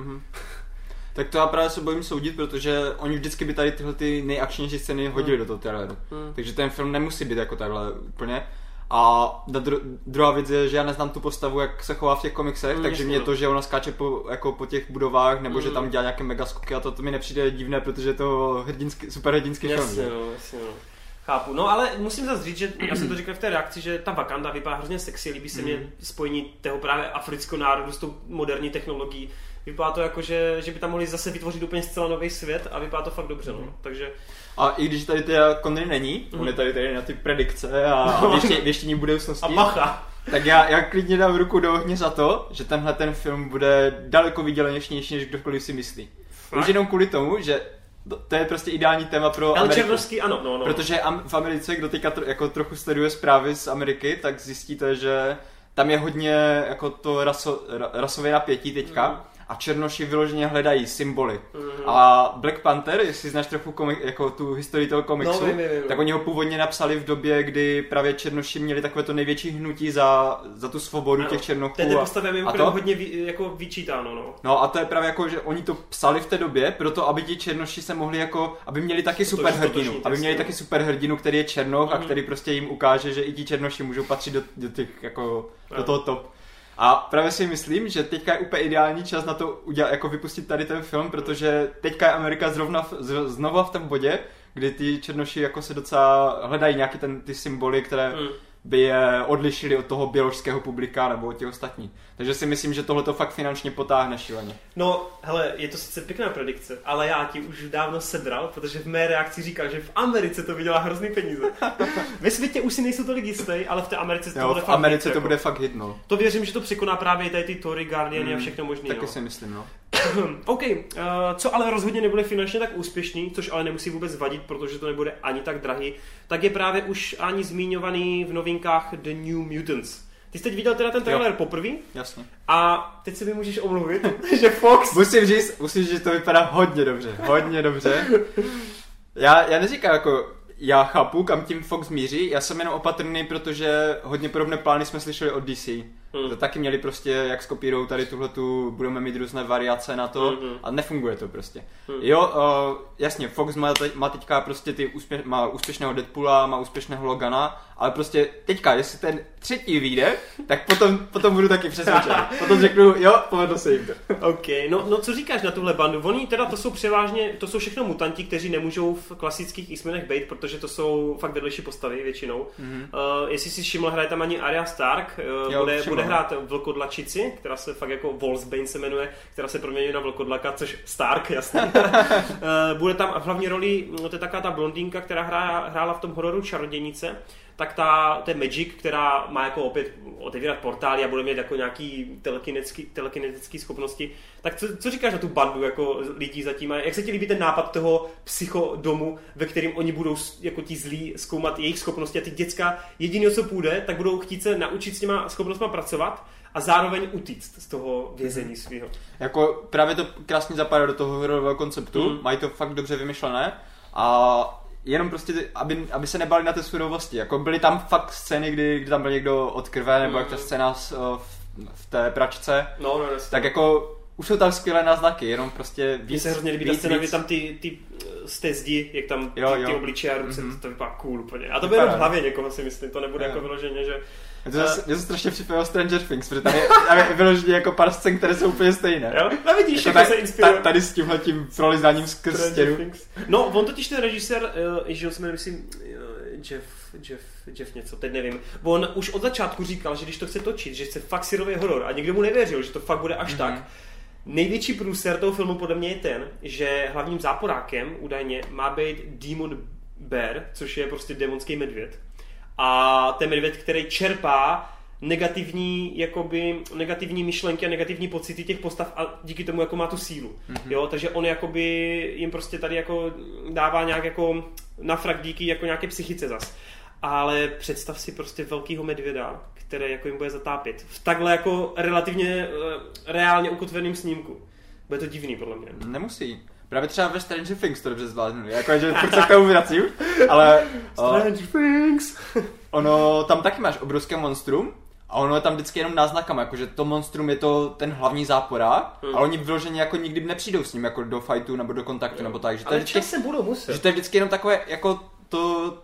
Speaker 3: Tak to já právě se bojím soudit, protože oni vždycky by tady tyhle ty nejakčnější scény hodili do toho traileru. Takže ten film nemusí být jako takhle úplně. A druhá věc je, že já neznám tu postavu, jak se chová v těch komiksech, takže mě to, že ona skáče po těch budovách, nebo že tam dělá nějaké megaskoky a to mi nepřijde divné, protože je to superhrdinský film.
Speaker 1: Jasně, no. Chápu, no ale musím zase říct, že já jsem to říkal v té reakci, že ta Wakanda vypadá hrozně sexy, líbí se mě spojení toho právě afrického národu s tou moderní technologií. Vypadá to jako, že by tam mohli zase vytvořit úplně zcela nový svět a vypadá to fakt dobře, no. Takže...
Speaker 3: A i když tady teda Connery není, on je tady na ty predikce a věštění budoucnosti.
Speaker 1: A bacha!
Speaker 3: Tak já klidně dám ruku do ohně za to, že tenhle ten film bude daleko vydělenější, než kdokoliv si myslí. Už jenom kvůli tomu, že to je prostě ideální téma pro Ameriku.
Speaker 1: Černovský, ano.
Speaker 3: Protože v Americe, kdo teďka jako trochu sleduje zprávy z Ameriky, tak zjistíte, že tam je hodně jako to rasové napětí teďka. A černoši vyloženě hledají symboly. A Black Panther, jestli znáš trochu jako tu historii toho komiksu, tak oni ho původně napsali v době, kdy právě černoši měli takové to největší hnutí za tu svobodu těch černochů.
Speaker 1: Té postavě je hodně jako vyčítáno.
Speaker 3: No a to je právě jako, že oni to psali v té době, proto aby ti černoši se mohli jako, aby měli taky superhrdinu. Aby měli taky superhrdinu, který je černoch a který prostě jim ukáže, že i ti černoši můžou patřit do těch jako do toho top. A právě si myslím, že teďka je úplně ideální čas na to jako vypustit tady ten film, protože teďka je Amerika znova v tom bodě, kdy ty černoši jako se docela hledají nějaké ty symboly, které by je odlišili od toho běložského publika nebo od těch ostatní. Takže si myslím, že tohle to fakt finančně potáhne šíleně.
Speaker 1: No, hele, je to sice pěkná predikce, ale já ti už dávno sebral, protože v mé reakci říkal, že v Americe to vydělá hrozný peníze. Ve světě už si nejsou tolik jistý, ale v té Americe to bude fakt hit. V Americe
Speaker 3: to bude fakt hit, no.
Speaker 1: To věřím, že to překoná právě tady ty Tory, Guardian a všechno možný.
Speaker 3: Taky si myslím, no.
Speaker 1: OK, co ale rozhodně nebude finančně tak úspěšný, což ale nemusí vůbec vadit, protože to nebude ani tak drahý, tak je právě už ani zmiňovaný v novinkách The New Mutants. Ty jsi teď viděl teda ten trailer poprvé?
Speaker 3: Jasně.
Speaker 1: A teď se mi můžeš omluvit, že Fox...
Speaker 3: Musím říct, že to vypadá hodně dobře. Já neříkám jako... Já chápu, kam tím Fox míří, já jsem jenom opatrný, protože hodně podobné plány jsme slyšeli od DC. To taky měli prostě, jak skopírujou tady tuhletu, budeme mít různé variace na to a nefunguje to prostě. Jo, jasně, Fox má teďka prostě má úspěšného Deadpoola, má úspěšného Logana, ale prostě teďka, jestli ten třetí vyjde, tak potom budu taky přesvědčen. Potom řeknu, jo, povedlo se jim to.
Speaker 1: OK, no co říkáš na tuhle bandu? Oni teda to jsou převážně, to jsou všechno mutanti, kteří nemůžou v klasických X-menech být, protože to jsou fakt vedlejší postavy většinou. Jestli si všiml, hraje tam ani Arya Stark, bude bude hrát vlkodlačici, která se fakt jako Wolfsbane se jmenuje, která se proměňuje na vlkodlaka, což Stark, jasný. Bude tam v hlavní roli, to je taková ta blondýnka, která hrála v tom hororu Čarodějnice, tak to je Magic, která má jako opět otevírat portály a bude mít jako nějaký telekinetický schopnosti. Tak co říkáš na tu bandu jako lidí zatím? A jak se ti líbí ten nápad toho psychodomu, ve kterém oni budou jako ti zlí zkoumat jejich schopnosti a ty děcka jediné, co půjde, tak budou chtít se naučit s těma schopnostma pracovat a zároveň utíct z toho vězení svého.
Speaker 3: Jako právě to krásně zapadá do toho hororového konceptu, mají to fakt dobře vymyšlené a jenom prostě, aby se nebali na té surovosti. Jako byly tam fakt scény, kdy tam byl někdo od krve, nebo jak ta scéna v té pračce.
Speaker 1: No,
Speaker 3: tak jako už jsou tam skvělé náznaky, jenom prostě víc.
Speaker 1: Mně se hrozně líbí ta scéna, kdy tam ty z té zdi, jak tam ty obličeje a ruce, to vypadá cool úplně. A to bude jenom v hlavě někoho, si myslím, to nebude jako vyloženě, že...
Speaker 3: Mě to strašně připomnělo Stranger Things, protože tam je vyloženě jako pár scén, které jsou úplně stejné.
Speaker 1: Jo? No vidíš, jako se inspiruje.
Speaker 3: Tady s tímhletím prolizáním skrz stěnu.
Speaker 1: No, on totiž ten režisér, že se jmenuje, myslím, Jeff něco, teď nevím. On už od začátku říkal, že když to chce točit, že chce fakt syrový horor a nikdo mu nevěřil, že to fakt bude až tak. Největší průser toho filmu podle mě je ten, že hlavním záporákem údajně má být Demon Bear, což je prostě démonský medvěd. A ten medvěd, který čerpá negativní myšlenky a negativní pocity těch postav a díky tomu jako má tu sílu. Jo, takže on jakoby jim prostě tady jako dává nějak jako na frak díky jako nějaké psychice zas. Ale představ si prostě velkýho medvěda, který jako jim bude zatápět. V takhle jako relativně reálně ukotveným snímku. Bude to divný podle mě.
Speaker 3: Nemusí. Právě třeba ve Stranger Things to dobře zvládnuli. Jakože furt se k tomu vracím, ale...
Speaker 1: Stranger Things!
Speaker 3: Ono, tam taky máš obrovské monstrum a ono je tam vždycky jenom náznakama, jakože to monstrum je to ten hlavní záporák, ale oni vyloženě jako nikdy nepřijdou s ním jako do fightu nebo do kontaktu nebo tak. Že
Speaker 1: ale časem budou muset.
Speaker 3: Že to je vždycky jenom takové jako to...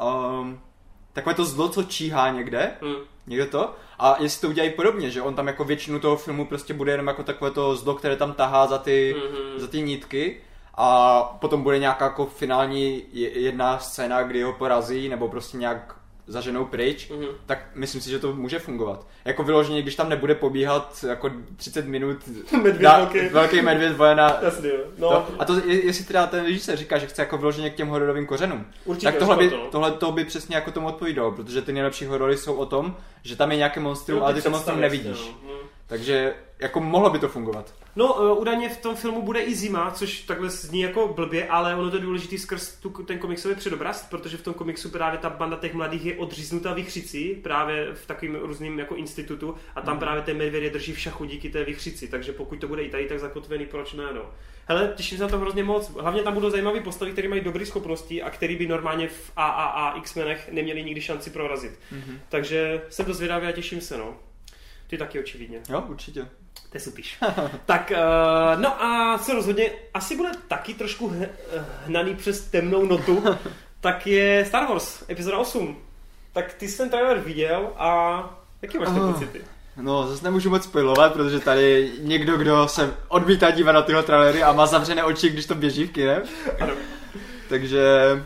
Speaker 3: takové to zlo, co číhá někde, někde to, a jestli to udělají podobně, že on tam jako většinu toho filmu prostě bude jenom jako takové to zlo, které tam tahá za ty nitky a potom bude nějaká jako finální jedna scéna, kdy ho porazí nebo prostě nějak zaženou pryč, tak myslím si, že to může fungovat. Jako vyloženě, když tam nebude pobíhat jako 30 minut velký medvěd vojena.
Speaker 1: Jasně, no.
Speaker 3: A to, jestli teda ten režisér říká, že chce jako vyloženě k těm hororovým kořenům,
Speaker 1: určitě,
Speaker 3: tak tohle by přesně jako tomu odpovídalo, protože ty nejlepší horory jsou o tom, že tam je nějaké monstrum, ale ty to monstrum nevidíš. Takže jako mohlo by to fungovat.
Speaker 1: No, údajně v tom filmu bude i zima, což takhle zní jako blbě, ale ono to je důležitý skrz ten komiksový předobraz, protože v tom komiksu právě ta banda těch mladých je odříznutá vichřicí, právě v takovým různým jako institutu a tam právě ten medvěd je drží v šachu díky té vichřici, takže pokud to bude i tady tak zakotvený, proč ne, no. Hele, těším se na to hrozně moc. Hlavně tam budou zajímavé postavy, které mají dobré schopnosti a které by normálně v AAA X-menech neměli nikdy šanci prorazit. Takže jsem to zvědavý a těším se, no. Ty taky očividně.
Speaker 3: Jo, určitě.
Speaker 1: To je super. Tak, no a co rozhodně asi bude taky trošku hnaný přes temnou notu, tak je Star Wars, epizoda 8. Tak ty jsi ten trailer viděl a jaký máš ty pocity?
Speaker 3: No, zase nemůžu moc spoilovat, protože tady někdo, kdo se odmítá dívat na tyhle trailery a má zavřené oči, když to běží v kine. Takže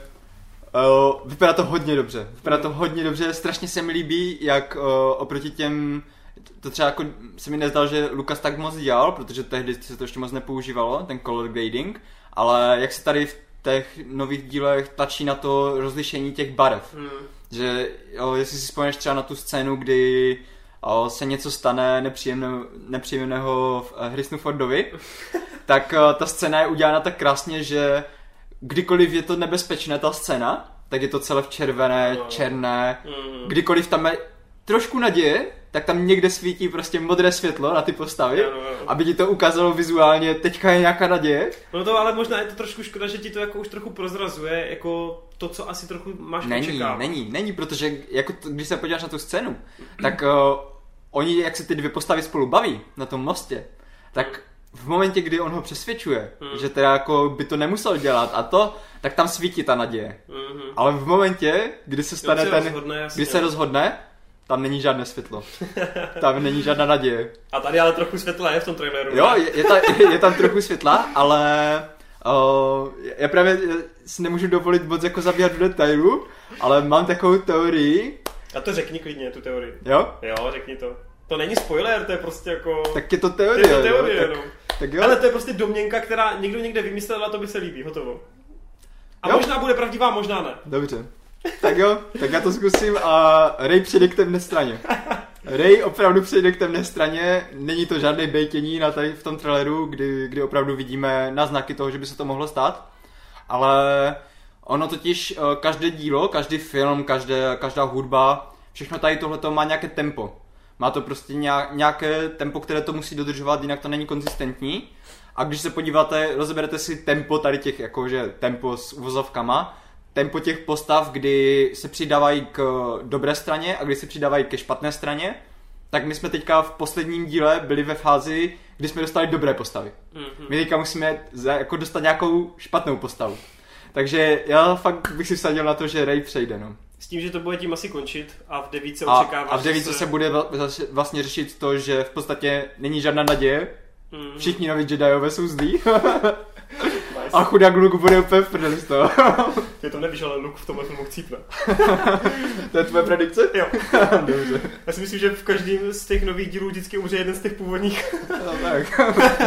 Speaker 3: vypadá to hodně dobře. Strašně se mi líbí, jak oproti těm... To třeba jako se mi nezdal, že Lucas tak moc dělal, protože tehdy se to ještě moc nepoužívalo, ten color grading, ale jak se tady v těch nových dílech tlačí na to rozlišení těch barev. Že jestli si vzpomeneš třeba na tu scénu, kdy se něco stane nepříjemného v Harrisonu Fordovi, tak ta scéna je udělána tak krásně, že kdykoliv je to nebezpečné ta scéna, tak je to celé v červené, černé, kdykoliv tam je trošku naděje, tak tam někde svítí prostě modré světlo na ty postavy, aby ti to ukázalo vizuálně, teďka je nějaká naděje.
Speaker 1: No to ale možná je to trošku škoda, že ti to jako už trochu prozrazuje, jako to, co asi trochu máš očekávat.
Speaker 3: Není, protože jako když se podíváš na tu scénu, tak oni, jak se ty dvě postavy spolu baví na tom mostě, tak v momentě, kdy on ho přesvědčuje, že teda jako by to nemusel dělat a to, tak tam svítí ta naděje. Ale v momentě, kdy se stane kdy se rozhodne, tam není žádné světlo. Tam není žádná naděje.
Speaker 1: A tady ale trochu světla je v tom traileru.
Speaker 3: Jo, je tam trochu světla, ale já právě si nemůžu dovolit moc jako zabíhat do detailu, ale mám takovou teorii.
Speaker 1: A to řekni klidně, tu teorii.
Speaker 3: Jo?
Speaker 1: Jo, řekni to. To není spoiler, to je prostě jako...
Speaker 3: Tak je to teorie,
Speaker 1: tak jo. Ale to je prostě domněnka, která někdo někde vymyslel a to by se líbí, hotovo. A možná bude pravdivá, možná ne.
Speaker 3: Dobře. Tak jo, tak já to zkusím a Ray přijde k temné straně. Ray opravdu přijde k temné straně, není to žádné bejtění na tady v tom traileru, kdy opravdu vidíme náznaky toho, že by se to mohlo stát. Ale ono totiž každé dílo, každý film, každá hudba, všechno tady tohleto má nějaké tempo. Má to prostě nějaké tempo, které to musí dodržovat, jinak to není konzistentní. A když se podíváte, rozeberete si tempo tady těch, jakože tempo s uvozovkama, tempo těch postav, kdy se přidávají k dobré straně a kdy se přidávají ke špatné straně, tak my jsme teďka v posledním díle byli ve fázi, kdy jsme dostali dobré postavy. My teďka musíme jako dostat nějakou špatnou postavu. Takže já fakt bych si vsadil na to, že Ray přejde, no.
Speaker 1: S tím, že to bude tím asi končit a v 9 očekává.
Speaker 3: A v 9 se bude vlastně řešit to, že v podstatě není žádná naděje. Všichni noví Jediové jsou zlí. A chudák Luke bude úplně v prdeli z toho.
Speaker 1: Ty to nevíš, ale Luke v tomhle filmu chcípne.
Speaker 3: To je tvoje predikce?
Speaker 1: Jo.
Speaker 3: Dobře.
Speaker 1: Já si myslím, že v každém z těch nových dílů vždycky umře jeden z těch původních.
Speaker 3: No tak.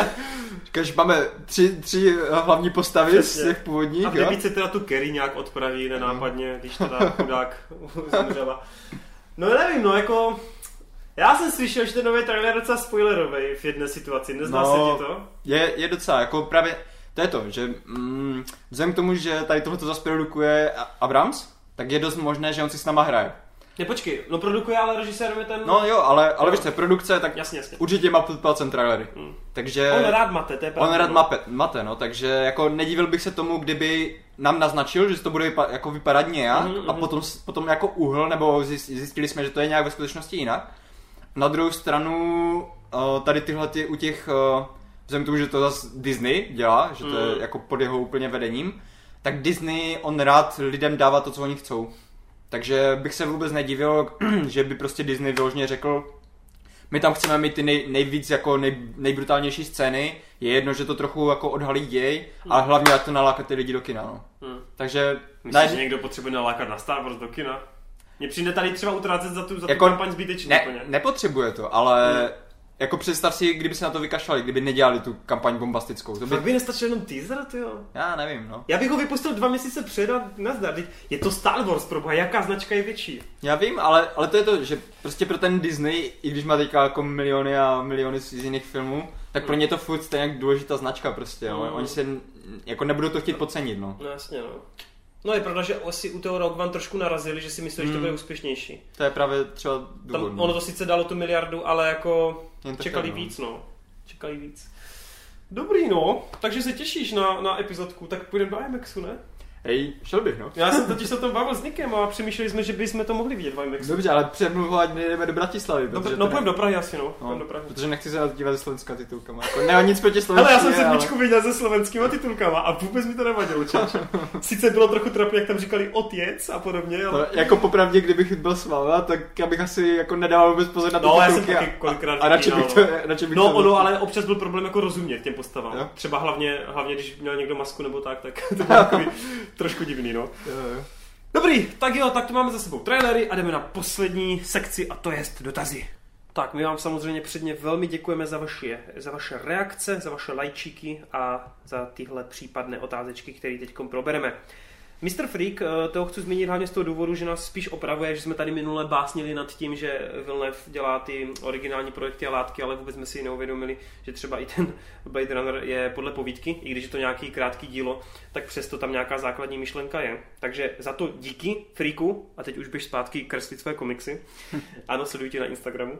Speaker 3: Říkáš, máme tři hlavní postavy přesně z těch původních.
Speaker 1: A v 9 se teda tu Carrie nějak odpraví nenápadně, když teda chudák zemřela. No nevím, no jako... Já jsem slyšel, že ten nový trailer je docela spoilerový v jedné situaci, nezná se ti to?
Speaker 3: Je docela, jako právě, to je to, že vzhledem k tomu, že tady tohleto zase produkuje Abrams, tak je dost možné, že on si s náma hraje.
Speaker 1: Počkej, no produkuje, ale režisérem je ten...
Speaker 3: No jo, ale víš co, produkce, tak
Speaker 1: jasně.
Speaker 3: určitě má podpalcem trailery. Takže...
Speaker 1: On rád mate, to je pravda.
Speaker 3: On rád mate, no, takže jako nedivil bych se tomu, kdyby nám naznačil, že to bude jako vypadat nějak a potom jako uhl, nebo zjistili jsme, že to je nějak ve skutečnosti jinak. Na druhou stranu, tady tyhle u těch, vzhledem k tomu, že to zase Disney dělá, že to je jako pod jeho úplně vedením, tak Disney, on rád lidem dává to, co oni chcou. Takže bych se vůbec nedivil, že by prostě Disney vyloženě řekl, my tam chceme mít ty nejvíc jako nejbrutálnější scény, je jedno, že to trochu jako odhalí děj, ale hlavně to nalákat ty lidi do kina, no. Takže...
Speaker 1: Myslíš, že někdo potřebuje nalákat na Star Wars do kina? Mně přijde tady třeba utrácet za tu kampaň zbytečně.
Speaker 3: Nepotřebuje to, ale jako představ si, kdyby se na to vykašlali, kdyby nedělali tu kampaň bombastickou. To
Speaker 1: by nestačil jenom teaser, tyjo?
Speaker 3: Já nevím, no.
Speaker 1: Já bych ho vypustil 2 měsíce před a nazdar. Je to Star Wars, proboha, jaká značka je větší?
Speaker 3: Já vím, ale to je to, že prostě pro ten Disney, i když má teďka jako miliony a miliony z jiných filmů, tak pro ně to furt stejně důležitá značka prostě, oni se jako nebudou to chtít podcenit, no.
Speaker 1: No jasně, no. No je pravda, že asi u toho Rogue One trošku narazili, že si mysleli, že to bude úspěšnější.
Speaker 3: To je právě třeba důvod.
Speaker 1: Tam ono to sice dalo tu miliardu, ale jako čekali víc, no. Čekali víc. Dobrý, no. Takže se těšíš na epizodku, tak půjdeme do IMAXu, ne?
Speaker 3: Hej, šel bych, no.
Speaker 1: Já jsem totiž se o tom bavil s Nikem a přemýšleli jsme, že bychom to mohli vidět v IMAXu.
Speaker 3: Dobře, ale přemluvat jdeme do Bratislavy.
Speaker 1: Půjdeme do Prahy asi, no.
Speaker 3: Protože nechci se na to dívat se slovenskými titulkama. Jako, nemám nic proti slovenským.
Speaker 1: Ale já jsem sedmičku viděl se slovenskými titulkama a vůbec mi to nevadilo, čače. Sice bylo trochu trapně, jak tam říkali otec a podobně, ale...
Speaker 3: No, jako popravdě, kdybych byl s váma, tak já bych asi jako nedával vůbec pozor na ty
Speaker 1: titulky.
Speaker 3: Já jsem
Speaker 1: taky kolikrát
Speaker 3: a radši bych to...
Speaker 1: No, ono, ale občas byl problém jako rozumět těm postavám. Jo? Třeba hlavně, když měl někdo masku nebo tak to bylo takový trošku divný, no.
Speaker 3: Jo.
Speaker 1: Dobrý, tak jo, tak to máme za sebou trailery a jdeme na poslední sekci a to jest dotazy. Tak, my vám samozřejmě předně velmi děkujeme za vaše reakce, za vaše lajčíky a za tyhle případné otázečky, které teď probereme. Mr. Freak, toho chci zmínit hlavně z toho důvodu, že nás spíš opravuje, že jsme tady minule básnili nad tím, že Villeneuve dělá ty originální projekty a látky, ale vůbec jsme si neuvědomili, že třeba i ten Blade Runner je podle povídky, i když je to nějaký krátký dílo, tak přesto tam nějaká základní myšlenka je. Takže za to díky Freaku, a teď už běž zpátky kreslit své komiksy. Ano, sledujte na Instagramu.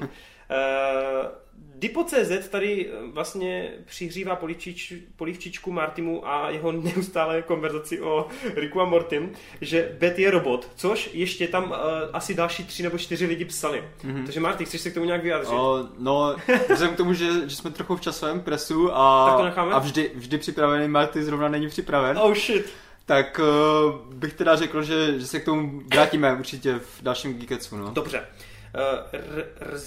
Speaker 1: Dipo.cz tady vlastně přihřívá polivčičku Martimu a jeho neustálé konverzaci o Ricku a Mortim, že Bet je robot, což ještě tam asi další 3 nebo 4 lidi psali. Takže Marty, chceš se k tomu nějak vyjádřit?
Speaker 3: No, vzhledem k tomu, že jsme trochu v časovém presu a vždy připravený Marty zrovna není připraven.
Speaker 1: Oh shit.
Speaker 3: Tak bych teda řekl, že se k tomu vrátíme určitě v dalším Geeketsu, no.
Speaker 1: Dobře.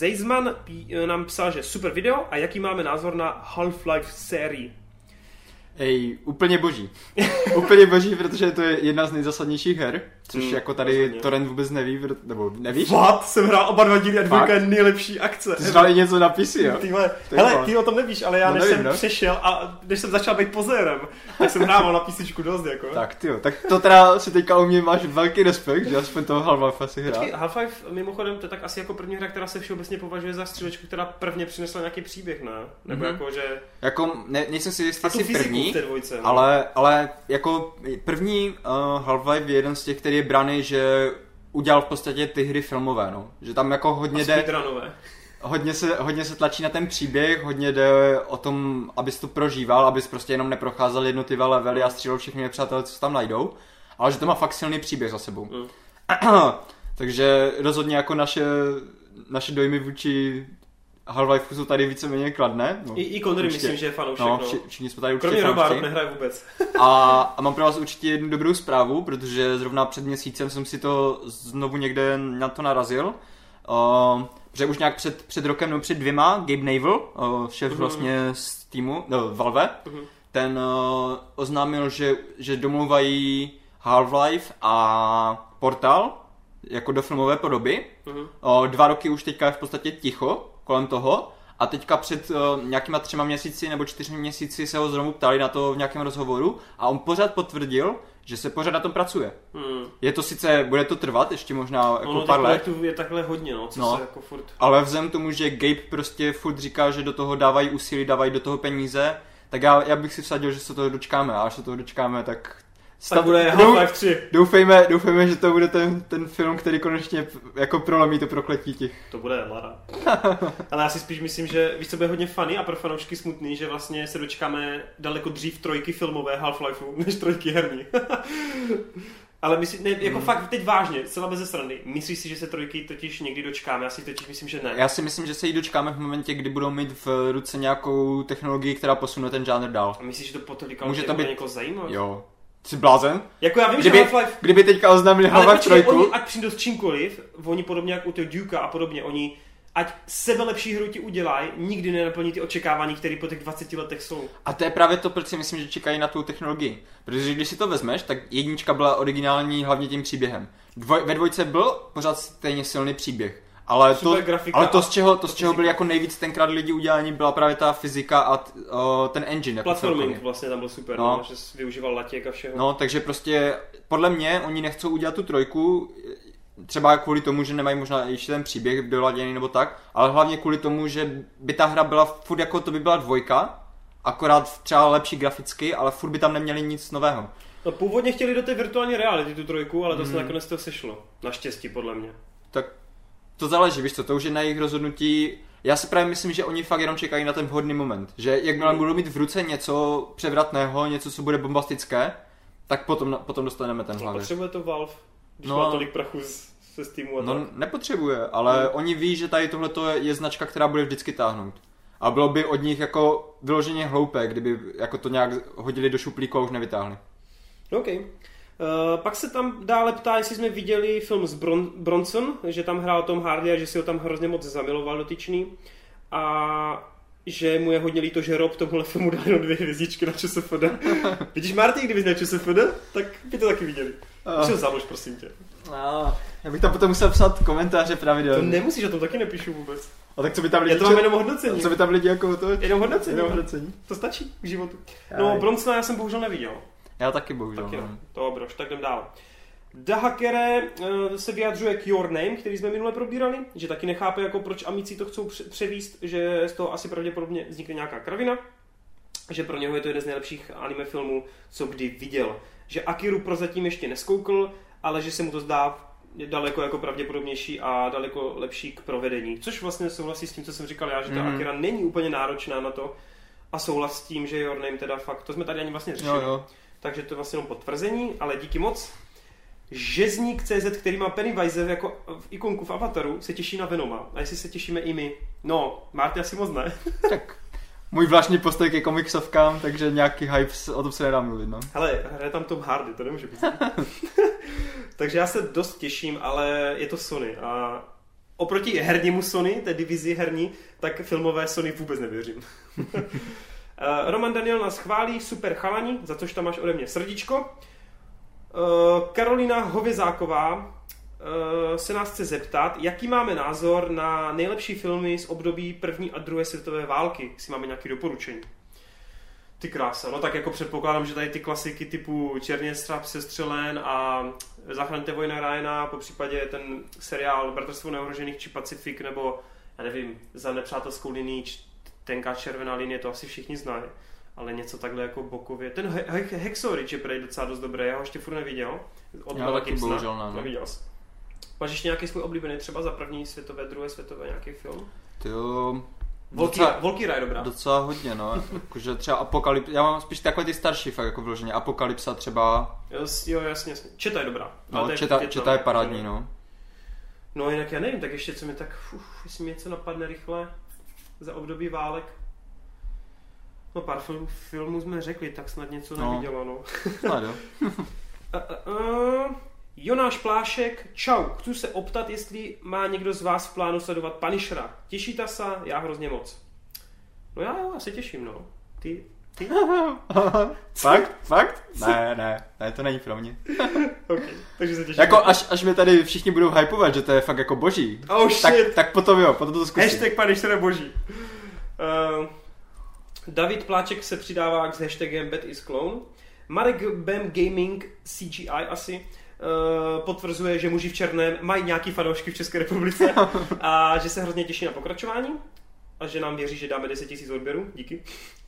Speaker 1: Zeisman nám psal, že super video a jaký máme názor na Half-Life sérii?
Speaker 3: Úplně boží. Úplně boží, protože to je jedna z nejzásadnějších her, což jako tady
Speaker 1: rozhodně.
Speaker 3: Torrent vůbec neví, nebo nevíš?
Speaker 1: What? Jsem hrál oba 2 díly a 2 je nejlepší akce.
Speaker 3: Ty jsi hrál i něco na PC, jo?
Speaker 1: Hele, ty o tom nevíš, ale já
Speaker 3: No
Speaker 1: než
Speaker 3: nevím,
Speaker 1: jsem
Speaker 3: no.
Speaker 1: přešel a než jsem začal být pozérem, tak jsem hrával na PCčku dost, jako.
Speaker 3: Tak tyjo, tak to teda si teďka u mě máš velký respekt, že aspoň toho Half-Life asi hrál.
Speaker 1: Počkej, Half-Life mimochodem to je tak asi jako první hra, která se všeobecně považuje za střílečku, která prvně přinesla nějaký příběh, ne? Nebo jako, že...
Speaker 3: Jako, nejsem si jistý,
Speaker 1: A tu
Speaker 3: jestli
Speaker 1: fyziku
Speaker 3: první,
Speaker 1: v té dvojce. No.
Speaker 3: ale jako první Half-Life je jeden z těch, který je braný, že udělal v podstatě ty hry filmové, no. Že tam jako hodně jde...
Speaker 1: Speedrunové.
Speaker 3: Hodně se tlačí na ten příběh, hodně jde o tom, abys to prožíval, abys prostě jenom neprocházel jednotlivé levely a střílel všechny nepřátelé, co tam najdou, ale že to má fakt silný příběh za sebou. Takže rozhodně jako naše dojmy vůči Half-Life jsou tady víceméně kladné. No,
Speaker 1: I Connery myslím, že je fanoušek.
Speaker 3: No, všichni jsme tady určitě
Speaker 1: kromě Roba,
Speaker 3: fanoušci.
Speaker 1: Rob nehraje vůbec.
Speaker 3: A mám pro vás určitě jednu dobrou zprávu, protože zrovna před měsícem jsem si to znovu někde na to narazil. Že už nějak před rokem, nebo před 2, Gabe Navel, šéf vlastně z týmu, Valve, ten oznámil, že domluvají Half-Life a Portal jako do filmové podoby. 2 roky už teďka je v podstatě ticho kolem toho. A teďka před nějakýma 3 měsíci nebo 4 měsíci se ho znovu ptali na to v nějakém rozhovoru a on pořád potvrdil, že se pořád na tom pracuje. Je to sice, bude to trvat ještě možná jako pár let.
Speaker 1: No, je takhle hodně, no, co se jako furt...
Speaker 3: Ale vzhledem tomu, že Gabe prostě furt říká, že do toho dávají úsilí, dávají do toho peníze, tak já bych si vsadil, že se toho dočkáme a až se toho dočkáme, tak
Speaker 1: bude Half-Life 3.
Speaker 3: Doufejme, že to bude ten film, který konečně jako prolomí to prokletí těch.
Speaker 1: To bude Lara. Ale já si spíš myslím, že víš, co bude hodně funny a pro fanoušky smutný, že vlastně se dočkáme daleko dřív 3 filmové Half-Lifeu, než 3 herní. Ale myslím, ne, jako fakt teď vážně, celá bez srandy. Myslíš si, že se 3 totiž někdy dočkáme? Já si totiž myslím, že ne.
Speaker 3: Já si myslím, že se jí dočkáme v momentě, kdy budou mít v ruce nějakou technologii, která posune ten žánr dál.
Speaker 1: A myslíš, že to potolika
Speaker 3: Může to být
Speaker 1: někoho zajímat?
Speaker 3: Jo. Jsi blázen?
Speaker 1: Jako já vím, že Half-Life...
Speaker 3: Kdyby teďka oznámili Half-Life 3...
Speaker 1: oni, ať přijdou s čímkoliv, oni podobně jak u toho Dukea a podobně, oni ať sebe lepší hru ti udělají, nikdy nenaplní ty očekávání, které po těch 20 letech jsou.
Speaker 3: A to je právě to, proč si myslím, že čekají na tu technologii. Protože když si to vezmeš, tak 1 byla originální hlavně tím příběhem. Ve 2 byl pořád stejně silný příběh. Ale to, z čeho byli jako nejvíc tenkrát lidi udělání, byla právě ta fyzika a ten engine. Jako
Speaker 1: platforming vlastně tam byl super, no, že jsi využíval latěk a všeho.
Speaker 3: No, takže prostě podle mě oni nechcou udělat tu 3, třeba kvůli tomu, že nemají možná ještě ten příběh doladěný nebo tak, ale hlavně kvůli tomu, že by ta hra byla furt jako to by byla 2, akorát třeba lepší graficky, ale furt by tam neměli nic nového.
Speaker 1: No, původně chtěli do té virtuální reality tu 3, ale to se nakonec to sešlo. Naštěstí podle mě.
Speaker 3: Tak to záleží, víš co, to už je na jejich rozhodnutí. Já si právě myslím, že oni fakt jenom čekají na ten vhodný moment. Že jakmile budou mít v ruce něco převratného, něco, co bude bombastické, tak potom dostaneme ten hlavě.
Speaker 1: Potřebuje to Valve, když má tolik prachu se Steamu a tak.
Speaker 3: No nepotřebuje, ale oni ví, že tady tohleto je značka, která bude vždycky táhnout. A bylo by od nich jako vyloženě hloupé, kdyby jako to nějak hodili do šuplíku a už nevytáhli.
Speaker 1: OK. Pak se tam dále ptá, jestli jsme viděli film s Bronson, že tam hrál Tom Hardy a že si ho tam hrozně moc zamiloval dotyčný. A že mu je hodně líto, že Rob tomuhle filmu dal jenom 2 hvězdičky na ČSFD. Vidíš, Marty, kdybys měl ČSFD, tak by to taky viděli. Už ho založ, prosím tě.
Speaker 3: Já bych tam potom musel psát komentáře pravidelně.
Speaker 1: To nemusíš, o tom taky nepíšu vůbec.
Speaker 3: A tak co by tam lidi...
Speaker 1: Já to mám jenom hodnocení.
Speaker 3: Co by tam lidi jako to...
Speaker 1: Jenom hodnocení. To stačí k životu. No, Bronsona já jsem bohužel neviděl.
Speaker 3: Já taky bohužel.
Speaker 1: Taky no. Dobře, tak jdem dál. Dahakere se vyjadřuje k Your Name, který jsme minule probírali, že taky nechápe, jako proč amici to chcou převíst, že z toho asi pravděpodobně vznikne nějaká kravina, že pro něho je to jeden z nejlepších anime filmů, co kdy viděl. Že Akiru prozatím ještě neskoukl, ale že se mu to zdá daleko jako pravděpodobnější a daleko lepší k provedení. Což vlastně souhlasí s tím, co jsem říkal já, že ta Akira není úplně náročná na to a souhlas s tím, že Your Name teda fakt, to jsme tady ani vlastně řešili. Jo. Takže to je vlastně jenom potvrzení, ale díky moc. Žezník CZ, který má Pennywise jako v ikonku v Avataru, se těší na Venoma. A jestli se těšíme i my? No, máte asi moc ne.
Speaker 3: Tak můj zvláštní postoj ke komiksovkám, takže nějaký hype, o tom se nedá mluvit, no.
Speaker 1: Hele, hraje tam Tom Hardy, to nemůže být. Takže já se dost těším, ale je to Sony a oproti hernímu Sony, té divizi herní, tak filmové Sony vůbec nevěřím. Roman Daniel nás chválí, super chalani, za což tam máš ode mě srdíčko. Karolina Hovězáková se nás chce zeptat, jaký máme názor na nejlepší filmy z období první a druhé světové války, jestli máme nějaké doporučení. Ty krása, no tak jako předpokládám, že tady ty klasiky typu Černý střáp sestřelen a Zachraňte vojna Ryana, po případě ten seriál Bratrstvo neohrožených či Pacifik, nebo já nevím, Za nepřátelskou linií, Tenká červená linie, to asi všichni znají, ale něco takhle jako bokově. Ten Hacksaw Ridge je prej docela dost dobrý, já ho ještě furt neviděl. Od
Speaker 3: já taky bohužel
Speaker 1: neviděl jsi. Máš ještě nějaký svůj oblíbený třeba za první světové, druhé světové nějaký film?
Speaker 3: Jo...
Speaker 1: Volkýra je dobrá.
Speaker 3: Docela hodně, no. Jakože třeba Apokalypsa, já mám spíš takové ty starší fakt jako vyloženě. Apokalypsa třeba.
Speaker 1: Jo, jasně. Četa je dobrá.
Speaker 3: No, Četa je parádní, no.
Speaker 1: No jinak já nevím, tak ještě co mi tak, jestli mi něco napadne rychle za období válek. No pár filmů jsme řekli, tak snad něco nevidělo, no.
Speaker 3: Snad jo.
Speaker 1: Jonáš Plášek, čau, chci se optat, jestli má někdo z vás v plánu sledovat Punishera. Těšíte se? Já hrozně moc. No já se těším, no. Ty?
Speaker 3: Fakt? Ne, to není pro mě.
Speaker 1: Okay, takže se těším.
Speaker 3: Jako až mě tady všichni budou hypovat, že to je fakt jako boží.
Speaker 1: Oh shit.
Speaker 3: Tak potom jo, potom to zkusím.
Speaker 1: Hashtag Punisher je boží. David Pláček se přidává s hashtagem Bad is Clone. Marek Bam Gaming CGI asi potvrzuje, že muži v černém mají nějaký fanoušky v České republice a že se hrozně těší na pokračování a že nám věří, že dáme 10 000 odběrů. Díky.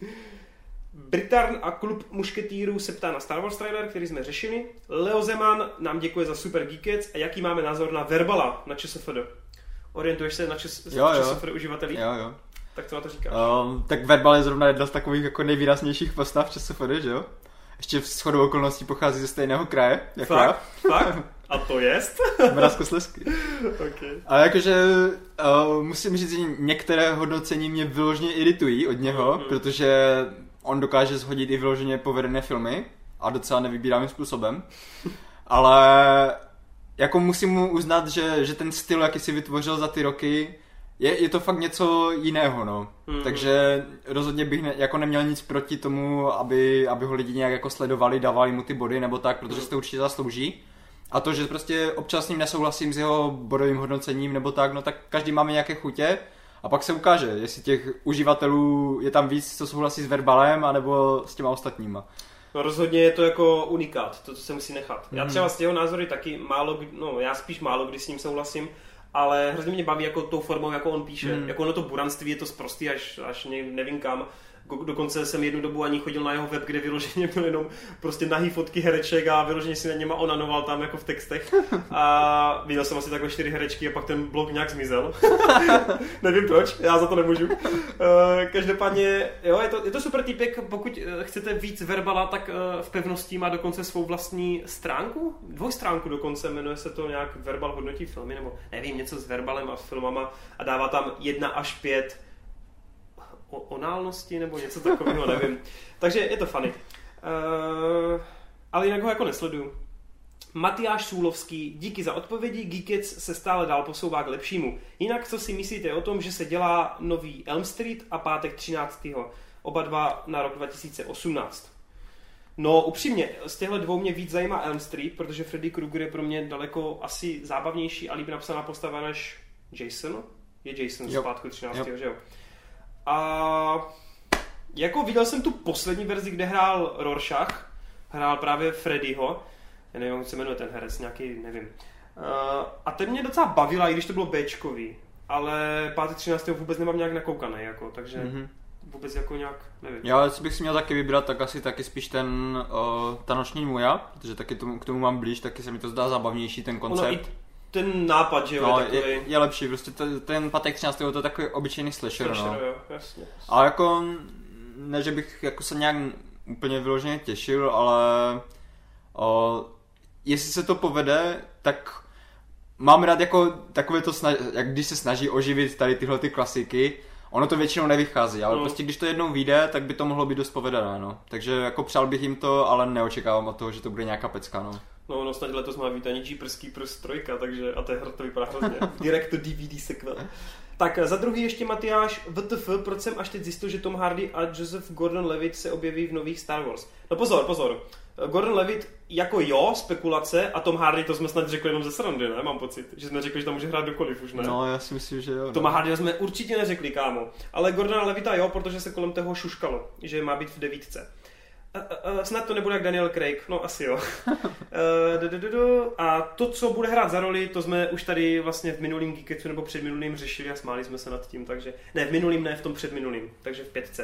Speaker 1: Britarn a klub mušketýrů se ptá na Star Wars trailer, který jsme řešili. Leo Zeman nám děkuje za super geekec a jaký máme názor na Verbala na ČSFD. Orientuješ se na ČSFD uživatelí?
Speaker 3: Jo.
Speaker 1: Tak co na to říkáš?
Speaker 3: Tak Verbal je zrovna jedna z takových jako nejvýraznějších postav ČSFD, že jo? Ještě v shodou okolností pochází ze stejného kraje. Jako
Speaker 1: Fakt? A to jest?
Speaker 3: Moravskoslezský.
Speaker 1: Okay.
Speaker 3: Ale jakože musím říct, že některé hodnocení mě vyloženě iritují od něho, protože on dokáže shodit i vyloženě povedené filmy a docela nevybíravým způsobem. Ale jako musím mu uznat, že ten styl, jaký si vytvořil za ty roky, je to fakt něco jiného, no. Takže rozhodně bych jako neměl nic proti tomu, aby ho lidi nějak jako sledovali, dávali mu ty body nebo tak, protože se to určitě zaslouží. A to, že prostě občas s ním nesouhlasím s jeho bodovým hodnocením nebo tak, no tak každý máme nějaké chutě a pak se ukáže, jestli těch uživatelů je tam víc, co souhlasí s Verbalem, anebo s těma ostatníma.
Speaker 1: No rozhodně je to jako unikát, to se musí nechat. Já třeba z jeho názory taky já spíš málo kdy s ním souhlasím, ale hrozně mě baví jako tou formou, jako on píše. Jako ono to buranství je to sprostý až nevím kam. Dokonce jsem jednu dobu ani chodil na jeho web, kde vyloženě byl jenom prostě nahý fotky hereček a vyloženě si na něma onanoval tam jako v textech. A viděl jsem asi takové 4 herečky a pak ten blog nějak zmizel. Nevím proč, já za to nemůžu. Každopádně, jo, je to super týpek, pokud chcete víc Verbala, tak v Pevnosti má dokonce svou vlastní stránku, 2stránku dokonce, jmenuje se to nějak Verbal hodnotí filmy, nebo nevím, něco s Verbalem a filmama a dává tam 1 až 5 onálnosti nebo něco takového, nevím. Takže je to funny. Ale jinak ho jako nesleduju. Matyáš Sůlovský, díky za odpovědi, Geekets se stále dál posouvá k lepšímu. Jinak co si myslíte o tom, že se dělá nový Elm Street a pátek 13. Oba dva na rok 2018? No upřímně, z těchto dvou mě víc zajímá Elm Street, protože Freddy Krueger je pro mě daleko asi zábavnější a líp napsaná postava než Jason. Je Jason z pátku 13. že jo? A jako viděl jsem tu poslední verzi, kde hrál Rorschach, hrál právě Freddyho, já nevím, jak se jmenuje ten herec, nějaký, nevím. A ten mě docela bavila, i když to bylo Bčkový, ale pátek 13. vůbec nemám nějak nakoukaný, jako, takže vůbec jako nějak, nevím.
Speaker 3: Já, jestli bych si měl taky vybrat, tak asi taky spíš ta noční můja, protože taky k tomu mám blíž, taky se mi to zdá zábavnější ten koncept.
Speaker 1: Ten nápad, že jo,
Speaker 3: no,
Speaker 1: takový.
Speaker 3: Je lepší, prostě ten pátek 13. to je takový obyčejný slasher, no.
Speaker 1: Jo, jasně.
Speaker 3: A jako, ne, že bych jako se nějak úplně vyloženě těšil, ale jestli se to povede, tak mám rád jako takové to, jak když se snaží oživit tady tyhle ty klasiky Ono to většinou nevychází, ale prostě když to jednou vyjde, tak by to mohlo být dost povedené, no. Takže jako přál bych jim to, ale neočekávám od toho, že to bude nějaká pecka, no.
Speaker 1: No snad letos má být ani Jeepers Keepers 3, takže a to vypadá hrozně. Direct to DVD sequel. Tak za druhý ještě Matyáš, WTF, proč jsem až teď zjistil, že Tom Hardy a Joseph Gordon-Levitt se objeví v nových Star Wars. No pozor. Gordon-Levitt jako spekulace a Tom Hardy to jsme snad řekli jenom ze srandy, ne? Mám pocit, že jsme řekli, že tam může hrát kdokoliv už, ne?
Speaker 3: No, já si myslím, že jo.
Speaker 1: Tom Hardy jsme určitě neřekli, kámo. Ale Gordona Levitta protože se kolem toho šuškalo, že má být v 9. Snad to nebude jak Daniel Craig, no asi jo. A to, co bude hrát za roli, to jsme už tady vlastně v minulým Geeketsu nebo předminulým řešili a smáli jsme se nad tím, takže ne, v minulým, ne v tom předminulým, takže v 5.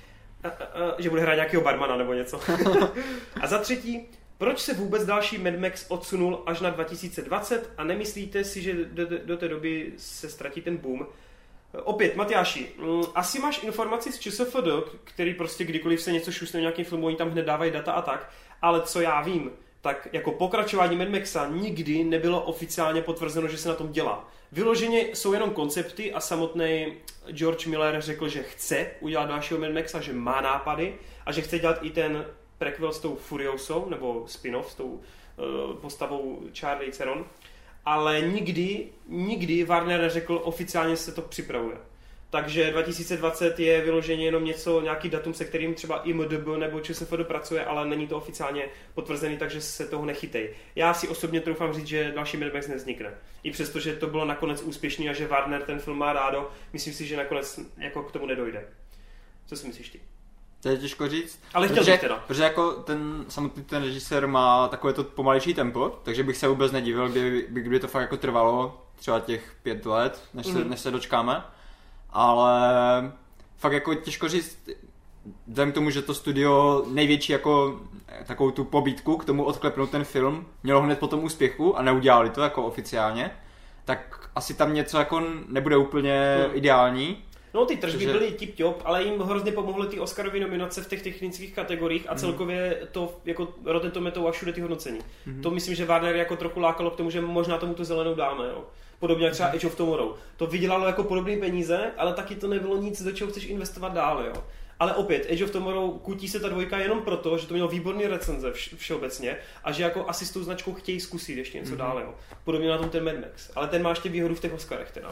Speaker 1: Že bude hrát nějakého barmana nebo něco. A za třetí, proč se vůbec další Mad Max odsunul až na 2020 a nemyslíte si, že do té doby se ztratí ten boom? Opět, Matyáši, asi máš informaci z ČSFD, který prostě kdykoliv se něco šustne v nějakém filmu, oni tam hned dávají data a tak, ale co já vím, tak jako pokračování Mad Maxa nikdy nebylo oficiálně potvrzeno, že se na tom dělá. Vyloženě jsou jenom koncepty a samotný George Miller řekl, že chce udělat dalšího Mad Maxa, že má nápady a že chce dělat i ten prequel s tou Furiosou, nebo spin-off s tou postavou Charlize Theron. Ale nikdy Warner neřekl, oficiálně se to připravuje. Takže 2020 je vyloženě jenom nějaký datum, se kterým třeba IMDb nebo ČSFD pracuje, ale není to oficiálně potvrzený, takže se toho nechytej. Já si osobně troufám říct, že další Mad Max nevznikne. I přesto, že to bylo nakonec úspěšný a že Warner ten film má rádo, myslím si, že nakonec jako k tomu nedojde. Co si myslíš ty?
Speaker 3: To je těžko říct,
Speaker 1: ale chtěl bych teda.
Speaker 3: Protože jako samotný ten režisér má takové to pomalejší tempo, takže bych se vůbec nedivil, kdyby to fakt jako trvalo třeba těch 5 let, než se dočkáme. Ale fakt jako těžko říct, vzhledem k tomu, že to studio největší jako takovou tu pobídku k tomu odklepnout ten film mělo hned po tom úspěchu a neudělali to jako oficiálně, tak asi tam něco jako nebude úplně ideální.
Speaker 1: No ty tržby byly tip-top, ale jim hrozně pomohly ty Oscarovy nominace v těch technických kategoriích a celkově to jako Rotten Tomatoes a všude ty hodnocení. To myslím, že Warner jako trochu lákalo k tomu, že možná tomu tu zelenou dáme, jo. Podobně jak třeba Age of Tomorrow. To vydělalo jako podobné peníze, ale taky to nebylo nic, do čeho chceš investovat dál, jo. Ale opět, Age of Tomorrow kutí se ta dvojka jenom proto, že to mělo výborný recenze všeobecně a že jako asi s tou značkou chtějí zkusit ještě něco dál, jo. Podobně na tom ten Mad Max, ale ten má ještě výhodu v těch Oscarech teda.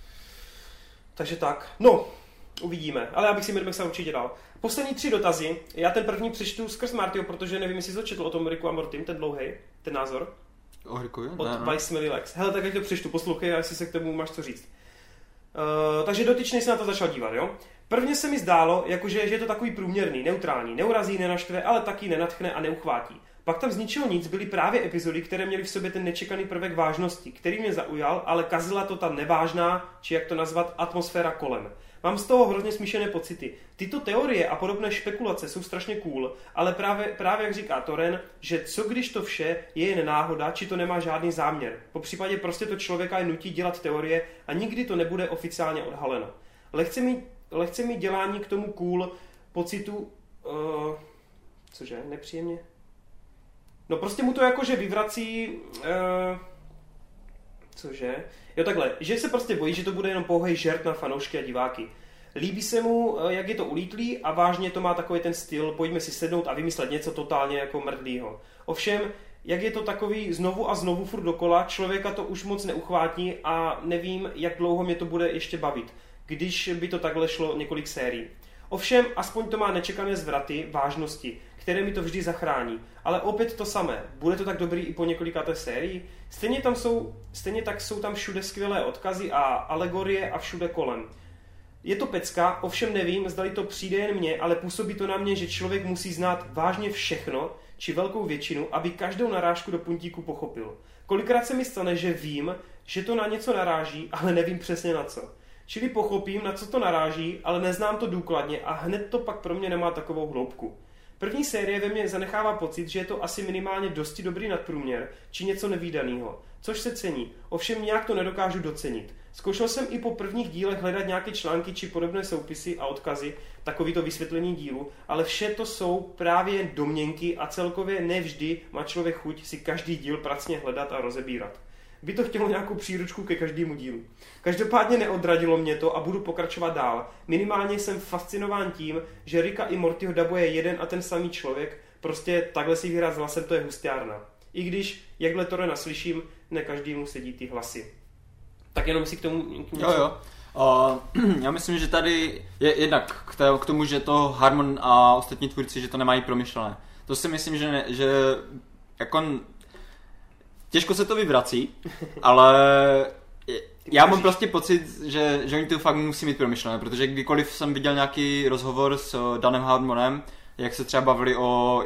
Speaker 1: Takže tak, no, uvidíme, ale já bych si Mad Maxa určitě dal. Poslední 3 dotazy, já ten první přečtu skrz Martyho, protože nevím, jestli jsi to četl o tom Ricku a Mortym, ten dlouhej, ten názor.
Speaker 3: O Rickovi?
Speaker 1: Od By Smelly Legs. Hele, tak jak to přečtu, poslouchej a jestli se k tomu máš co říct. Takže dotyčný se na to začal dívat, jo. Prvně se mi zdálo, jakože, že je to takový průměrný, neutrální, neurazí, nenaštve, ale taky nenadchne a neuchvátí. Pak tam z ničeho nic byly právě epizody, které měly v sobě ten nečekaný prvek vážnosti, který mě zaujal, ale kazila to ta nevážná, či jak to nazvat, atmosféra kolem. Mám z toho hrozně smíšené pocity. Tyto teorie a podobné špekulace jsou strašně cool, ale právě jak říká Toren, že co když to vše je jen náhoda, či to nemá žádný záměr. Po případě prostě to člověka je nutí dělat teorie a nikdy to nebude oficiálně odhaleno. Lehce mi dělání k tomu cool pocitu... cože? Nepříjemně? No prostě mu to jakože vyvrací... cože? Jo takhle, že se prostě bojí, že to bude jenom pouhej žert na fanoušky a diváky. Líbí se mu, jak je to ulítlý a vážně to má takový ten styl, pojďme si sednout a vymyslet něco totálně jako mrdlýho. Ovšem, jak je to takový znovu a znovu furt dokola, člověka to už moc neuchvátí a nevím, jak dlouho mě to bude ještě bavit, když by to takhle šlo několik sérií. Ovšem, aspoň to má nečekané zvraty, vážnosti, které mi to vždy zachrání. Ale opět to samé. Bude to tak dobrý i po několikáté sérii? Stejně tak jsou tam všude skvělé odkazy a alegorie a všude kolem. Je to pecka, ovšem nevím, zdali to přijde jen mně, ale působí to na mě, že člověk musí znát vážně všechno, či velkou většinu, aby každou narážku do puntíku pochopil. Kolikrát se mi stane, že vím, že to na něco naráží, ale nevím přesně na co. Čili pochopím, na co to naráží, ale neznám to důkladně a hned to pak pro mě nemá takovou hloubku. První série ve mně zanechává pocit, že je to asi minimálně dosti dobrý nadprůměr, či něco nevídaného, což se cení, ovšem nějak to nedokážu docenit. Zkoušel jsem i po prvních dílech hledat nějaké články či podobné soupisy a odkazy, takovýto vysvětlení dílu, ale vše to jsou právě jen domněnky a celkově nevždy má člověk chuť si každý díl pracně hledat a rozebírat. by to chtělo nějakou příručku ke každému dílu. Každopádně neodradilo mě to a budu pokračovat dál. Minimálně jsem fascinován tím, že Ricka i Mortyho dabuje jeden a ten samý člověk, prostě takhle si vyhrát s hlasem, to je hustárna. I když, jakhle to naslyším, ne každému sedí ty hlasy. Tak jenom si k tomu...
Speaker 3: Jo. Já myslím, že tady je jednak k tomu, že to Harmon a ostatní tvůrci, že to nemají promyšlené. To si myslím, že jako těžko se to vyvrací, ale já mám prostě pocit, že oni to fakt musí mít promyšlené, protože kdykoliv jsem viděl nějaký rozhovor s Danem Harmonem, jak se třeba bavili o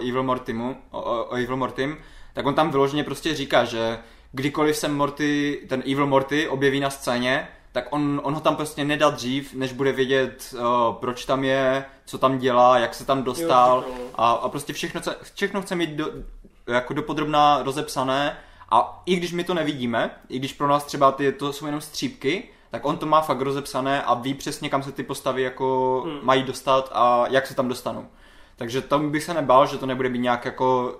Speaker 3: Evil Mortym, tak on tam vyloženě prostě říká, že kdykoliv se ten Evil Morty objeví na scéně, tak on ho tam prostě nedá dřív, než bude vědět, proč tam je, co tam dělá, jak se tam dostal a prostě všechno chce mít dopodrobná rozepsané a i když my to nevidíme, i když pro nás třeba to jsou jenom střípky, tak on to má fakt rozepsané a ví přesně, kam se ty postavy jako mají dostat a jak se tam dostanou. Takže tam bych se nebál, že to nebude být nějak jako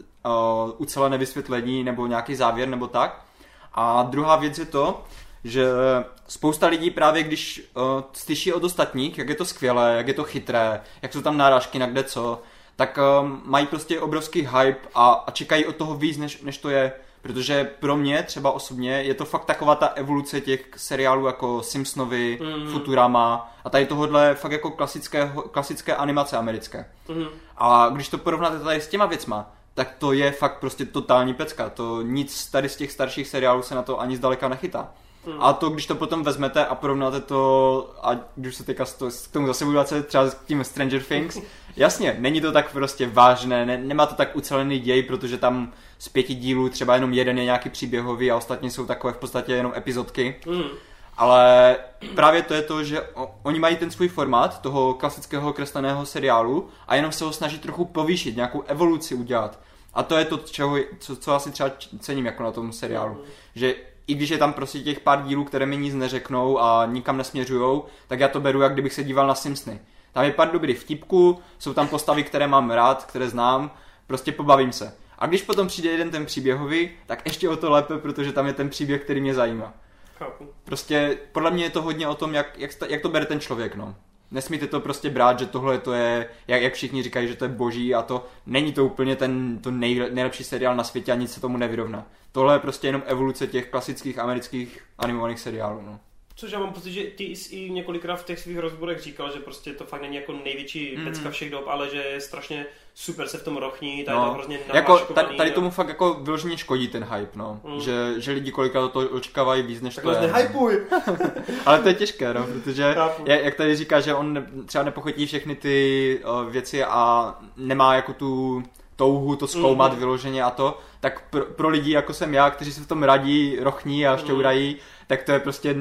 Speaker 3: ucelené vysvětlení nebo nějaký závěr nebo tak. A druhá věc je to, že spousta lidí právě když slyší od ostatních, jak je to skvělé, jak je to chytré, jak jsou tam náražky na kde co, tak mají prostě obrovský hype a čekají od toho víc, než to je. Protože pro mě třeba osobně je to fakt taková ta evoluce těch seriálů jako Simpsonovi, Futurama a tady tohodle fakt jako klasické animace americké. A když to porovnáte tady s těma věcma, tak to je fakt prostě totální pecka. To nic tady z těch starších seriálů se na to ani zdaleka nechytá. A to, když to potom vezmete a porovnáte to, a když se teďka k tomu zase budu třeba s tím Stranger Things, jasně, není to tak prostě vážné, nemá to tak ucelený děj, protože tam z 5 dílů třeba jenom jeden je nějaký příběhový a ostatní jsou takové v podstatě jenom epizodky. Ale právě to je to, že oni mají ten svůj formát toho klasického kresleného seriálu a jenom se ho snaží trochu povýšit, nějakou evoluci udělat. A to je to, co asi třeba cením jako na tom seriálu. Že i když je tam prostě těch pár dílů, které mi nic neřeknou a nikam nesměřujou, tak já to beru, jak kdybych se díval na Simpsony. Tam je pár dobrých vtipků, jsou tam postavy, které mám rád, které znám, prostě pobavím se. A když potom přijde jeden ten příběhový, tak ještě o to lépe, protože tam je ten příběh, který mě zajímá.
Speaker 1: Chápu.
Speaker 3: Prostě podle mě je to hodně o tom, jak to bere ten člověk, no. Nesmíte to prostě brát, že tohle to je, jak všichni říkají, že to je boží a to není to úplně to nejlepší seriál na světě a nic se tomu nevyrovná. Tohle je prostě jenom evoluce těch klasických amerických animovaných seriálů, no.
Speaker 1: Což já mám pocit, že ty jsi i několikrát v těch svých rozborech říkal, že prostě to fakt není jako největší pecka všech dob, ale že je strašně super se v tom rochní, tady to hrozně navážkovaný.
Speaker 3: Jako tady tomu fakt jako vyloženě škodí ten hype, no. Že lidi kolikrát to očekávají víc, než
Speaker 1: tak
Speaker 3: to je.
Speaker 1: Tak nehypuj!
Speaker 3: Ale to je těžké, no, protože jak tady říká, že on třeba nepochopí všechny ty věci a nemá jako tu touhu to zkoumat vyloženě a to, tak pro lidi jako jsem já, kteří se v tom radí, rochní a šťourají, tak to je prostě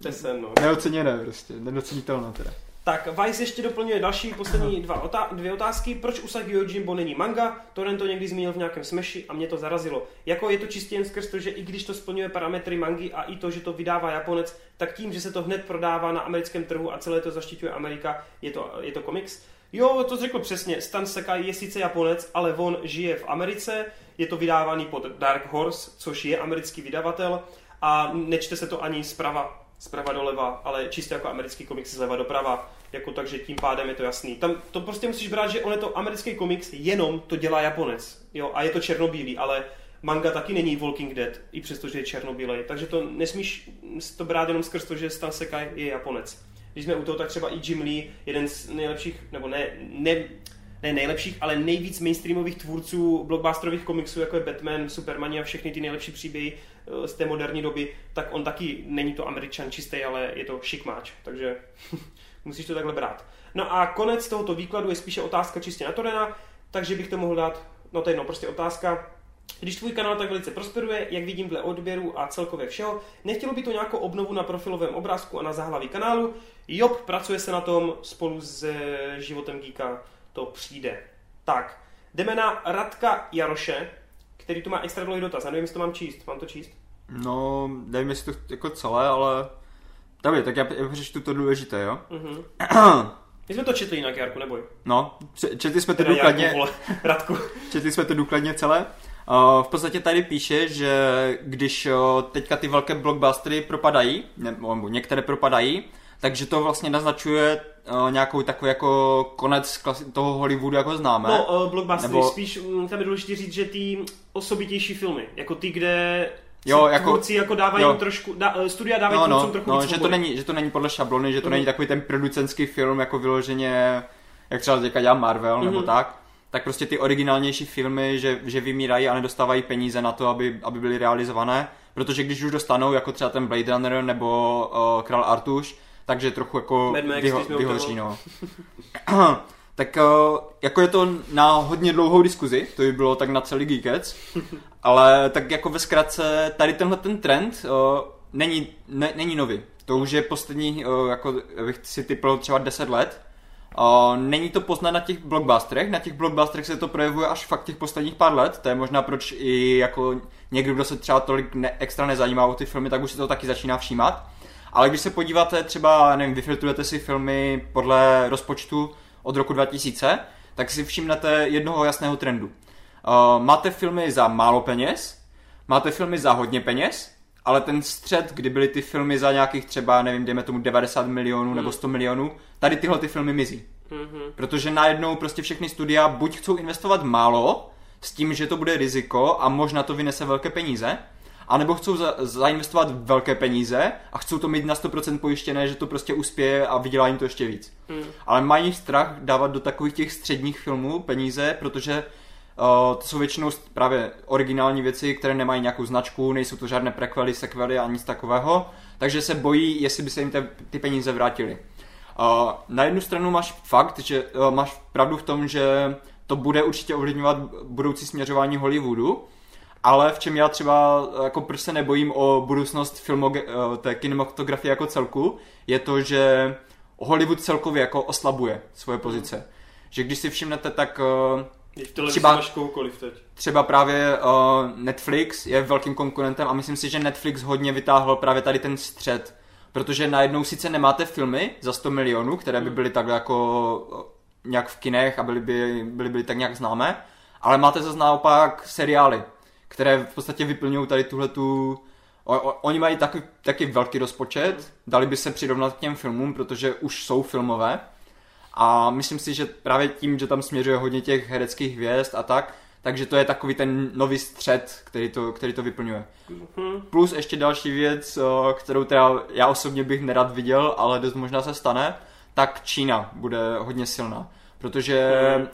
Speaker 3: neoceněné prostě, nedocenitelné teda.
Speaker 1: Tak Vice ještě doplňuje další poslední dvě otázky. Proč Usagi Yojimbo není manga? Toren to někdy zmínil v nějakém Smashi a mě to zarazilo. Jako je to čistě jen skrz to, že i když to splňuje parametry mangy a i to, že to vydává Japonec, tak tím, že se to hned prodává na americkém trhu a celé to zaštiťuje Amerika, je to komiks. Jo, to řekl přesně. Stan Sakai je sice Japonec, ale on žije v Americe, je to vydávaný pod Dark Horse, což je americký vydavatel a nečte se to ani zprava doleva, ale čistě jako americký komiks zleva doprava, jako takže tím pádem je to jasný. Tam to prostě musíš brát, že on je to americký komiks, jenom to dělá Japonec, jo, a je to černobílý, ale manga taky není Walking Dead, i přesto, že je černobílej, takže to nesmíš to brát jenom skrz to, že Stan Sakai je Japonec. Když jsme u toho, tak třeba i Jim Lee, jeden z nejlepších, nebo ne nejlepších, ale nejvíc mainstreamových tvůrců blockbusterových komiksů, jako je Batman, Superman a všechny ty nejlepší příběhy z té moderní doby, tak on taky není to Američan čistý, ale je to šikmáč, takže musíš to takhle brát. No a konec tohoto výkladu je spíše otázka čistě na Torena, takže bych to mohl dát, no to je prostě otázka. Když tvůj kanál tak velice prosperuje, jak vidím dle odběru a celkově všeho, nechtělo by to nějakou obnovu na profilovém obrázku a na záhlaví kanálu? Job, pracuje se na tom spolu s Životem Geeka, to přijde. Tak, jdeme na Radka Jaroše, který tu má extra dlouhý dotaz. Já nevím, jestli to mám číst. Mám to číst?
Speaker 3: No, nevím, jestli to jako celé, ale... Dobře, tak já přečtu to důležité, jo?
Speaker 1: My jsme to četli jinak, Jarku, neboj.
Speaker 3: No, četli jsme to důkladně...
Speaker 1: Radku.
Speaker 3: Četli jsme to důkladně celé. V podstatě tady píše, že když teďka ty velké blockbustery propadají, nebo některé propadají, takže to vlastně naznačuje nějakou takový jako konec toho Hollywoodu, jako známe.
Speaker 1: No, blockbustery, spíš tam je důležité říct, že ty osobitější filmy, jako ty, kde tvůrci jako dávají trošku, studia dávají tvůrcům trochu víc svobody.
Speaker 3: Že to není podle šablony, že to není takový ten producentský film, jako vyloženě, jak třeba teďka dělá Marvel, nebo tak prostě ty originálnější filmy, že vymírají a nedostávají peníze na to, aby byly realizované, protože když už dostanou, jako třeba ten Blade Runner nebo Král Artuš, takže trochu jako vyhoří, no. Tak jako je to na hodně dlouhou diskuzi, to by bylo tak na celý Geekec, ale tak jako ve zkratce, tady tenhle ten trend není nový. To už je poslední, jako bych si typl třeba 10 let. Není to poznat na těch blockbusterech se to projevuje až fakt těch posledních pár let, to je možná proč i jako někdo, kdo se třeba tolik extra nezajímá o ty filmy, tak už se to taky začíná všímat. Ale když se podíváte třeba, nevím, vyfiltrujete si filmy podle rozpočtu od roku 2000, tak si všimnete jednoho jasného trendu. Máte filmy za málo peněz, máte filmy za hodně peněz, ale ten střed, kdy byly ty filmy za nějakých třeba, nevím, dejme tomu 90 milionů nebo 100 milionů, tady tyhle ty filmy mizí. Protože najednou prostě všechny studia buď chcou investovat málo, s tím, že to bude riziko a možná to vynese velké peníze, anebo chcou zainvestovat velké peníze a chcou to mít na 100% pojištěné, že to prostě uspěje a vydělá jim to ještě víc. Ale mají strach dávat do takových těch středních filmů peníze, protože to jsou většinou právě originální věci, které nemají nějakou značku, nejsou to žádné prequely, sequely a nic takového, takže se bojí, jestli by se jim ty peníze vrátily. Na jednu stranu máš fakt, že máš pravdu v tom, že to bude určitě ovlivňovat budoucí směřování Hollywoodu, ale v čem já třeba, jako proč se nebojím o budoucnost té kinematografie jako celku, je to, že Hollywood celkově jako oslabuje svoje pozice. Že když si všimnete, tak třeba právě Netflix je velkým konkurentem a myslím si, že Netflix hodně vytáhl právě tady ten střed, protože najednou sice nemáte filmy za 100 milionů, které by byly takhle jako nějak v kinech a byly tak nějak známé, ale máte zase naopak seriály, které v podstatě vyplňují tady tuhletu. Oni mají taky velký rozpočet, dali by se přirovnat k těm filmům, protože už jsou filmové. A myslím si, že právě tím, že tam směřuje hodně těch hereckých hvězd a tak, takže to je takový ten nový střed, který to vyplňuje. Plus ještě další věc, kterou teda já osobně bych nerad viděl, ale dost možná se stane, tak Čína bude hodně silná. Protože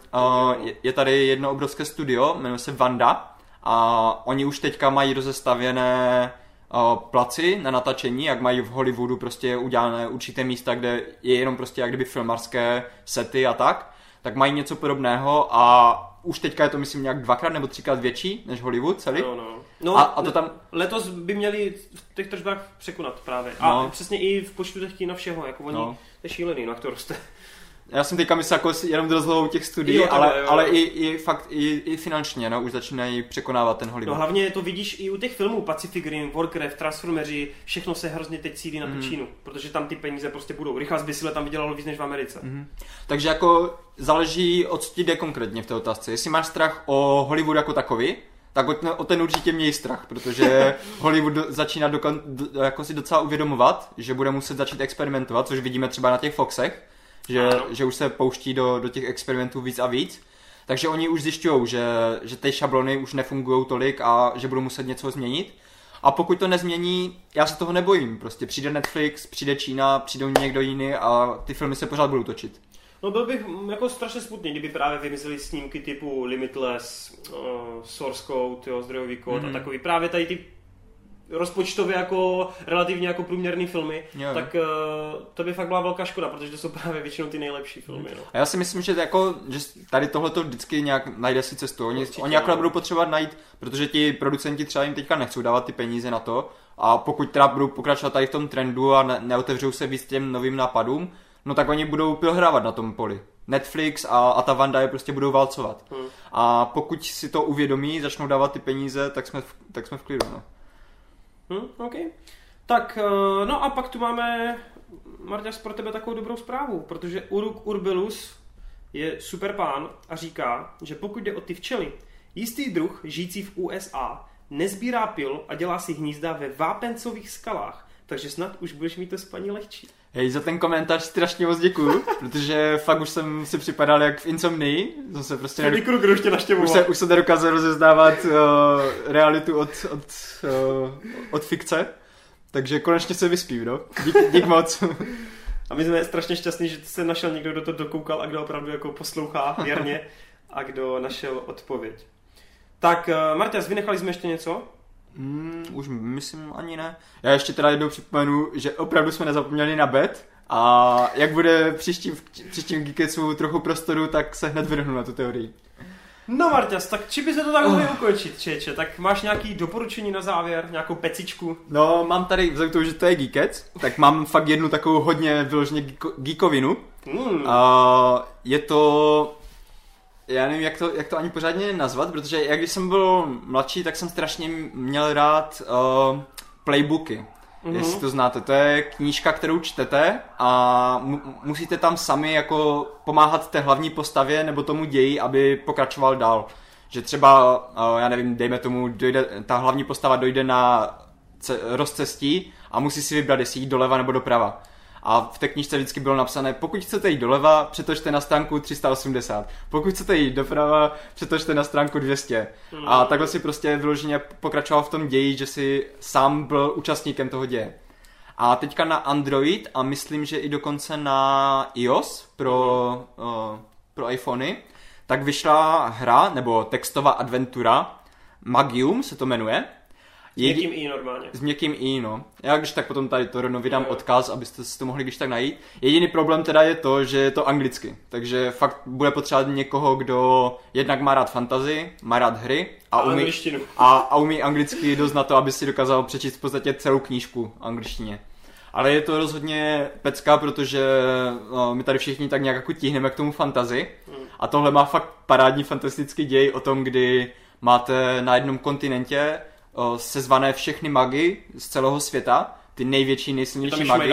Speaker 3: je tady jedno obrovské studio, jmenuje se Wanda, a oni už teďka mají rozestavěné placi na natačení, jak mají v Hollywoodu prostě udělané určité místa, kde je jenom prostě jak kdyby filmarské sety a tak mají něco podobného a už teďka je to myslím nějak 2x nebo 3x větší než Hollywood celý.
Speaker 1: No, a to tam letos by měli v těch tržbách překonat právě. A přesně i v počtu těch kina všeho, jako oni, to je šílený, jak to roste.
Speaker 3: Já jsem teďka myslel jako jenom rozlohou těch studií, ale i fakt i finančně, už začínají překonávat ten Hollywood.
Speaker 1: No hlavně to vidíš i u těch filmů, Pacific Rim, Warcraft, Transformeri, všechno se hrozně teď cílí na tu Čínu, protože tam ty peníze prostě budou. Rychlá zbysile tam vydělalo víc než v Americe.
Speaker 3: Takže jako záleží, o co ti jde konkrétně v té otázce. Jestli máš strach o Hollywood jako takový, tak o ten určitě měj strach, protože Hollywood začíná jako si docela uvědomovat, že bude muset začít experimentovat, což vidíme třeba na těch Foxech, že už se pouští do těch experimentů víc a víc. Takže oni už zjišťují, že ty šablony už nefungují tolik a že budou muset něco změnit. A pokud to nezmění, já se toho nebojím. Prostě přijde Netflix, přijde Čína, přijde někdo jiný a ty filmy se pořád budou točit.
Speaker 1: No byl bych jako strašně smutný, kdyby právě vymysleli snímky typu Limitless, Source Code, zdrojový kód a takový. Právě tady ty rozpočtově jako relativně jako průměrný filmy, tak to by fakt byla velká škoda, protože to jsou právě většinou ty nejlepší filmy. No.
Speaker 3: A já si myslím, že tady tohleto vždycky nějak najde si cestu. Oni akorát budou potřebovat najít, protože ti producenti třeba jim teďka nechcou dávat ty peníze na to a pokud teda budou pokračovat tady v tom trendu a neotevřou se víc těm novým nápadům, no tak oni budou pilhrávat na tom poli. Netflix a ta Wanda je prostě budou válcovat. A pokud si to uvědomí, začnou dávat ty peníze, tak jsme v klidu. No.
Speaker 1: OK. Tak, no a pak tu máme, Marťas, pro tebe takovou dobrou zprávu, protože Uruk Urbelus je super pán a říká, že pokud jde o ty včely, Jistý druh, žijící v USA, nezbírá pil a dělá si hnízda ve vápencových skalách, takže snad už budeš mít to spaní lehčí.
Speaker 3: Hej, za ten komentář strašně moc děkuju, protože fakt už jsem si připadal jak v Insomnii. Zase prostě už se nedokázal rozeznávat realitu od fikce. Takže konečně se vyspím, no. Dík moc.
Speaker 1: A my jsme strašně šťastní, že se našel někdo, kdo to dokoukal a kdo opravdu jako poslouchá věrně a kdo našel odpověď. Tak, Marťas, vynechali jsme ještě něco?
Speaker 3: Už myslím ani ne. Já ještě teda jednou připomenu, že opravdu jsme nezapomněli na bet a jak bude příštím Geeketsu trochu prostoru, tak se hned vrhnu na tu teorii.
Speaker 1: No Marťas, tak či by se to tak mohli ukončit, čeče? Tak máš nějaký doporučení na závěr, nějakou pecičku?
Speaker 3: No, mám tady, vzhledem k tomu, že to je Geekets, tak mám fakt jednu takovou hodně vyloženě geekovinu. Je to... Já nevím, jak to ani pořádně nazvat, protože jak když jsem byl mladší, tak jsem strašně měl rád playbooky. Jestli to znáte. To je knížka, kterou čtete a musíte tam sami jako pomáhat té hlavní postavě nebo tomu ději, aby pokračoval dál. Že třeba, já nevím, dejme tomu, ta hlavní postava dojde na rozcestí a musí si vybrat, jestli jít doleva nebo doprava. A v té knížce vždycky bylo napsané, pokud chcete jít doleva, přetočte na stránku 380. Pokud chcete jít doprava, přetočte na stránku 200. A takhle si prostě vyloženě pokračoval v tom ději, že si sám byl účastníkem toho děje. A teďka na Android a myslím, že i dokonce na iOS pro iPhony, tak vyšla hra, nebo textová adventura, Magium se to jmenuje.
Speaker 1: S měkkým i normálně.
Speaker 3: S měkkým i, no. Já když tak potom tady to rovnou vydám odkaz, abyste si to mohli když tak najít. Jediný problém teda je to, že je to anglicky. Takže fakt bude potřebovat někoho, kdo jednak má rád fantasy, má rád hry a umí anglicky dost na to, aby si dokázal přečíst v podstatě celou knížku angličtině. Ale je to rozhodně pecka, protože my tady všichni tak nějak jako tíhneme k tomu fantasy. A tohle má fakt parádní fantastický děj o tom, kdy máte na jednom kontinentě sezvané všechny magy z celého světa, ty největší, nejsilnější magy.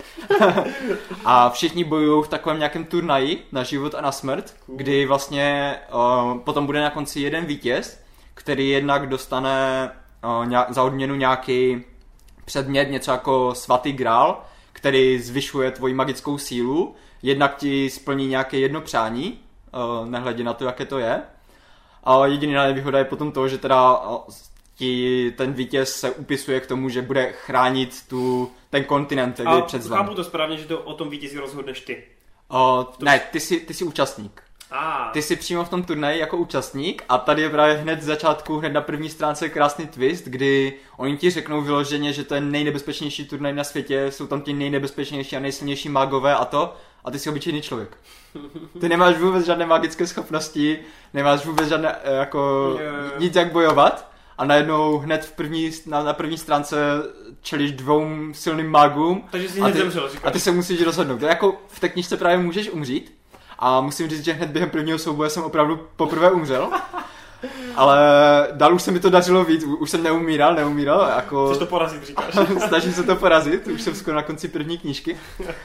Speaker 3: A všichni bojují v takovém nějakém turnaji na život a na smrt, kdy vlastně potom bude na konci jeden vítěz, který jednak dostane za odměnu nějaký předmět, něco jako svatý grál, který zvyšuje tvoji magickou sílu, jednak ti splní nějaké jedno přání, nehledě na to, jaké to je. A jediná nevýhoda je potom to, že teda ten vítěz se upisuje k tomu, že bude chránit ten kontinent, který je předzvan.
Speaker 1: Chápu to správně, že to o tom vítězi rozhodneš ty.
Speaker 3: Ne, ty jsi účastník. Ty jsi přímo v tom turnaji jako účastník a tady je právě hned z začátku, hned na první stránce krásný twist, kdy oni ti řeknou vyloženě, že to je nejnebezpečnější turnaj na světě, jsou tam ti nejnebezpečnější a nejsilnější magové a ty jsi obyčejný člověk. Ty nemáš vůbec žádné magické schopnosti, nemáš vůbec žádné nic jak bojovat. A najednou hned na první stránce čelíš dvou silným magům.
Speaker 1: Takže jsi hned zemřel, říkáš.
Speaker 3: A ty se musíš rozhodnout. To jako v té knížce právě můžeš umřít. A musím říct, že hned během prvního souboje jsem opravdu poprvé umřel. Ale dál už se mi to dařilo víc. Už jsem neumíral. Jako...
Speaker 1: Chceš to porazit, říkáš.
Speaker 3: Snažím se to porazit. Už jsem skoro na konci první knížky.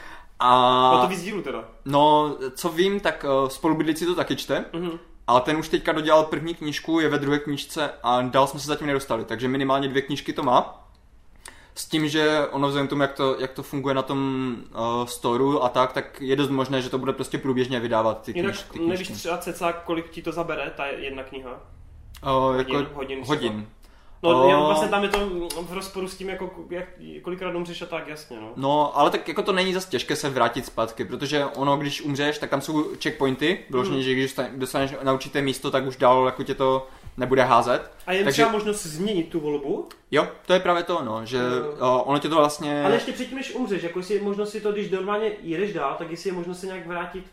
Speaker 1: A to víc dílu teda.
Speaker 3: No, co vím, tak spolubydlící to taky čte. Ale ten už teďka dodělal první knížku, je ve druhé knížce a dál jsme se zatím nedostali. Takže minimálně 2 knížky to má. S tím, že ono vzhledem tomu, jak to funguje na tom storu a tak je dost možné, že to bude prostě průběžně vydávat ty knížky.
Speaker 1: Jinak nevíš třeba cca, kolik ti to zabere, ta jedna kniha?
Speaker 3: Hodin.
Speaker 1: No, jenom vlastně tam je to v rozporu s tím, jako kolikrát umřeš a tak, jasně, no.
Speaker 3: No, ale tak jako to není zas těžké se vrátit zpátky, protože ono, když umřeš, tak tam jsou checkpointy, vyloženě, že když dostaneš na určité místo, tak už dál jako tě to nebude házet.
Speaker 1: A je třeba možnost změnit tu volbu?
Speaker 3: Jo, to je právě to, no, že ono tě to vlastně...
Speaker 1: Ale ještě předtím, než umřeš, jako jestli je možnost si to, když normálně jedeš dál, tak jestli je možnost se nějak vrátit?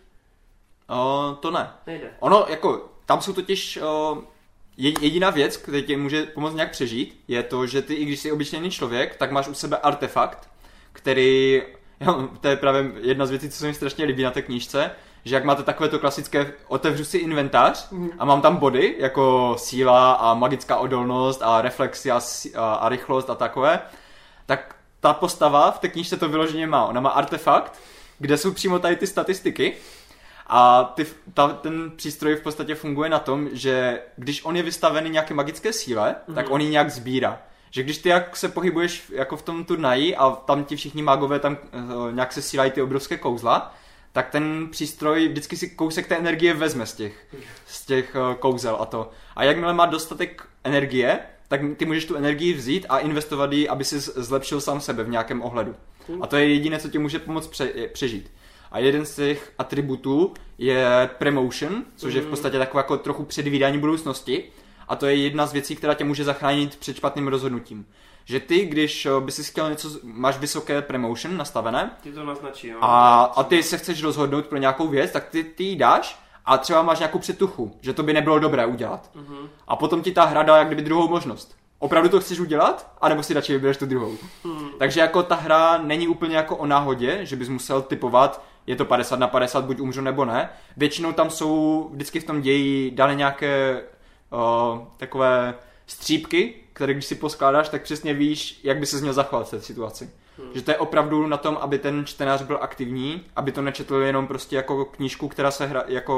Speaker 3: To ne.
Speaker 1: Nejde.
Speaker 3: Ono, jako, tam jsou totiž... Jediná věc, která tě může pomoct nějak přežít, je to, že ty, i když jsi obyčejný člověk, tak máš u sebe artefakt, který, to je právě jedna z věcí, co se mi strašně líbí na té knížce, že jak máte takovéto klasické, otevřu si inventář a mám tam body, jako síla a magická odolnost a reflexy a rychlost a takové, tak ta postava v té knížce to vyloženě má. Ona má artefakt, kde jsou přímo tady ty statistiky A ten přístroj v podstatě funguje na tom, že když on je vystavený nějaké magické síle, tak on ji nějak sbírá. Že když ty jak se pohybuješ jako v tom turnaji a tam ti všichni mágové tam nějak se sílají ty obrovské kouzla, tak ten přístroj vždycky si kousek té energie vezme z těch kouzel a to. A jakmile má dostatek energie, tak ty můžeš tu energii vzít a investovat ji, aby si zlepšil sám sebe v nějakém ohledu. A to je jediné, co ti může pomoct přežít. A jeden z těch atributů je Premotion, což je v podstatě takové jako trochu předvídání budoucnosti. A to je jedna z věcí, která tě může zachránit před špatným rozhodnutím. Že ty, když by si chtěl něco, máš vysoké Premotion nastavené.
Speaker 1: Ty to naznačí, jo.
Speaker 3: A ty se chceš rozhodnout pro nějakou věc, tak ty ji dáš a třeba máš nějakou předtuchu, že to by nebylo dobré udělat. A potom ti ta hra dá jak kdyby druhou možnost. Opravdu to chceš udělat? A nebo si radši vybereš tu druhou. Takže jako ta hra není úplně jako o náhodě, že bys musel typovat, je to 50/50, buď umřu nebo ne. Většinou tam jsou vždycky v tom ději dány nějaké takové střípky, které když si poskládáš, tak přesně víš, jak by se měl zachovat v té situaci. Že to je opravdu na tom, aby ten čtenář byl aktivní, aby to nečetl jenom prostě jako knížku, která se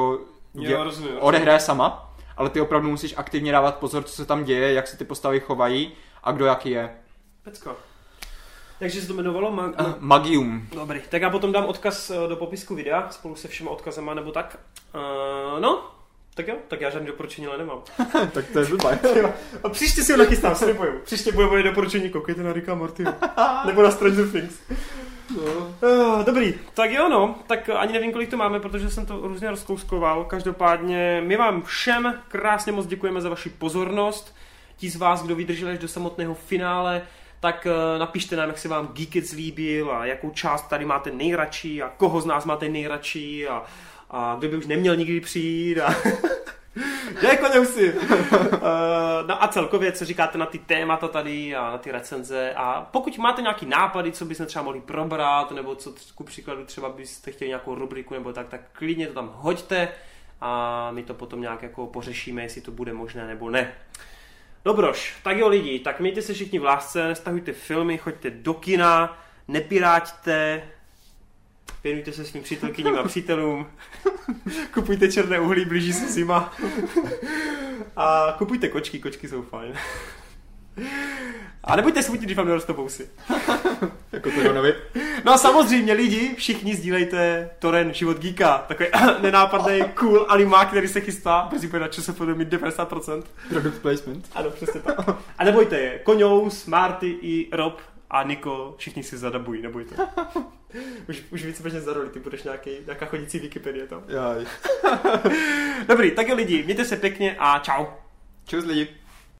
Speaker 3: odehraje sama, ale ty opravdu musíš aktivně dávat pozor, co se tam děje, jak se ty postavy chovají a kdo jaký je.
Speaker 1: Pecko. Takže se to jmenovalo
Speaker 3: Magium.
Speaker 1: Dobrý, tak já potom dám odkaz do popisku videa spolu se všema odkazama nebo tak. Tak jo, tak já žádný doporučení ale nemám.
Speaker 3: Tak to je blbé.
Speaker 1: A příště si ho nachystám, slibuju. Příště bude moje doporučení, koukejte na Ricka Mortyho. Nebo na Stranger Things. No. Dobrý, tak jo no, tak ani nevím, kolik to máme, protože jsem to různě rozkouskoval. Každopádně my vám všem krásně moc děkujeme za vaši pozornost. Ti z vás, kdo vydrželi až do samotného finále, tak napište nám, jak se vám Geekets líbil a jakou část tady máte nejradši a koho z nás máte nejradši a kdo by už neměl nikdy přijít a... No a celkově, co říkáte na ty témata tady a na ty recenze a pokud máte nějaký nápady, co byste třeba mohli probrat, nebo co ku příkladu třeba byste chtěli nějakou rubriku nebo tak klidně to tam hoďte a my to potom nějak jako pořešíme, jestli to bude možné nebo ne. Dobroš, tak jo lidi, tak mějte se všichni v lásce, nestahujte filmy, choďte do kina, nepiráťte, věnujte se svým přítelkyním a přítelům, kupujte černé uhlí, blíží se zima a kupujte kočky jsou fajn. A nebuďte smutní, když vám nerostou vousy.
Speaker 3: Jako to Jonovi.
Speaker 1: No a samozřejmě lidi, všichni sdílejte Toren Život Geeka, takový nenápadný cool animák, který se chystá, brzy bude na čase podle mít 90%.
Speaker 3: Product placement.
Speaker 1: Ano, přesně tak. A nebojte je, Koňous, Marty i Rob a Niko, všichni si zadabují, nebojte. Už víceméně za roli, ty budeš nějaká chodící Wikipedie tam.
Speaker 3: Jaj.
Speaker 1: Dobrý, tak jo lidi, mějte se pěkně a čau.
Speaker 3: Čus lidi.